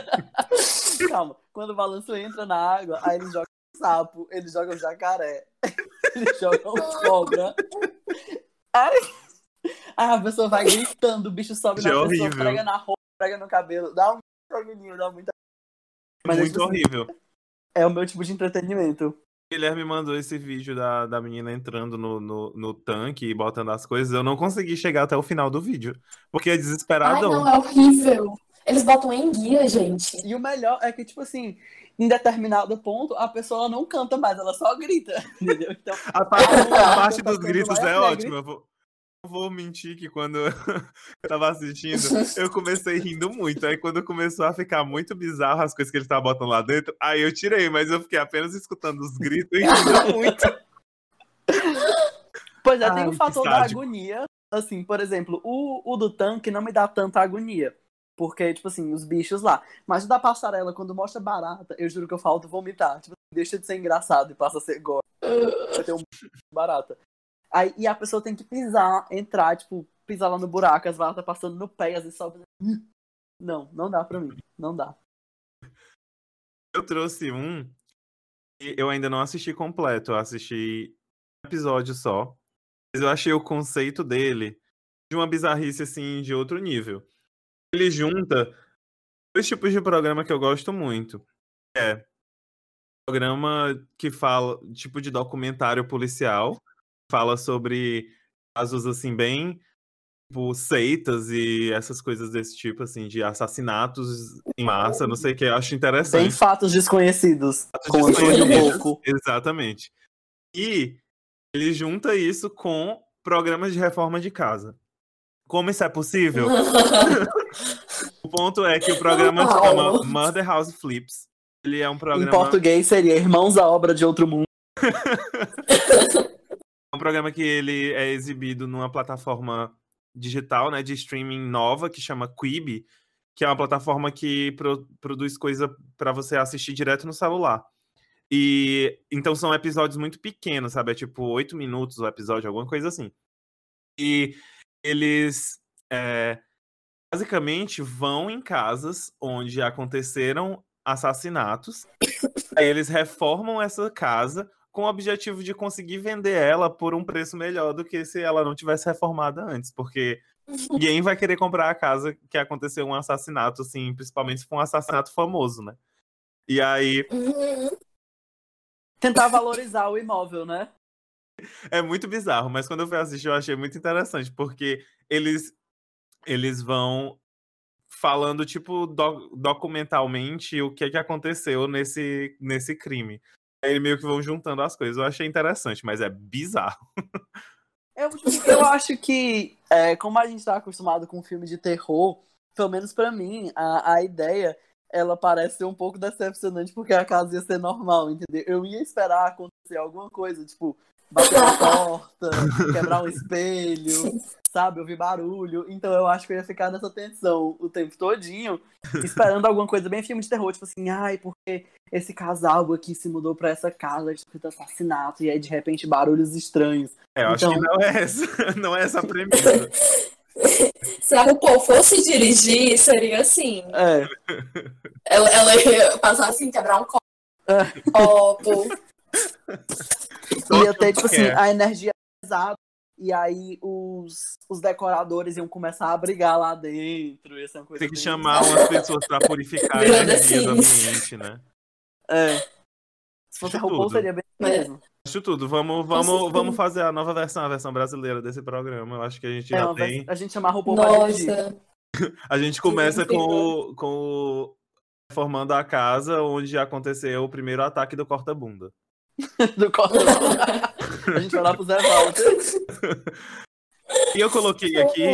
[SPEAKER 1] Calma. Quando o balanço entra na água, aí eles jogam sapo, eles jogam jacaré, eles jogam cobra. Aí, aí a pessoa vai gritando, o bicho sobe
[SPEAKER 3] Gente,
[SPEAKER 1] na
[SPEAKER 3] é
[SPEAKER 1] pessoa,
[SPEAKER 3] horrível.
[SPEAKER 1] prega na roupa, prega no cabelo. Dá um menino, dá muita. Mas é,
[SPEAKER 3] Muito
[SPEAKER 1] tipo assim,
[SPEAKER 3] horrível.
[SPEAKER 1] é o meu tipo de entretenimento.
[SPEAKER 3] O Guilherme mandou esse vídeo da, da menina entrando no, no, no tanque e botando as coisas. Eu não consegui chegar até o final do vídeo. Porque é
[SPEAKER 2] Ai,
[SPEAKER 3] desesperador.
[SPEAKER 2] não, é horrível. Eles botam em guia, gente.
[SPEAKER 1] E o melhor é que, tipo assim, em determinado ponto, a pessoa não canta mais, ela só grita, entendeu? Então,
[SPEAKER 3] A parte, a parte
[SPEAKER 1] tá
[SPEAKER 3] dos
[SPEAKER 1] ficando
[SPEAKER 3] gritos
[SPEAKER 1] mais
[SPEAKER 3] é
[SPEAKER 1] alegre.
[SPEAKER 3] ótima. Eu vou, eu vou mentir que quando eu tava assistindo, eu comecei rindo muito. Aí quando começou a ficar muito bizarro as coisas que ele tava botando lá dentro, aí eu tirei, mas eu fiquei apenas escutando os gritos e rindo muito.
[SPEAKER 1] Pois é,
[SPEAKER 3] Ai,
[SPEAKER 1] tem o
[SPEAKER 3] que
[SPEAKER 1] fator da
[SPEAKER 3] sádico.
[SPEAKER 1] agonia. Assim, por exemplo, o, o do tanque não me dá tanta agonia. Porque, tipo assim, os bichos lá. Mas o da passarela, quando mostra barata, eu juro que eu falto vomitar. Tipo, deixa de ser engraçado e passa a ser gore. Vai ter um barata. Aí, e a pessoa tem que pisar, entrar, tipo, pisar lá no buraco, as baratas passando no pé, às vezes sobe. Não, não dá pra mim. Não dá.
[SPEAKER 3] Eu trouxe um e eu ainda não assisti completo. Eu assisti um episódio só. Mas eu achei o conceito dele de uma bizarrice, assim, de outro nível. Ele junta dois tipos de programa que eu gosto muito. É programa que fala, tipo de documentário policial, fala sobre casos, assim, bem, tipo, seitas e essas coisas desse tipo, assim, de assassinatos em massa, não sei o que, eu acho
[SPEAKER 1] Bem
[SPEAKER 3] interessante.
[SPEAKER 1] fatos desconhecidos.
[SPEAKER 3] Fatos
[SPEAKER 1] Com Antônio
[SPEAKER 3] desconhecidos.
[SPEAKER 1] Boco.
[SPEAKER 3] Exatamente. E ele junta isso com programas de reforma de casa. Como isso é possível? O ponto é que o programa se chama
[SPEAKER 2] Uau.
[SPEAKER 3] Murder House Flips. Ele é um
[SPEAKER 1] Em
[SPEAKER 3] programa,
[SPEAKER 1] português seria Irmãos à Obra de Outro Mundo.
[SPEAKER 3] é um programa que ele é exibido numa plataforma digital, né, de streaming nova que chama Quibi, que é uma plataforma que pro- produz coisa para você assistir direto no celular. E então são episódios muito pequenos, sabe? É tipo oito minutos o episódio, alguma coisa assim. E eles é, basicamente vão em casas onde aconteceram assassinatos. Aí eles reformam essa casa com o objetivo de conseguir vender ela por um preço melhor do que se ela não tivesse reformada antes, porque ninguém vai querer comprar a casa que aconteceu um assassinato, assim, principalmente se for um assassinato famoso, né? E aí
[SPEAKER 2] Uhum.
[SPEAKER 1] Tentar valorizar o imóvel, né?
[SPEAKER 3] é muito bizarro, mas quando eu fui assistir eu achei muito interessante, porque eles eles vão falando, tipo, do- documentalmente o que é que aconteceu nesse, nesse crime. Aí meio que vão juntando as coisas. Eu achei interessante, mas é bizarro.
[SPEAKER 1] Eu, tipo assim, eu acho que, é, como a gente tá acostumado com filme de terror, pelo menos pra mim, a, a ideia, ela parece ser um pouco decepcionante, porque a casa ia ser normal, entendeu? Eu ia esperar acontecer alguma coisa, tipo, bater na porta, quebrar um espelho, sabe? Ouvir barulho. Então eu acho que eu ia ficar nessa tensão o tempo todinho, esperando alguma coisa bem filme de terror, tipo assim, ai, porque esse casal aqui se mudou pra essa casa de assassinato, e aí de repente barulhos estranhos.
[SPEAKER 3] É, eu
[SPEAKER 1] então...
[SPEAKER 3] acho que não é essa, não é essa a premissa.
[SPEAKER 2] Se a RuPaul fosse dirigir, seria assim.
[SPEAKER 1] É.
[SPEAKER 2] Ela, ela ia passar assim, quebrar um copo.
[SPEAKER 1] É.
[SPEAKER 2] copo.
[SPEAKER 1] Ia ter, tipo assim, a energia pesada. E aí os, os decoradores iam começar a brigar lá dentro. Ia ser uma coisa
[SPEAKER 3] Tem que
[SPEAKER 1] bem...
[SPEAKER 3] chamar umas pessoas pra purificar a energia do ambiente, né?
[SPEAKER 1] É. Se fosse
[SPEAKER 3] Acho
[SPEAKER 1] a RuPaul,
[SPEAKER 3] tudo.
[SPEAKER 1] seria bem mesmo.
[SPEAKER 3] Acho tudo. Vamos, vamos, vamos fazer a nova versão, a versão brasileira desse programa. Eu acho que a gente
[SPEAKER 1] É,
[SPEAKER 3] já
[SPEAKER 1] uma
[SPEAKER 3] tem...
[SPEAKER 1] vers- a gente chama a RuPaul pra dirigir.
[SPEAKER 2] Nossa.
[SPEAKER 3] A gente começa com o, com o Reformando a Casa, onde aconteceu o primeiro ataque do corta-bunda.
[SPEAKER 1] Do corta-bunda. A gente vai lá pro Zé Walter.
[SPEAKER 3] E eu coloquei aqui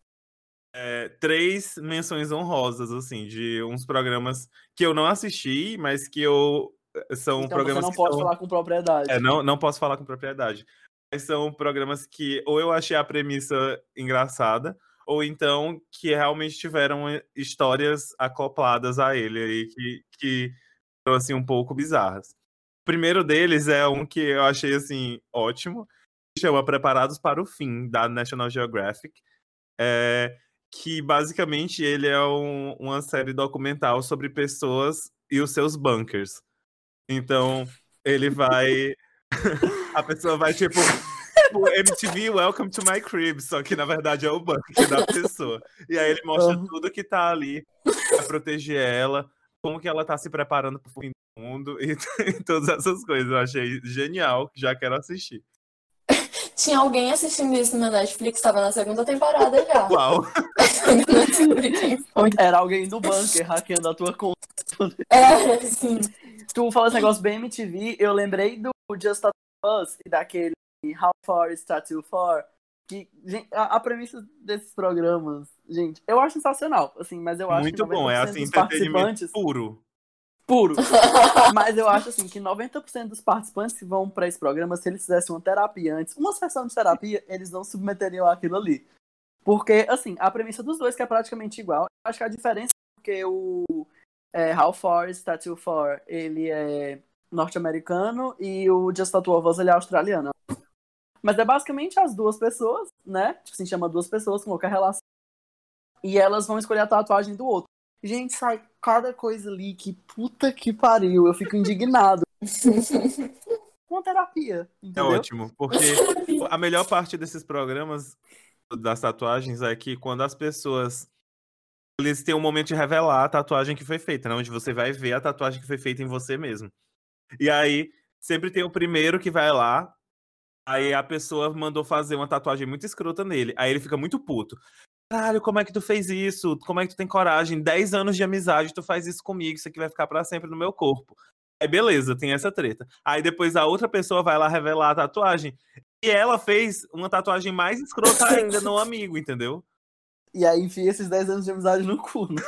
[SPEAKER 3] é, três menções honrosas, assim, de uns programas que eu não assisti, mas que eu... São
[SPEAKER 1] Então
[SPEAKER 3] programas
[SPEAKER 1] você não
[SPEAKER 3] que
[SPEAKER 1] pode
[SPEAKER 3] são...
[SPEAKER 1] falar com propriedade.
[SPEAKER 3] É, não, não posso falar com propriedade. Mas são programas que ou eu achei a premissa engraçada, ou então que realmente tiveram histórias acopladas a ele aí, que, que foram, assim, um pouco bizarras. O primeiro deles é um que eu achei, assim, ótimo, que chama Preparados para o Fim, da National Geographic, é, que basicamente ele é um, uma série documental sobre pessoas e os seus bunkers. Então, ele vai... A pessoa vai, tipo... O M T V Welcome to My Crib, só que na verdade é o bunker da pessoa. E aí ele mostra
[SPEAKER 1] Uhum.
[SPEAKER 3] tudo que tá ali pra proteger ela, como que ela tá se preparando pro fim do mundo e, e todas essas coisas. Eu achei genial, já quero assistir.
[SPEAKER 2] Tinha alguém assistindo isso na Netflix, tava na segunda temporada já.
[SPEAKER 3] Uau!
[SPEAKER 2] Não descobri quem foi.
[SPEAKER 1] Era alguém do bunker hackeando a tua conta.
[SPEAKER 2] É, sim.
[SPEAKER 1] Tu falou esse negócio bem M T V, eu lembrei do Just Tattoo Us e daquele How Far is Tattoo For, que gente, a, a premissa desses programas, gente, eu acho sensacional, assim, mas eu acho
[SPEAKER 3] Muito
[SPEAKER 1] que noventa
[SPEAKER 3] bom,
[SPEAKER 1] por
[SPEAKER 3] é
[SPEAKER 1] cento
[SPEAKER 3] assim,
[SPEAKER 1] dos
[SPEAKER 3] entretenimento
[SPEAKER 1] participantes
[SPEAKER 3] puro.
[SPEAKER 1] puro, mas eu acho assim que noventa por cento dos participantes que vão pra esse programa, se eles fizessem uma terapia antes, uma sessão de terapia, eles não submeteriam aquilo ali, porque assim, a premissa dos dois que é praticamente igual, eu acho que a diferença é porque o é, How Far is Tattoo For, ele é norte-americano e o Just Tattoo of Us, ele é australiano. Mas é basicamente as duas pessoas, né? Tipo assim, chama duas pessoas com qualquer relação. E elas vão escolher a tatuagem do outro. Gente, sai cada coisa ali que puta que pariu. Eu fico indignado. Uma terapia,
[SPEAKER 3] É
[SPEAKER 1] entendeu?
[SPEAKER 3] ótimo, porque a melhor parte desses programas das tatuagens é que quando as pessoas... Eles têm um momento de revelar a tatuagem que foi feita, né? Onde você vai ver a tatuagem que foi feita em você mesmo. E aí, sempre tem o primeiro que vai lá, aí a pessoa mandou fazer uma tatuagem muito escrota nele. Aí ele fica muito puto. Caralho, como é que tu fez isso? Como é que tu tem coragem? Dez anos de amizade, tu faz isso comigo, isso aqui vai ficar pra sempre no meu corpo. Aí beleza, tem essa treta. Aí depois a outra pessoa vai lá revelar a tatuagem. E ela fez uma tatuagem mais escrota ainda no amigo, entendeu?
[SPEAKER 1] E aí enfia esses dez anos de amizade no cu, né?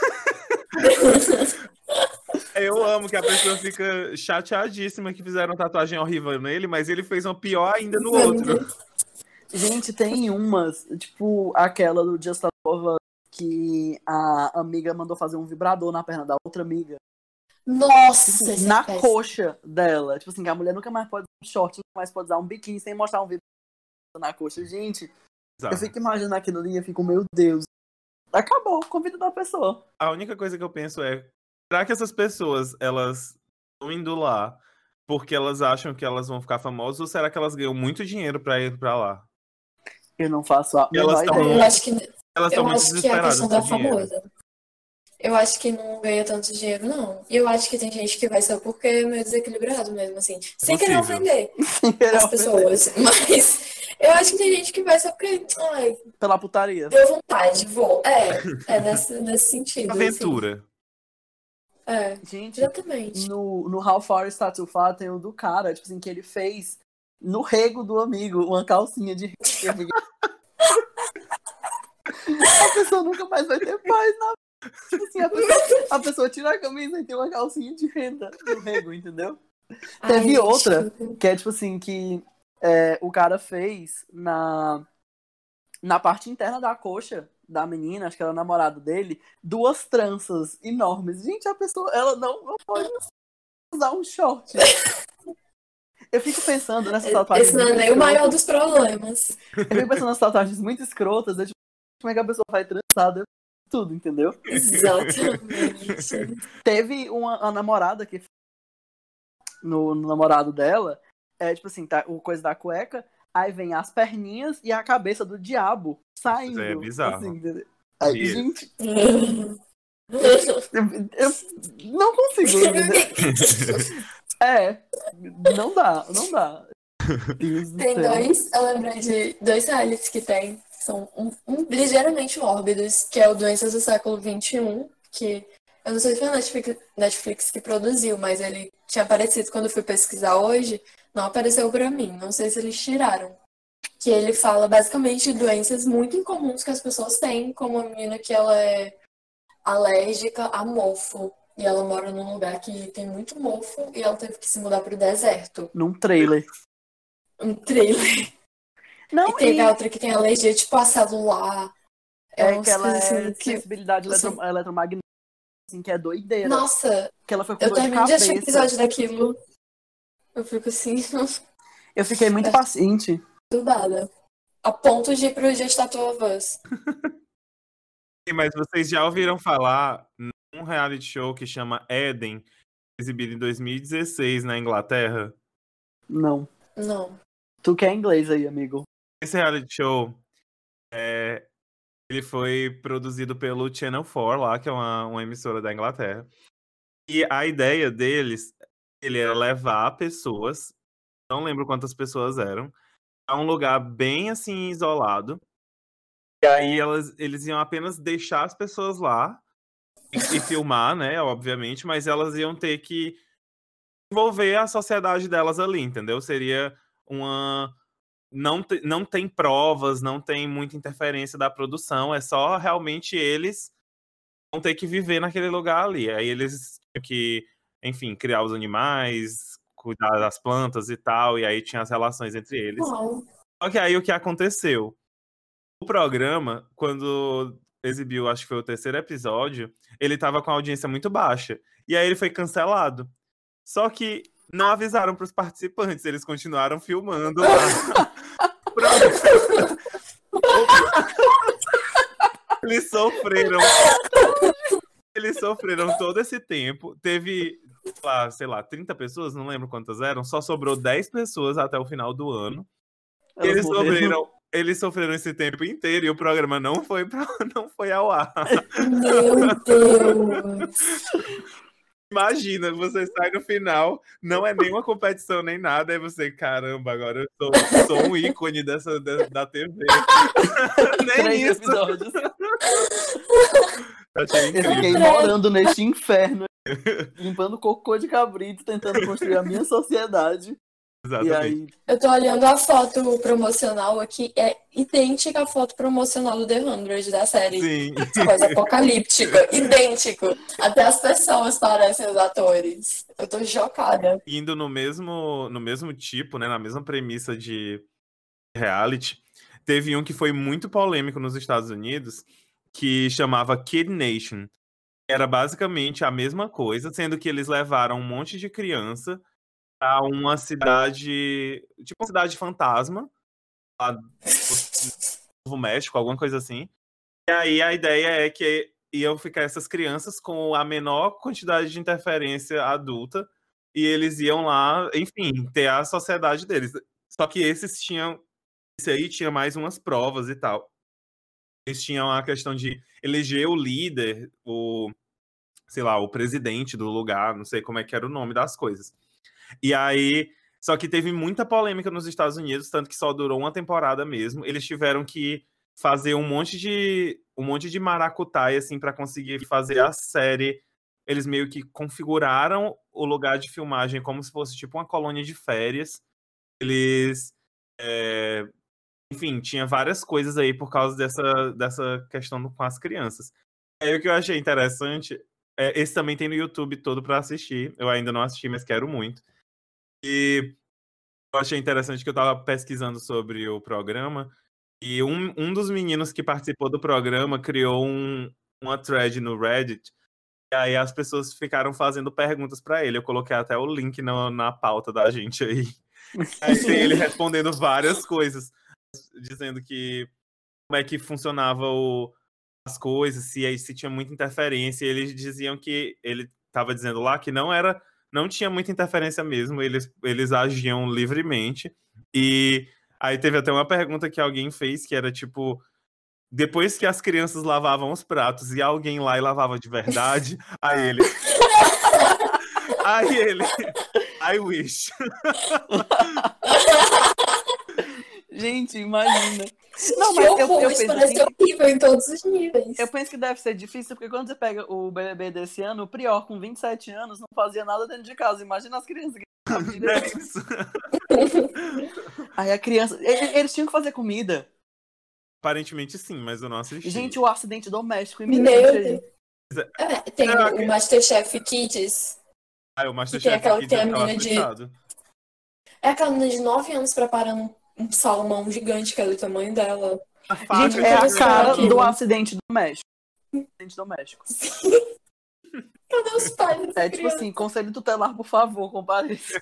[SPEAKER 3] Eu amo que a pessoa fica chateadíssima que fizeram uma tatuagem horrível nele, mas ele fez uma pior ainda no outro.
[SPEAKER 1] Gente, tem umas, tipo aquela do Just a Nova, que a amiga mandou fazer um vibrador na perna da outra amiga.
[SPEAKER 2] Nossa,
[SPEAKER 1] Tipo,
[SPEAKER 2] esse é
[SPEAKER 1] na
[SPEAKER 2] péssimo.
[SPEAKER 1] coxa dela. Tipo assim, que a mulher nunca mais pode usar um short, nunca mais pode usar um biquíni sem mostrar um vibrador na coxa. Gente,
[SPEAKER 3] Exato.
[SPEAKER 1] eu fico imaginando aquilo ali e eu fico, meu Deus. Acabou com a vida da pessoa.
[SPEAKER 3] A única coisa que eu penso é, será que essas pessoas, elas estão indo lá porque elas acham que elas vão ficar famosas, ou será que elas ganham muito dinheiro pra ir pra lá?
[SPEAKER 1] Eu não faço a
[SPEAKER 3] E elas
[SPEAKER 1] menor
[SPEAKER 3] tão-
[SPEAKER 1] ideia.
[SPEAKER 2] Eu acho que,
[SPEAKER 3] Elas
[SPEAKER 2] eu
[SPEAKER 3] estão muito
[SPEAKER 2] acho que é a
[SPEAKER 3] desesperadas
[SPEAKER 2] questão
[SPEAKER 3] por
[SPEAKER 2] da
[SPEAKER 3] dinheiro.
[SPEAKER 2] famosa. Eu acho que não ganha tanto dinheiro, não. E eu acho que tem gente que vai só porque é meio desequilibrado mesmo, assim. Sem querer
[SPEAKER 3] Possível.
[SPEAKER 2] ofender
[SPEAKER 1] Sem querer
[SPEAKER 2] as
[SPEAKER 1] ofender.
[SPEAKER 2] pessoas. Mas eu acho que tem gente que vai só porque, ai,
[SPEAKER 1] Pela putaria.
[SPEAKER 2] deu vontade, vou. É, é nesse, nesse sentido.
[SPEAKER 3] Aventura.
[SPEAKER 2] Assim. É,
[SPEAKER 1] Gente,
[SPEAKER 2] exatamente.
[SPEAKER 1] no, no How Far is Tattoo For tem o do cara, tipo assim, que ele fez no rego do amigo uma calcinha de rego. A pessoa nunca mais vai ter paz na Tipo assim, a pessoa, a pessoa tira a camisa e tem uma calcinha de renda no rego, entendeu?
[SPEAKER 2] Ai,
[SPEAKER 1] Teve
[SPEAKER 2] gente.
[SPEAKER 1] outra, que é tipo assim, que é, o cara fez na, na parte interna da coxa da menina, acho que era o namorado dele, duas tranças enormes. Gente, a pessoa, ela não, não pode usar um short. Eu fico pensando nessas tatuagens
[SPEAKER 2] Esse não é
[SPEAKER 1] muito
[SPEAKER 2] nem o maior
[SPEAKER 1] escrotas.
[SPEAKER 2] dos problemas.
[SPEAKER 1] Eu fico pensando nessas tatuagens muito escrotas, é tipo, como é que a pessoa vai trançada tudo, entendeu?
[SPEAKER 2] Exatamente.
[SPEAKER 1] Teve uma a namorada que no, no namorado dela, é tipo assim, tá o coisa da cueca, aí vem as perninhas e a cabeça do diabo saindo.
[SPEAKER 3] É bizarro.
[SPEAKER 1] Assim, entendeu? Aí,
[SPEAKER 3] Vi esse.
[SPEAKER 1] gente, eu, eu não consigo, entendeu? É, não dá, não dá. Deus do
[SPEAKER 2] Tem
[SPEAKER 1] céu.
[SPEAKER 2] dois, eu lembrei de dois realities que tem, que são um, um ligeiramente mórbidos, que é o Doenças do Século vinte e um, que eu não sei se foi a Netflix, Netflix que produziu, mas ele tinha aparecido quando eu fui pesquisar hoje, não apareceu pra mim, não sei se eles tiraram. Que ele fala basicamente de doenças muito incomuns que as pessoas têm, como a menina que ela é alérgica a mofo. E ela mora num lugar que tem muito mofo e ela teve que se mudar pro deserto.
[SPEAKER 1] Num trailer.
[SPEAKER 2] Um trailer.
[SPEAKER 1] Não,
[SPEAKER 2] E teve a
[SPEAKER 1] e
[SPEAKER 2] outra que tem alergia, tipo, a celular. É
[SPEAKER 1] é
[SPEAKER 2] umas
[SPEAKER 1] que ela
[SPEAKER 2] coisas
[SPEAKER 1] é
[SPEAKER 2] assim
[SPEAKER 1] de
[SPEAKER 2] que.
[SPEAKER 1] sensibilidade
[SPEAKER 2] Assim,
[SPEAKER 1] eletro, eletromagnética, assim, que é doideira.
[SPEAKER 2] nossa,
[SPEAKER 1] Que ela foi com
[SPEAKER 2] eu
[SPEAKER 1] dor de
[SPEAKER 2] termino de assistir o
[SPEAKER 1] cabeça.
[SPEAKER 2] episódio daquilo. Eu fico assim,
[SPEAKER 1] Eu fiquei muito paciente.
[SPEAKER 2] perturbada. A ponto de ir pro Dia de Tattoo of Us.
[SPEAKER 3] Mas vocês já ouviram falar num reality show que chama Eden, exibido em dois mil e dezesseis na Inglaterra?
[SPEAKER 1] Não.
[SPEAKER 2] Não.
[SPEAKER 1] Tu quer inglês aí, amigo?
[SPEAKER 3] Esse reality show, é, ele foi produzido pelo Channel quatro lá, que é uma, uma emissora da Inglaterra. E a ideia deles, ele era levar pessoas, não lembro quantas pessoas eram, a um lugar bem assim isolado. E aí elas, eles iam apenas deixar as pessoas lá e, e filmar, né, obviamente, mas elas iam ter que envolver a sociedade delas ali, entendeu? Seria uma... Não, te, não tem provas, não tem muita interferência da produção, é só realmente eles vão ter que viver naquele lugar ali. Aí eles tinham que, enfim, criar os animais, cuidar das plantas e tal, e aí tinha as relações entre eles.
[SPEAKER 2] Uau.
[SPEAKER 3] Só que aí o que aconteceu? O programa, quando exibiu, acho que foi o terceiro episódio, ele tava com a audiência muito baixa. E aí ele foi cancelado. Só que não avisaram pros participantes, eles continuaram filmando lá. O programa- Eles sofreram. Eles sofreram todo esse tempo. Teve, lá, sei lá, trinta pessoas, não lembro quantas eram, só sobrou dez pessoas até o final do ano.
[SPEAKER 1] Elas
[SPEAKER 3] Eles
[SPEAKER 1] morreram.
[SPEAKER 3] sofreram, eles sofreram esse tempo inteiro e o programa não foi, pra, não foi ao ar.
[SPEAKER 2] Meu Deus.
[SPEAKER 3] Imagina, você sai no final, não é nenhuma competição nem nada, aí você, caramba, agora eu sou, sou um ícone dessa, da, da T V. Nem
[SPEAKER 1] Três
[SPEAKER 3] isso.
[SPEAKER 1] episódios.
[SPEAKER 3] Achei
[SPEAKER 1] Eu
[SPEAKER 3] incrível.
[SPEAKER 1] fiquei morando neste inferno, limpando cocô de cabrito, tentando construir a minha sociedade.
[SPEAKER 3] Exatamente.
[SPEAKER 1] E aí,
[SPEAKER 2] Eu tô olhando a foto promocional aqui, é idêntica à foto promocional do The hundred da série
[SPEAKER 3] Sim.
[SPEAKER 2] pós-apocalíptica. Idêntico. Até as pessoas parecem os atores. Eu tô chocada.
[SPEAKER 3] Indo no mesmo, no mesmo tipo, né, na mesma premissa de reality, teve um que foi muito polêmico nos Estados Unidos, que chamava Kid Nation. Era basicamente a mesma coisa, sendo que eles levaram um monte de criança pra uma cidade, tipo uma cidade fantasma, lá do Novo México, alguma coisa assim. E aí a ideia é que iam ficar essas crianças com a menor quantidade de interferência adulta e eles iam lá, enfim, ter a sociedade deles. Só que esses tinham, esse aí tinha mais umas provas e tal. Eles tinham a questão de eleger o líder, o, sei lá, o presidente do lugar, não sei como é que era o nome das coisas. E aí, só que teve muita polêmica nos Estados Unidos, tanto que só durou uma temporada mesmo. Eles tiveram que fazer um monte de um monte de maracutaia assim para conseguir fazer a série. Eles meio que configuraram o lugar de filmagem como se fosse tipo uma colônia de férias. Eles é, enfim, tinha várias coisas aí por causa dessa, dessa questão com as crianças. Aí o que eu achei interessante, é, esse também tem no YouTube todo pra assistir. Eu ainda não assisti, mas quero muito. E eu achei interessante que eu tava pesquisando sobre o programa e um, um dos meninos que participou do programa criou um, uma thread no Reddit e aí as pessoas ficaram fazendo perguntas pra ele. Eu coloquei até o link na, na pauta da gente aí. Aí tem ele respondendo várias coisas, dizendo que como é que funcionava o, as coisas, se, se tinha muita interferência. Eles diziam que ele estava dizendo lá que não era, não tinha muita interferência mesmo, eles, eles agiam livremente. E aí teve até uma pergunta que alguém fez que era tipo, depois que as crianças lavavam os pratos e alguém lá e lavava de verdade, aí ele aí ele I wish.
[SPEAKER 1] Gente, imagina. Não,
[SPEAKER 2] Que
[SPEAKER 1] mas eu,
[SPEAKER 2] horror,
[SPEAKER 1] eu
[SPEAKER 2] isso
[SPEAKER 1] penso
[SPEAKER 2] parece
[SPEAKER 1] assim,
[SPEAKER 2] horrível em todos os níveis.
[SPEAKER 1] eu penso que deve ser difícil, porque quando você pega o B B B desse ano, o Prior, com vinte e sete anos, não fazia nada dentro de casa. Imagina as crianças que estavam
[SPEAKER 3] É
[SPEAKER 1] direito.
[SPEAKER 3] isso.
[SPEAKER 1] Aí a criança... e- Eles tinham que fazer comida.
[SPEAKER 3] Aparentemente sim, mas eu não assisti.
[SPEAKER 1] Gente, o acidente doméstico
[SPEAKER 2] Meu
[SPEAKER 1] iminente aí.
[SPEAKER 2] Deus. É, tem
[SPEAKER 3] Será
[SPEAKER 2] o
[SPEAKER 3] que-
[SPEAKER 2] Masterchef Kids.
[SPEAKER 3] Ah, o
[SPEAKER 2] tem
[SPEAKER 3] Masterchef
[SPEAKER 2] aquela-
[SPEAKER 3] Kids
[SPEAKER 2] tem a
[SPEAKER 3] eu tava
[SPEAKER 2] menina de-
[SPEAKER 3] fechado.
[SPEAKER 2] É aquela menina de nove anos preparando um, um salmão gigante, que é do tamanho dela.
[SPEAKER 3] A faca
[SPEAKER 1] Gente,
[SPEAKER 3] que
[SPEAKER 1] é a
[SPEAKER 3] eu-
[SPEAKER 1] cara
[SPEAKER 2] aquilo.
[SPEAKER 1] do acidente doméstico. Acidente doméstico.
[SPEAKER 2] Cadê os pais dessa
[SPEAKER 1] É tipo
[SPEAKER 2] criança?
[SPEAKER 1] assim, conselho tutelar, por favor, compareça.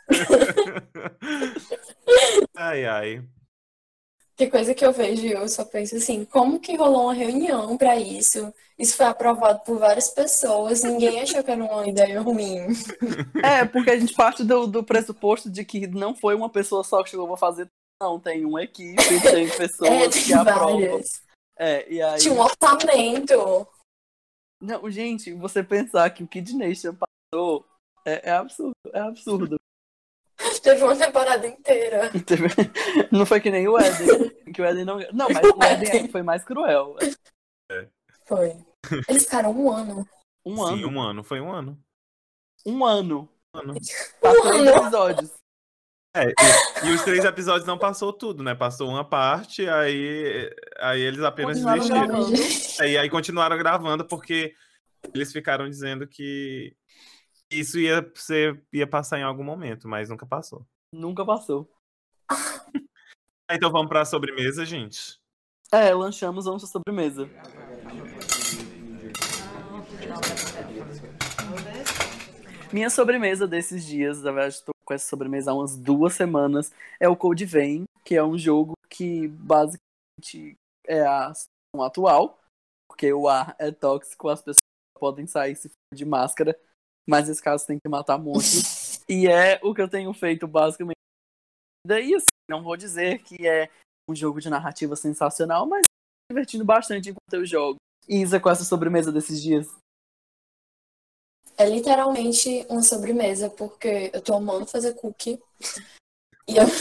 [SPEAKER 3] Ai, ai.
[SPEAKER 2] Que coisa que eu vejo e eu só penso assim, como que rolou uma reunião pra isso? Isso foi aprovado por várias pessoas, ninguém achou que era uma ideia ruim.
[SPEAKER 1] É, porque a gente parte do, do pressuposto de que não foi uma pessoa só que chegou a fazer. Não, tem uma equipe, tem pessoas
[SPEAKER 2] É,
[SPEAKER 1] que
[SPEAKER 2] tem
[SPEAKER 1] aprovam.
[SPEAKER 2] várias.
[SPEAKER 1] É, e aí.
[SPEAKER 2] Tinha um orçamento.
[SPEAKER 1] Não, gente, você pensar que o Kid Nation passou é, é absurdo, é absurdo.
[SPEAKER 2] Teve uma temporada inteira.
[SPEAKER 1] Não foi que nem o Eden, que o Eden não. Não, mas o Eden foi mais cruel.
[SPEAKER 2] Foi. Eles ficaram um ano.
[SPEAKER 1] Um
[SPEAKER 3] Sim,
[SPEAKER 1] ano.
[SPEAKER 3] um ano. Foi um ano.
[SPEAKER 1] Um ano.
[SPEAKER 3] Um ano.
[SPEAKER 1] Pra
[SPEAKER 2] Um
[SPEAKER 1] três
[SPEAKER 2] ano.
[SPEAKER 1] episódios.
[SPEAKER 3] É, e, e os três episódios não passou tudo, né? Passou uma parte, aí, aí eles apenas
[SPEAKER 1] Continuaram
[SPEAKER 3] desistiram.
[SPEAKER 1] gravando.
[SPEAKER 3] Aí, aí continuaram gravando porque eles ficaram dizendo que isso ia, ser, ia passar em algum momento, mas nunca passou.
[SPEAKER 1] Nunca passou.
[SPEAKER 3] Então vamos pra sobremesa, gente.
[SPEAKER 1] É, lanchamos, vamos pra sobremesa. Minha sobremesa desses dias, na verdade, estou com essa sobremesa há umas duas semanas, é o Code Vein, que é um jogo que basicamente é a situação atual, porque o ar é tóxico, as pessoas podem sair se for de máscara, mas nesse caso tem que matar monstros. E é o que eu tenho feito basicamente. Daí, assim, não vou dizer que é um jogo de narrativa sensacional, mas estou me divertindo bastante enquanto eu jogo. E Isa, com essa sobremesa desses dias?
[SPEAKER 2] É literalmente uma sobremesa, porque eu tô amando fazer cookie. E, eu...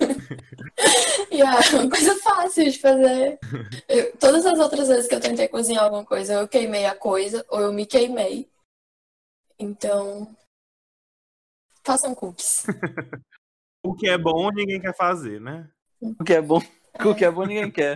[SPEAKER 2] e é uma coisa fácil de fazer. Eu- todas as outras vezes que eu tentei cozinhar alguma coisa, eu queimei a coisa, ou eu me queimei. Então, façam cookies.
[SPEAKER 3] O que é bom, ninguém quer fazer, né?
[SPEAKER 1] O que é bom, o que é bom ninguém quer.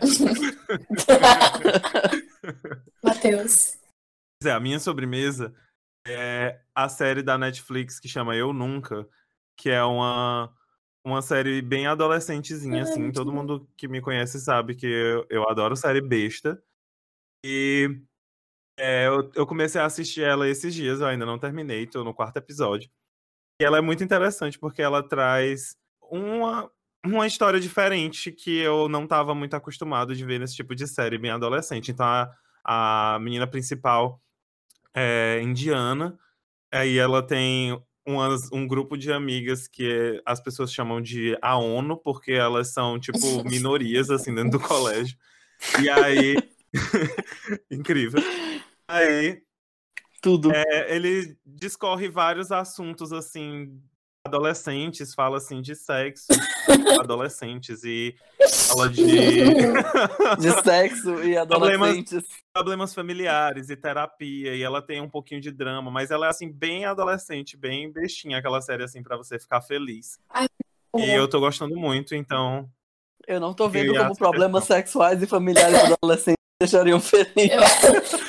[SPEAKER 2] Matheus.
[SPEAKER 3] Pois é, a minha sobremesa é a série da Netflix que chama Eu Nunca, que é uma, uma série bem adolescentezinha, assim.
[SPEAKER 2] Ai,
[SPEAKER 3] Todo
[SPEAKER 2] que
[SPEAKER 3] mundo que me conhece sabe que eu, eu adoro série besta. E é, eu, eu comecei a assistir ela esses dias, eu ainda não terminei, tô no quarto episódio. E ela é muito interessante porque ela traz uma, uma história diferente que eu não estava muito acostumado de ver nesse tipo de série bem adolescente. Então a, a menina principal é indiana, aí ela tem umas, um grupo de amigas que as pessoas chamam de a ONU, porque elas são tipo minorias assim dentro do colégio. E aí. Incrível. Aí
[SPEAKER 1] Tudo.
[SPEAKER 3] é, ele discorre vários assuntos assim adolescentes, fala assim de sexo adolescentes e fala de
[SPEAKER 1] De sexo e adolescentes.
[SPEAKER 3] problemas familiares e terapia, e ela tem um pouquinho de drama, mas ela é assim bem adolescente, bem bestinha, aquela série assim pra você ficar feliz. E eu tô gostando muito, então
[SPEAKER 1] Eu não tô vendo
[SPEAKER 3] E a
[SPEAKER 1] como problemas sexuais e familiares de adolescentes deixariam feliz.
[SPEAKER 2] Eu,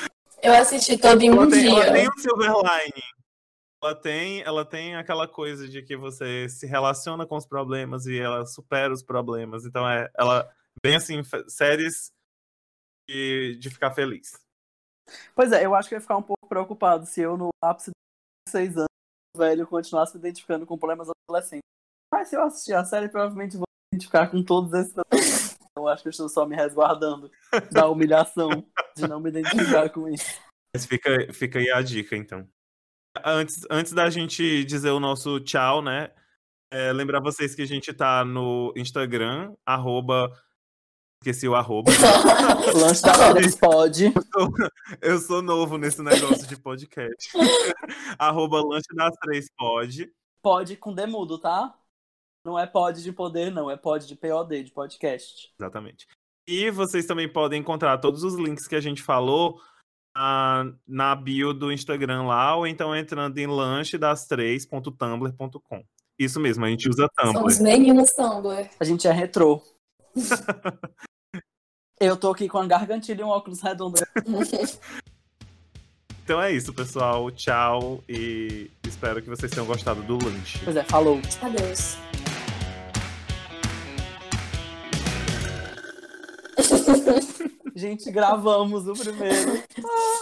[SPEAKER 2] Eu assisti todo em um
[SPEAKER 3] Ela tem,
[SPEAKER 2] dia.
[SPEAKER 3] ela tem um Silverline. Ela tem, ela tem aquela coisa de que você se relaciona com os problemas e ela supera os problemas. Então, é, ela vem assim, f- séries de, de ficar feliz.
[SPEAKER 1] Pois é, eu acho que eu ia ficar um pouco preocupado se eu, no ápice de seis anos, velho, continuasse me identificando com problemas adolescentes. Mas se eu assistir a série, provavelmente vou me identificar com todos esses problemas. Eu acho que eu estou só me resguardando da humilhação de não me identificar com isso.
[SPEAKER 3] Mas fica, fica aí a dica, então. Antes, antes da gente dizer o nosso tchau, né? É, lembrar vocês que a gente tá no Instagram, arroba. Esqueci o arroba.
[SPEAKER 1] Lanche da Três pode.
[SPEAKER 3] Eu sou novo nesse negócio de podcast. Arroba Lanche das Três pode.
[SPEAKER 1] Pode com demudo, tá? Não é pod de poder, não. É pod de P O D, de podcast.
[SPEAKER 3] Exatamente. E vocês também podem encontrar todos os links que a gente falou na, na bio do Instagram lá, ou então entrando em lanche das três ponto tumblr ponto com. Isso mesmo, a gente usa Tumblr.
[SPEAKER 2] São os meninos Tumblr.
[SPEAKER 1] A gente é retrô. Eu tô aqui com a gargantilha e um óculos redondo.
[SPEAKER 3] Então é isso, pessoal. Tchau e espero que vocês tenham gostado do lanche.
[SPEAKER 1] Pois é, falou.
[SPEAKER 2] Adeus.
[SPEAKER 1] Gente, gravamos o primeiro.